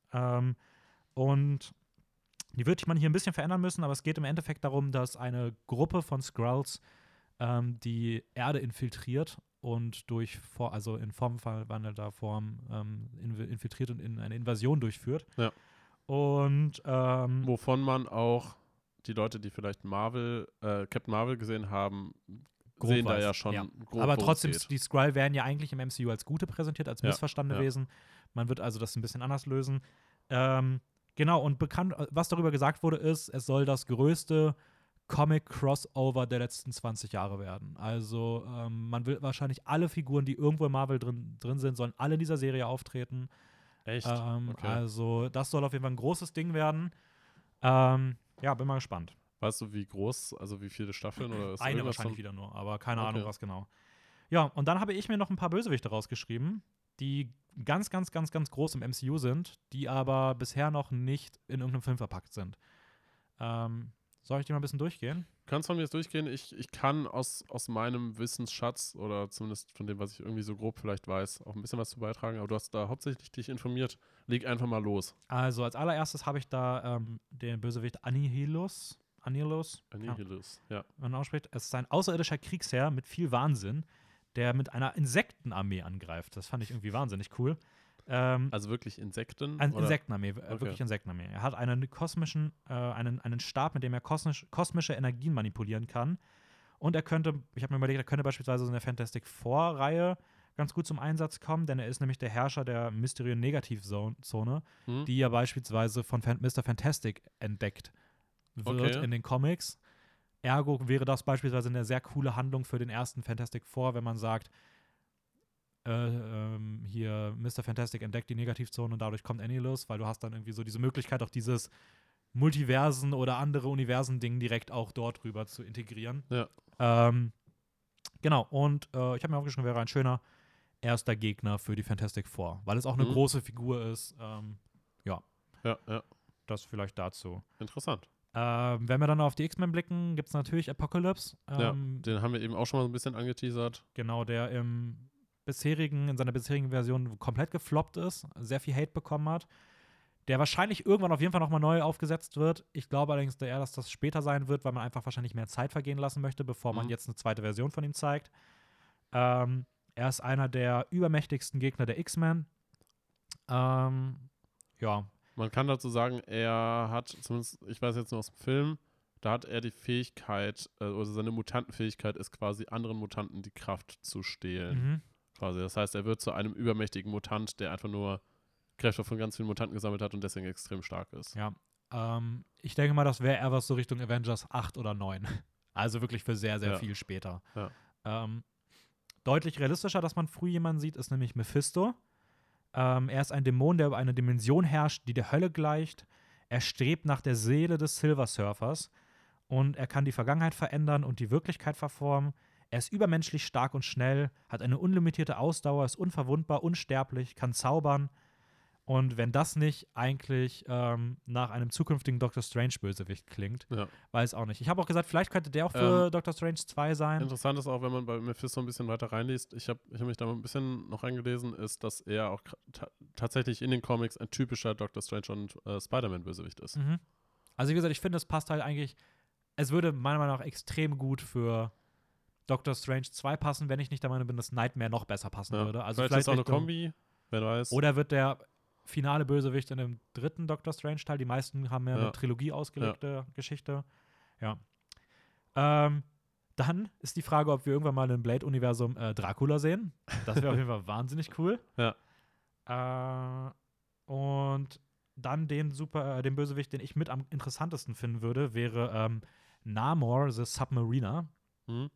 Und die wird man hier ein bisschen verändern müssen, aber es geht im Endeffekt darum, dass eine Gruppe von Skrulls die Erde infiltriert und also in formverwandelter Form infiltriert und in eine Invasion durchführt. Ja. Und wovon man auch die Leute, die vielleicht Captain Marvel gesehen haben, sehen da ja schon grob, aber trotzdem, die Skrull werden ja eigentlich im MCU als Gute präsentiert, als missverstandene Wesen. Man wird also das ein bisschen anders lösen. Genau, und bekannt, was darüber gesagt wurde, ist, es soll das größte Comic-Crossover der letzten 20 Jahre werden. Also man will wahrscheinlich alle Figuren, die irgendwo in Marvel drin sind, sollen alle in dieser Serie auftreten. Echt? Okay. Also das soll auf jeden Fall ein großes Ding werden. Ja, bin mal gespannt. Weißt du, wie groß, also wie viele Staffeln? Oder ist eine wahrscheinlich wieder nur, aber keine Ahnung, was genau. Ja, und dann habe ich mir noch ein paar Bösewichte rausgeschrieben, die ganz, ganz, ganz, ganz groß im MCU sind, die aber bisher noch nicht in irgendeinem Film verpackt sind. Soll ich die mal ein bisschen durchgehen? Kannst von mir jetzt durchgehen? Ich kann aus meinem Wissensschatz oder zumindest von dem, was ich irgendwie so grob vielleicht weiß, auch ein bisschen was zu beitragen, aber du hast da hauptsächlich dich informiert. Leg einfach mal los. Also als allererstes habe ich da den Bösewicht Annihilus, ja. man ausspricht. Es ist ein außerirdischer Kriegsherr mit viel Wahnsinn, der mit einer Insektenarmee angreift. Das fand ich irgendwie wahnsinnig cool. Also wirklich Insekten? Insektenarmee, wirklich Insektenarmee. Er hat einen Stab, mit dem er kosmische Energien manipulieren kann. Und ich habe mir überlegt, er könnte beispielsweise in der Fantastic Four-Reihe ganz gut zum Einsatz kommen, denn er ist nämlich der Herrscher der Mysterio-Negativzone, die ja beispielsweise von Mr. Fantastic entdeckt wird in den Comics. Ergo wäre das beispielsweise eine sehr coole Handlung für den ersten Fantastic Four, wenn man sagt, hier Mr. Fantastic entdeckt die Negativzone und dadurch kommt Annihilus, weil du hast dann irgendwie so diese Möglichkeit, auch dieses Multiversen oder andere Universen-Ding direkt auch dort rüber zu integrieren. Ja. Genau, und ich habe mir aufgeschrieben, wäre ein schöner erster Gegner für die Fantastic Four, weil es auch eine große Figur ist. Ja. Das vielleicht dazu. Interessant. Wenn wir dann auf die X-Men blicken, gibt es natürlich Apocalypse. Den haben wir eben auch schon mal so ein bisschen angeteasert. Genau, der in seiner bisherigen Version komplett gefloppt ist, sehr viel Hate bekommen hat, der wahrscheinlich irgendwann auf jeden Fall nochmal neu aufgesetzt wird. Ich glaube allerdings eher, dass das später sein wird, weil man einfach wahrscheinlich mehr Zeit vergehen lassen möchte, bevor man jetzt eine zweite Version von ihm zeigt. Er ist einer der übermächtigsten Gegner der X-Men. Ja. Man kann dazu sagen, er hat, zumindest, ich weiß jetzt nur aus dem Film, da hat er die Fähigkeit, also seine Mutantenfähigkeit ist quasi anderen Mutanten die Kraft zu stehlen. Quasi. Das heißt, er wird zu einem übermächtigen Mutant, der einfach nur Kräfte von ganz vielen Mutanten gesammelt hat und deswegen extrem stark ist. Ja. Ich denke mal, das wäre eher was so Richtung Avengers 8 oder 9. Also wirklich für sehr, sehr viel später. Ja. Deutlich realistischer, dass man früh jemanden sieht, ist nämlich Mephisto. Er ist ein Dämon, der über eine Dimension herrscht, die der Hölle gleicht. Er strebt nach der Seele des Silver Surfers und er kann die Vergangenheit verändern und die Wirklichkeit verformen. Er ist übermenschlich stark und schnell, hat eine unlimitierte Ausdauer, ist unverwundbar, unsterblich, kann zaubern. Und wenn das nicht eigentlich nach einem zukünftigen Doctor Strange-Bösewicht klingt, weiß auch nicht. Ich habe auch gesagt, vielleicht könnte der auch für Doctor Strange 2 sein. Interessant ist auch, wenn man bei Mephisto ein bisschen weiter reinliest, ich hab mich da mal ein bisschen noch eingelesen, ist, dass er auch tatsächlich in den Comics ein typischer Doctor Strange und Spider-Man-Bösewicht ist. Also wie gesagt, ich finde, es passt halt eigentlich, es würde meiner Meinung nach extrem gut für Doctor Strange 2 passen, wenn ich nicht der Meinung bin, dass Nightmare noch besser passen würde. Also vielleicht ist auch eine Kombi. wer weiß. Oder wird der finale Bösewicht in dem 3. Doctor Strange-Teil? Die meisten haben ja eine Trilogie ausgelegte Geschichte. Ja. Dann ist die Frage, ob wir irgendwann mal im Blade-Universum Dracula sehen. Das wäre auf jeden Fall wahnsinnig cool. Ja. Und dann den Bösewicht, den ich mit am interessantesten finden würde, wäre Namor, the Submariner. Mhm.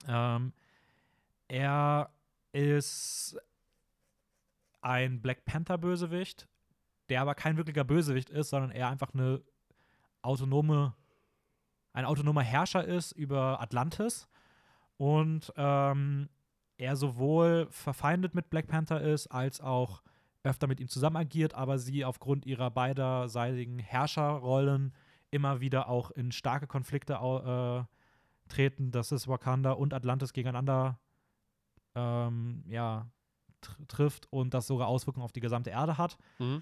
Er ist ein Black Panther-Bösewicht, der aber kein wirklicher Bösewicht ist, sondern eher einfach ein autonomer Herrscher ist über Atlantis. Und er sowohl verfeindet mit Black Panther ist, als auch öfter mit ihm zusammen agiert, aber sie aufgrund ihrer beiderseitigen Herrscherrollen immer wieder auch in starke Konflikte treten, dass es Wakanda und Atlantis gegeneinander trifft und das sogar Auswirkungen auf die gesamte Erde hat. Mhm.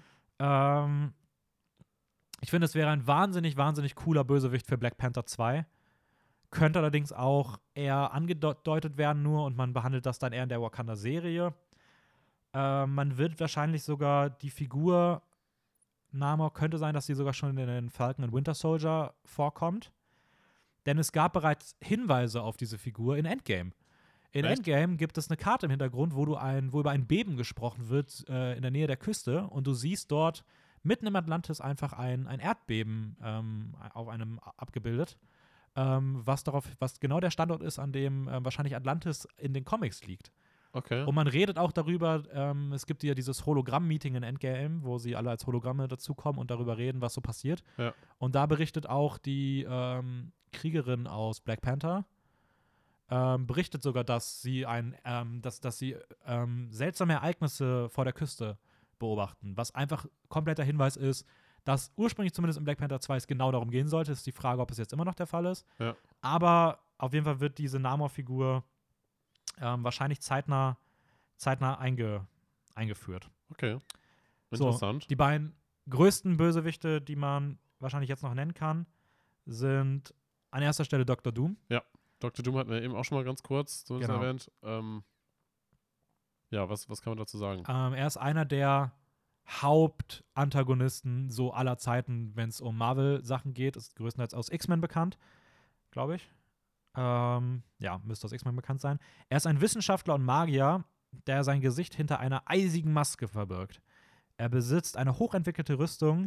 Ich finde, es wäre ein wahnsinnig, wahnsinnig cooler Bösewicht für Black Panther 2. Könnte allerdings auch eher angedeutet werden nur und man behandelt das dann eher in der Wakanda-Serie. Man wird wahrscheinlich sogar die Figur Namor, könnte sein, dass sie sogar schon in den Falcon and Winter Soldier vorkommt. Denn es gab bereits Hinweise auf diese Figur in Endgame. In Endgame gibt es eine Karte im Hintergrund, wo über ein Beben gesprochen wird in der Nähe der Küste und du siehst dort mitten im Atlantis einfach ein Erdbeben auf einem abgebildet, was genau der Standort ist, an dem wahrscheinlich Atlantis in den Comics liegt. Okay. Und man redet auch darüber, es gibt ja dieses Hologramm-Meeting in Endgame, wo sie alle als Hologramme dazukommen und darüber reden, was so passiert. Ja. Und da berichtet auch die Kriegerin aus Black Panther, berichtet sogar, dass sie seltsame Ereignisse vor der Küste beobachten, was einfach kompletter Hinweis ist, dass ursprünglich zumindest in Black Panther 2 es genau darum gehen sollte. Ist die Frage, ob es jetzt immer noch der Fall ist. Ja. Aber auf jeden Fall wird diese Namor-Figur wahrscheinlich zeitnah eingeführt. Okay. Interessant. So, die beiden größten Bösewichte, die man wahrscheinlich jetzt noch nennen kann, sind an erster Stelle Dr. Doom. Ja, Dr. Doom hatten wir eben auch schon mal ganz kurz erwähnt. Ja, was kann man dazu sagen? Er ist einer der Hauptantagonisten so aller Zeiten, wenn es um Marvel-Sachen geht. Ist größtenteils aus X-Men bekannt, glaube ich. Müsste aus X-Men bekannt sein. Er ist ein Wissenschaftler und Magier, der sein Gesicht hinter einer eisigen Maske verbirgt. Er besitzt eine hochentwickelte Rüstung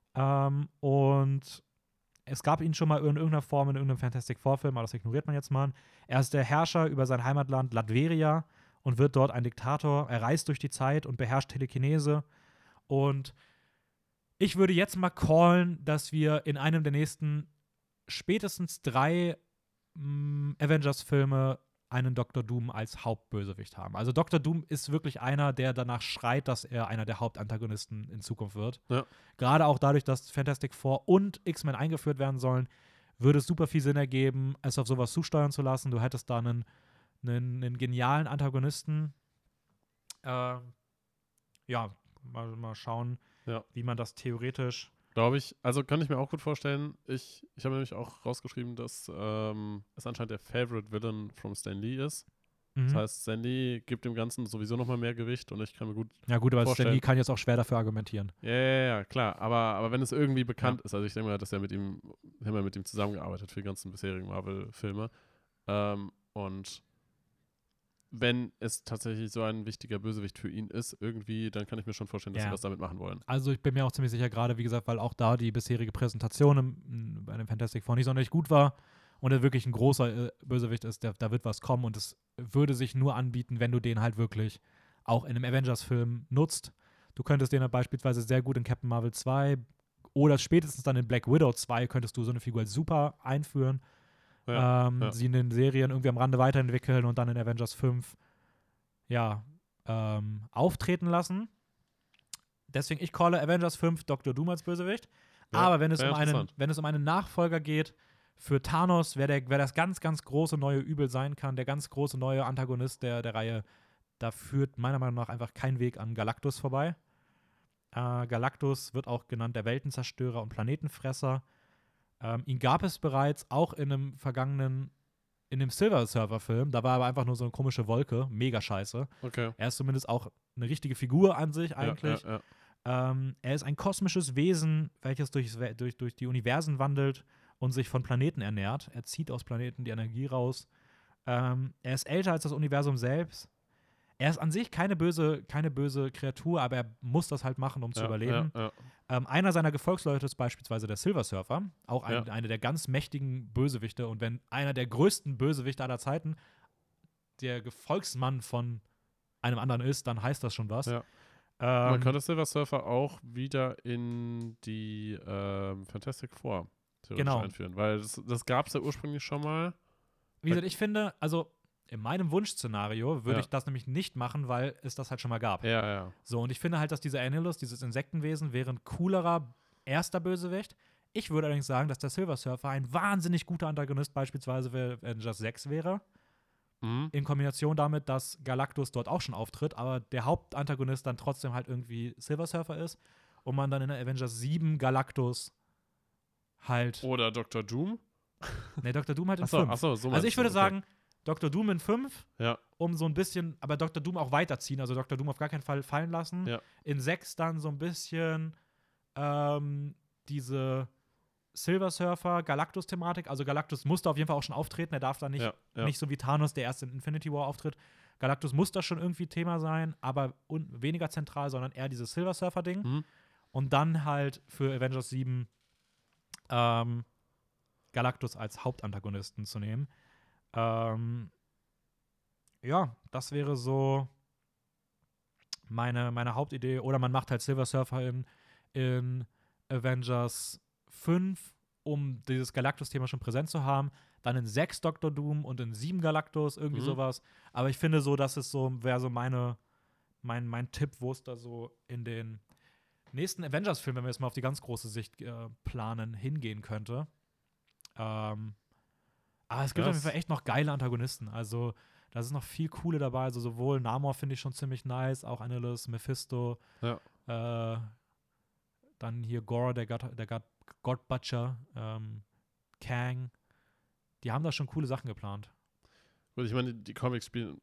und es gab ihn schon mal in irgendeiner Form in irgendeinem Fantastic Four-Film, aber das ignoriert man jetzt mal. Er ist der Herrscher über sein Heimatland Latveria und wird dort ein Diktator. Er reist durch die Zeit und beherrscht Telekinese. Und ich würde jetzt mal callen, dass wir in einem der nächsten spätestens 3 Avengers-Filme einen Dr. Doom als Hauptbösewicht haben. Also Dr. Doom ist wirklich einer, der danach schreit, dass er einer der Hauptantagonisten in Zukunft wird. Ja. Gerade auch dadurch, dass Fantastic Four und X-Men eingeführt werden sollen, würde es super viel Sinn ergeben, es auf sowas zusteuern zu lassen. Du hättest da einen genialen Antagonisten. Mal schauen, wie man das theoretisch. Glaube ich, also kann ich mir auch gut vorstellen. Ich habe nämlich auch rausgeschrieben, dass es anscheinend der Favorite Villain von Stan Lee ist. Das heißt, Stan Lee gibt dem Ganzen sowieso nochmal mehr Gewicht und ich kann mir gut aber vorstellen. Stan Lee kann jetzt auch schwer dafür argumentieren. Ja, klar. Aber wenn es irgendwie bekannt ist, also ich denke mal, dass haben wir mit ihm zusammengearbeitet für die ganzen bisherigen Marvel-Filme. Und wenn es tatsächlich so ein wichtiger Bösewicht für ihn ist, irgendwie, dann kann ich mir schon vorstellen, dass sie was damit machen wollen. Also ich bin mir auch ziemlich sicher, gerade wie gesagt, weil auch da die bisherige Präsentation bei dem Fantastic Four nicht sonderlich gut war und er wirklich ein großer Bösewicht ist, da wird was kommen und es würde sich nur anbieten, wenn du den halt wirklich auch in einem Avengers-Film nutzt. Du könntest den halt beispielsweise sehr gut in Captain Marvel 2 oder spätestens dann in Black Widow 2 könntest du so eine Figur als super einführen. Sie in den Serien irgendwie am Rande weiterentwickeln und dann in Avengers 5 auftreten lassen. Deswegen, ich calle Avengers 5 Dr. Doom als Bösewicht. Aber wenn es um einen Nachfolger geht für Thanos, wer das ganz, ganz große neue Übel sein kann, der ganz große neue Antagonist der Reihe, da führt meiner Meinung nach einfach kein Weg an Galactus vorbei. Galactus wird auch genannt der Weltenzerstörer und Planetenfresser. Ihn gab es bereits auch in einem vergangenen in dem Silver Surfer-Film, da war aber einfach nur so eine komische Wolke, mega scheiße. Okay. Er ist zumindest auch eine richtige Figur an sich eigentlich. Ja. Er ist ein kosmisches Wesen, welches durch die Universen wandelt und sich von Planeten ernährt. Er zieht aus Planeten die Energie raus. Er ist älter als das Universum selbst. Er ist an sich keine böse Kreatur, aber er muss das halt machen, um zu überleben. Ja. Einer seiner Gefolgsleute ist beispielsweise der Silver Surfer, auch eine der ganz mächtigen Bösewichte. Und wenn einer der größten Bösewichte aller Zeiten der Gefolgsmann von einem anderen ist, dann heißt das schon was. Ja. Man könnte Silver Surfer auch wieder in die Fantastic Four theoretisch einführen, weil das gab es ja ursprünglich schon mal. Wie gesagt, ich finde, also in meinem Wunschszenario würde ich das nämlich nicht machen, weil es das halt schon mal gab. Ja. So, und ich finde halt, dass dieser Annihilus, dieses Insektenwesen, wäre ein coolerer erster Bösewicht. Ich würde allerdings sagen, dass der Silver Surfer ein wahnsinnig guter Antagonist beispielsweise für Avengers 6 wäre. In Kombination damit, dass Galactus dort auch schon auftritt, aber der Hauptantagonist dann trotzdem halt irgendwie Silver Surfer ist und man dann in Avengers 7 Galactus halt. Oder Dr. Doom? Ne, Dr. Doom halt in 5. So also ich würde sagen, Dr. Doom in 5, ja. um so ein bisschen, aber Dr. Doom auch weiterziehen, also Dr. Doom auf gar keinen Fall fallen lassen. Ja. In 6 dann so ein bisschen diese Silver Surfer, Galactus-Thematik. Also Galactus musste auf jeden Fall auch schon auftreten. Er darf da nicht so wie Thanos, der erst in Infinity War auftritt. Galactus muss da schon irgendwie Thema sein, aber weniger zentral, sondern eher dieses Silver Surfer-Ding. Und dann halt für Avengers 7 Galactus als Hauptantagonisten zu nehmen. Ja, das wäre so meine Hauptidee. Oder man macht halt Silver Surfer in Avengers 5, um dieses Galactus-Thema schon präsent zu haben. Dann in 6 Dr. Doom und in 7 Galactus, irgendwie sowas. Aber ich finde so, das ist so, wäre so mein Tipp, wo es da so in den nächsten Avengers-Film, wenn wir jetzt mal auf die ganz große Sicht planen, hingehen könnte. Aber es gibt auf jeden Fall echt noch geile Antagonisten. Also, da ist noch viel Coole dabei. Also, sowohl Namor finde ich schon ziemlich nice, auch Annihilus, Mephisto. Ja. Dann hier Gore, der God Butcher, Kang. Die haben da schon coole Sachen geplant. Gut, ich meine, die Comics spielen.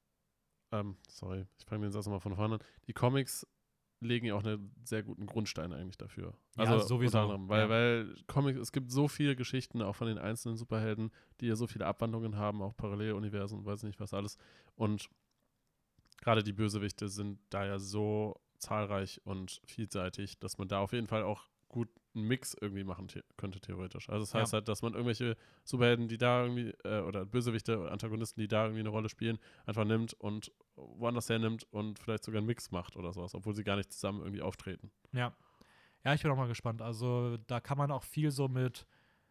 Sorry, ich fange den Satz nochmal von vorne an. Die Comics legen ja auch einen sehr guten Grundstein eigentlich dafür. Also ja, sowieso. Unter anderem, weil Comics, es gibt so viele Geschichten, auch von den einzelnen Superhelden, die ja so viele Abwandlungen haben, auch Paralleluniversen, weiß nicht was alles. Und gerade die Bösewichte sind da ja so zahlreich und vielseitig, dass man da auf jeden Fall auch gut einen Mix irgendwie machen könnte, theoretisch. Also das heißt halt, dass man irgendwelche Superhelden, die da irgendwie, oder Bösewichte oder Antagonisten, die da irgendwie eine Rolle spielen, einfach nimmt und woanders hernimmt und vielleicht sogar einen Mix macht oder sowas, obwohl sie gar nicht zusammen irgendwie auftreten. Ja. Ja, ich bin auch mal gespannt. Also da kann man auch viel so mit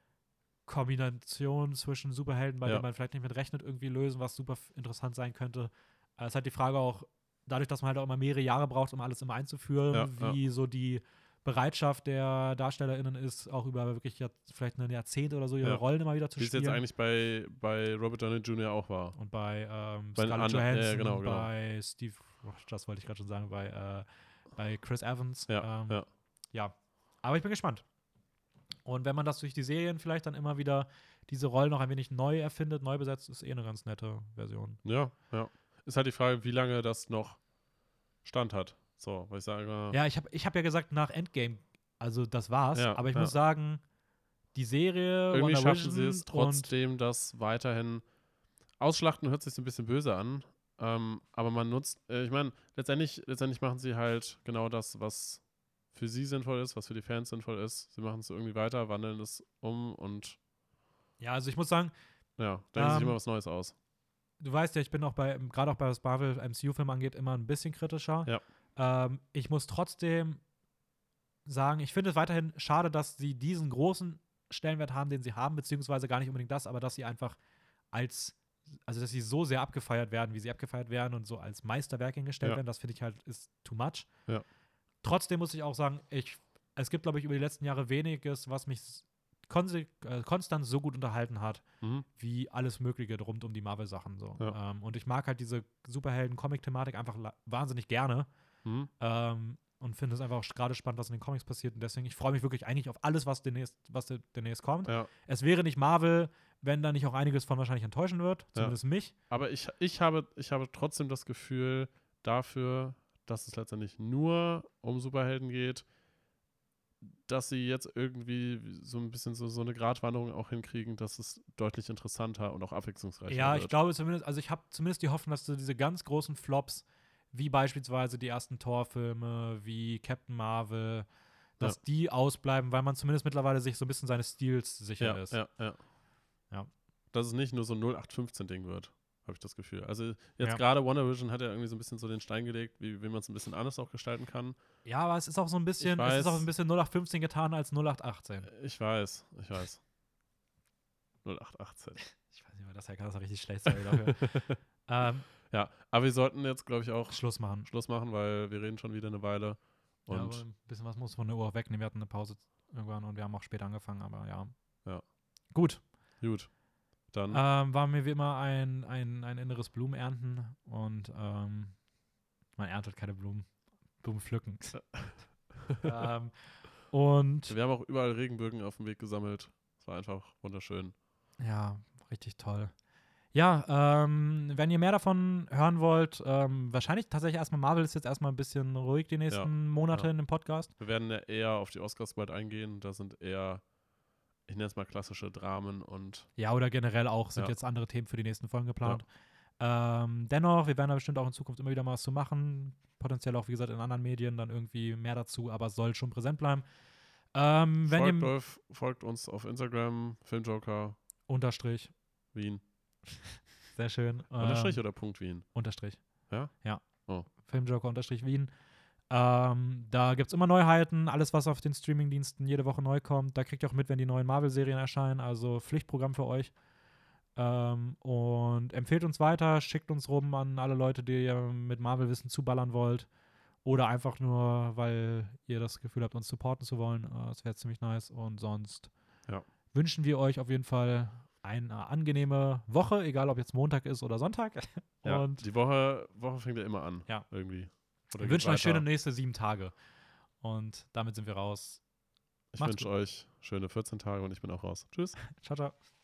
Kombinationen zwischen Superhelden, bei denen man vielleicht nicht mit rechnet, irgendwie lösen, was super interessant sein könnte. Es ist halt die Frage auch, dadurch, dass man halt auch immer mehrere Jahre braucht, um alles immer einzuführen, wie so die Bereitschaft der DarstellerInnen ist, auch über wirklich vielleicht ein Jahrzehnt oder so ihre Rollen immer wieder zu spielen. Wie es jetzt eigentlich bei Robert Downey Jr. auch war. Und bei Scarlett Johansson, genau. bei Steve, das wollte ich gerade schon sagen, bei Chris Evans. Ja, aber ich bin gespannt. Und wenn man das durch die Serien vielleicht dann immer wieder diese Rollen noch ein wenig neu erfindet, neu besetzt, ist eine ganz nette Version. Ja. Ist halt die Frage, wie lange das noch Stand hat. So, weil ich sage. Ja, ich hab ja gesagt, nach Endgame, also das war's. Aber ich muss sagen, die Serie. Irgendwie schaffen sie es trotzdem, das weiterhin. Ausschlachten hört sich so ein bisschen böse an. Aber man nutzt, ich meine, letztendlich machen sie halt genau das, was für sie sinnvoll ist, was für die Fans sinnvoll ist. Sie machen es irgendwie weiter, wandeln es um und. Ja, also ich muss sagen. Ja, denken sich immer was Neues aus. Du weißt ja, ich bin auch gerade auch bei was Marvel MCU-Film angeht, immer ein bisschen kritischer. Ja. Ich muss trotzdem sagen, ich finde es weiterhin schade, dass sie diesen großen Stellenwert haben, den sie haben, beziehungsweise gar nicht unbedingt das, aber dass sie einfach dass sie so sehr abgefeiert werden, wie sie abgefeiert werden und so als Meisterwerk hingestellt werden, das finde ich halt ist too much. Ja. Trotzdem muss ich auch sagen, es gibt, glaube ich, über die letzten Jahre weniges, was mich konstant so gut unterhalten hat, wie alles Mögliche rund um die Marvel-Sachen. So. Ja. Und ich mag halt diese Superhelden-Comic-Thematik einfach wahnsinnig gerne. und finde es einfach auch gerade spannend, was in den Comics passiert. Und deswegen, ich freue mich wirklich eigentlich auf alles, was demnächst kommt. Ja. Es wäre nicht Marvel, wenn da nicht auch einiges von wahrscheinlich enttäuschen wird, zumindest mich. Aber ich habe trotzdem das Gefühl dafür, dass es letztendlich nur um Superhelden geht, dass sie jetzt irgendwie so ein bisschen so eine Gratwanderung auch hinkriegen, dass es deutlich interessanter und auch abwechslungsreicher wird. Ja, ich glaube zumindest, also ich habe zumindest die Hoffnung, dass so diese ganz großen Flops, wie beispielsweise die ersten Thor-Filme, wie Captain Marvel, dass die ausbleiben, weil man zumindest mittlerweile sich so ein bisschen seines Stils sicher ist. Ja. Dass es nicht nur so ein 0815-Ding wird, habe ich das Gefühl. Also jetzt gerade WandaVision hat ja irgendwie so ein bisschen so den Stein gelegt, wie man es ein bisschen anders auch gestalten kann. Ja, aber es ist auch so ein bisschen, 0815 getan als 0818. Ich weiß. 0818. Ich weiß nicht, weil das ist richtig schlecht, sorry dafür. Ja, aber wir sollten jetzt, glaube ich, auch Schluss machen, weil wir reden schon wieder eine Weile. Und ja, aber ein bisschen was muss von der Uhr auch wegnehmen. Wir hatten eine Pause irgendwann und wir haben auch später angefangen, aber ja. Gut. Dann war mir wie immer ein inneres Blumenernten und man erntet keine Blumen. Blumen pflücken. Und wir haben auch überall Regenbögen auf dem Weg gesammelt. Es war einfach wunderschön. Ja, richtig toll. Ja, wenn ihr mehr davon hören wollt, wahrscheinlich tatsächlich erstmal Marvel ist jetzt erstmal ein bisschen ruhig die nächsten Monate in dem Podcast. Wir werden ja eher auf die Oscars bald eingehen. Da sind eher, ich nenne es mal klassische Dramen und ja, oder generell auch sind jetzt andere Themen für die nächsten Folgen geplant. Dennoch, wir werden da bestimmt auch in Zukunft immer wieder mal was zu machen. Potenziell auch, wie gesagt, in anderen Medien dann irgendwie mehr dazu, aber es soll schon präsent bleiben. Folgt uns auf Instagram, Filmjoker _ Wien. Sehr schön. Unterstrich oder Punkt Wien? Unterstrich. Ja? Ja. Oh. Filmjoker _ Wien. Da gibt es immer Neuheiten, alles, was auf den Streamingdiensten jede Woche neu kommt. Da kriegt ihr auch mit, wenn die neuen Marvel-Serien erscheinen. Also Pflichtprogramm für euch. Und empfehlt uns weiter, schickt uns rum an alle Leute, die ihr mit Marvel-Wissen zuballern wollt. Oder einfach nur, weil ihr das Gefühl habt, uns supporten zu wollen. Das wäre ziemlich nice. Und sonst wünschen wir euch auf jeden Fall eine angenehme Woche, egal ob jetzt Montag ist oder Sonntag. Ja, und die Woche fängt ja immer an. Ja. Irgendwie. Wir wünschen euch schöne nächste 7 Tage. Und damit sind wir raus. Ich wünsche euch schöne 14 Tage und ich bin auch raus. Tschüss. Ciao, ciao.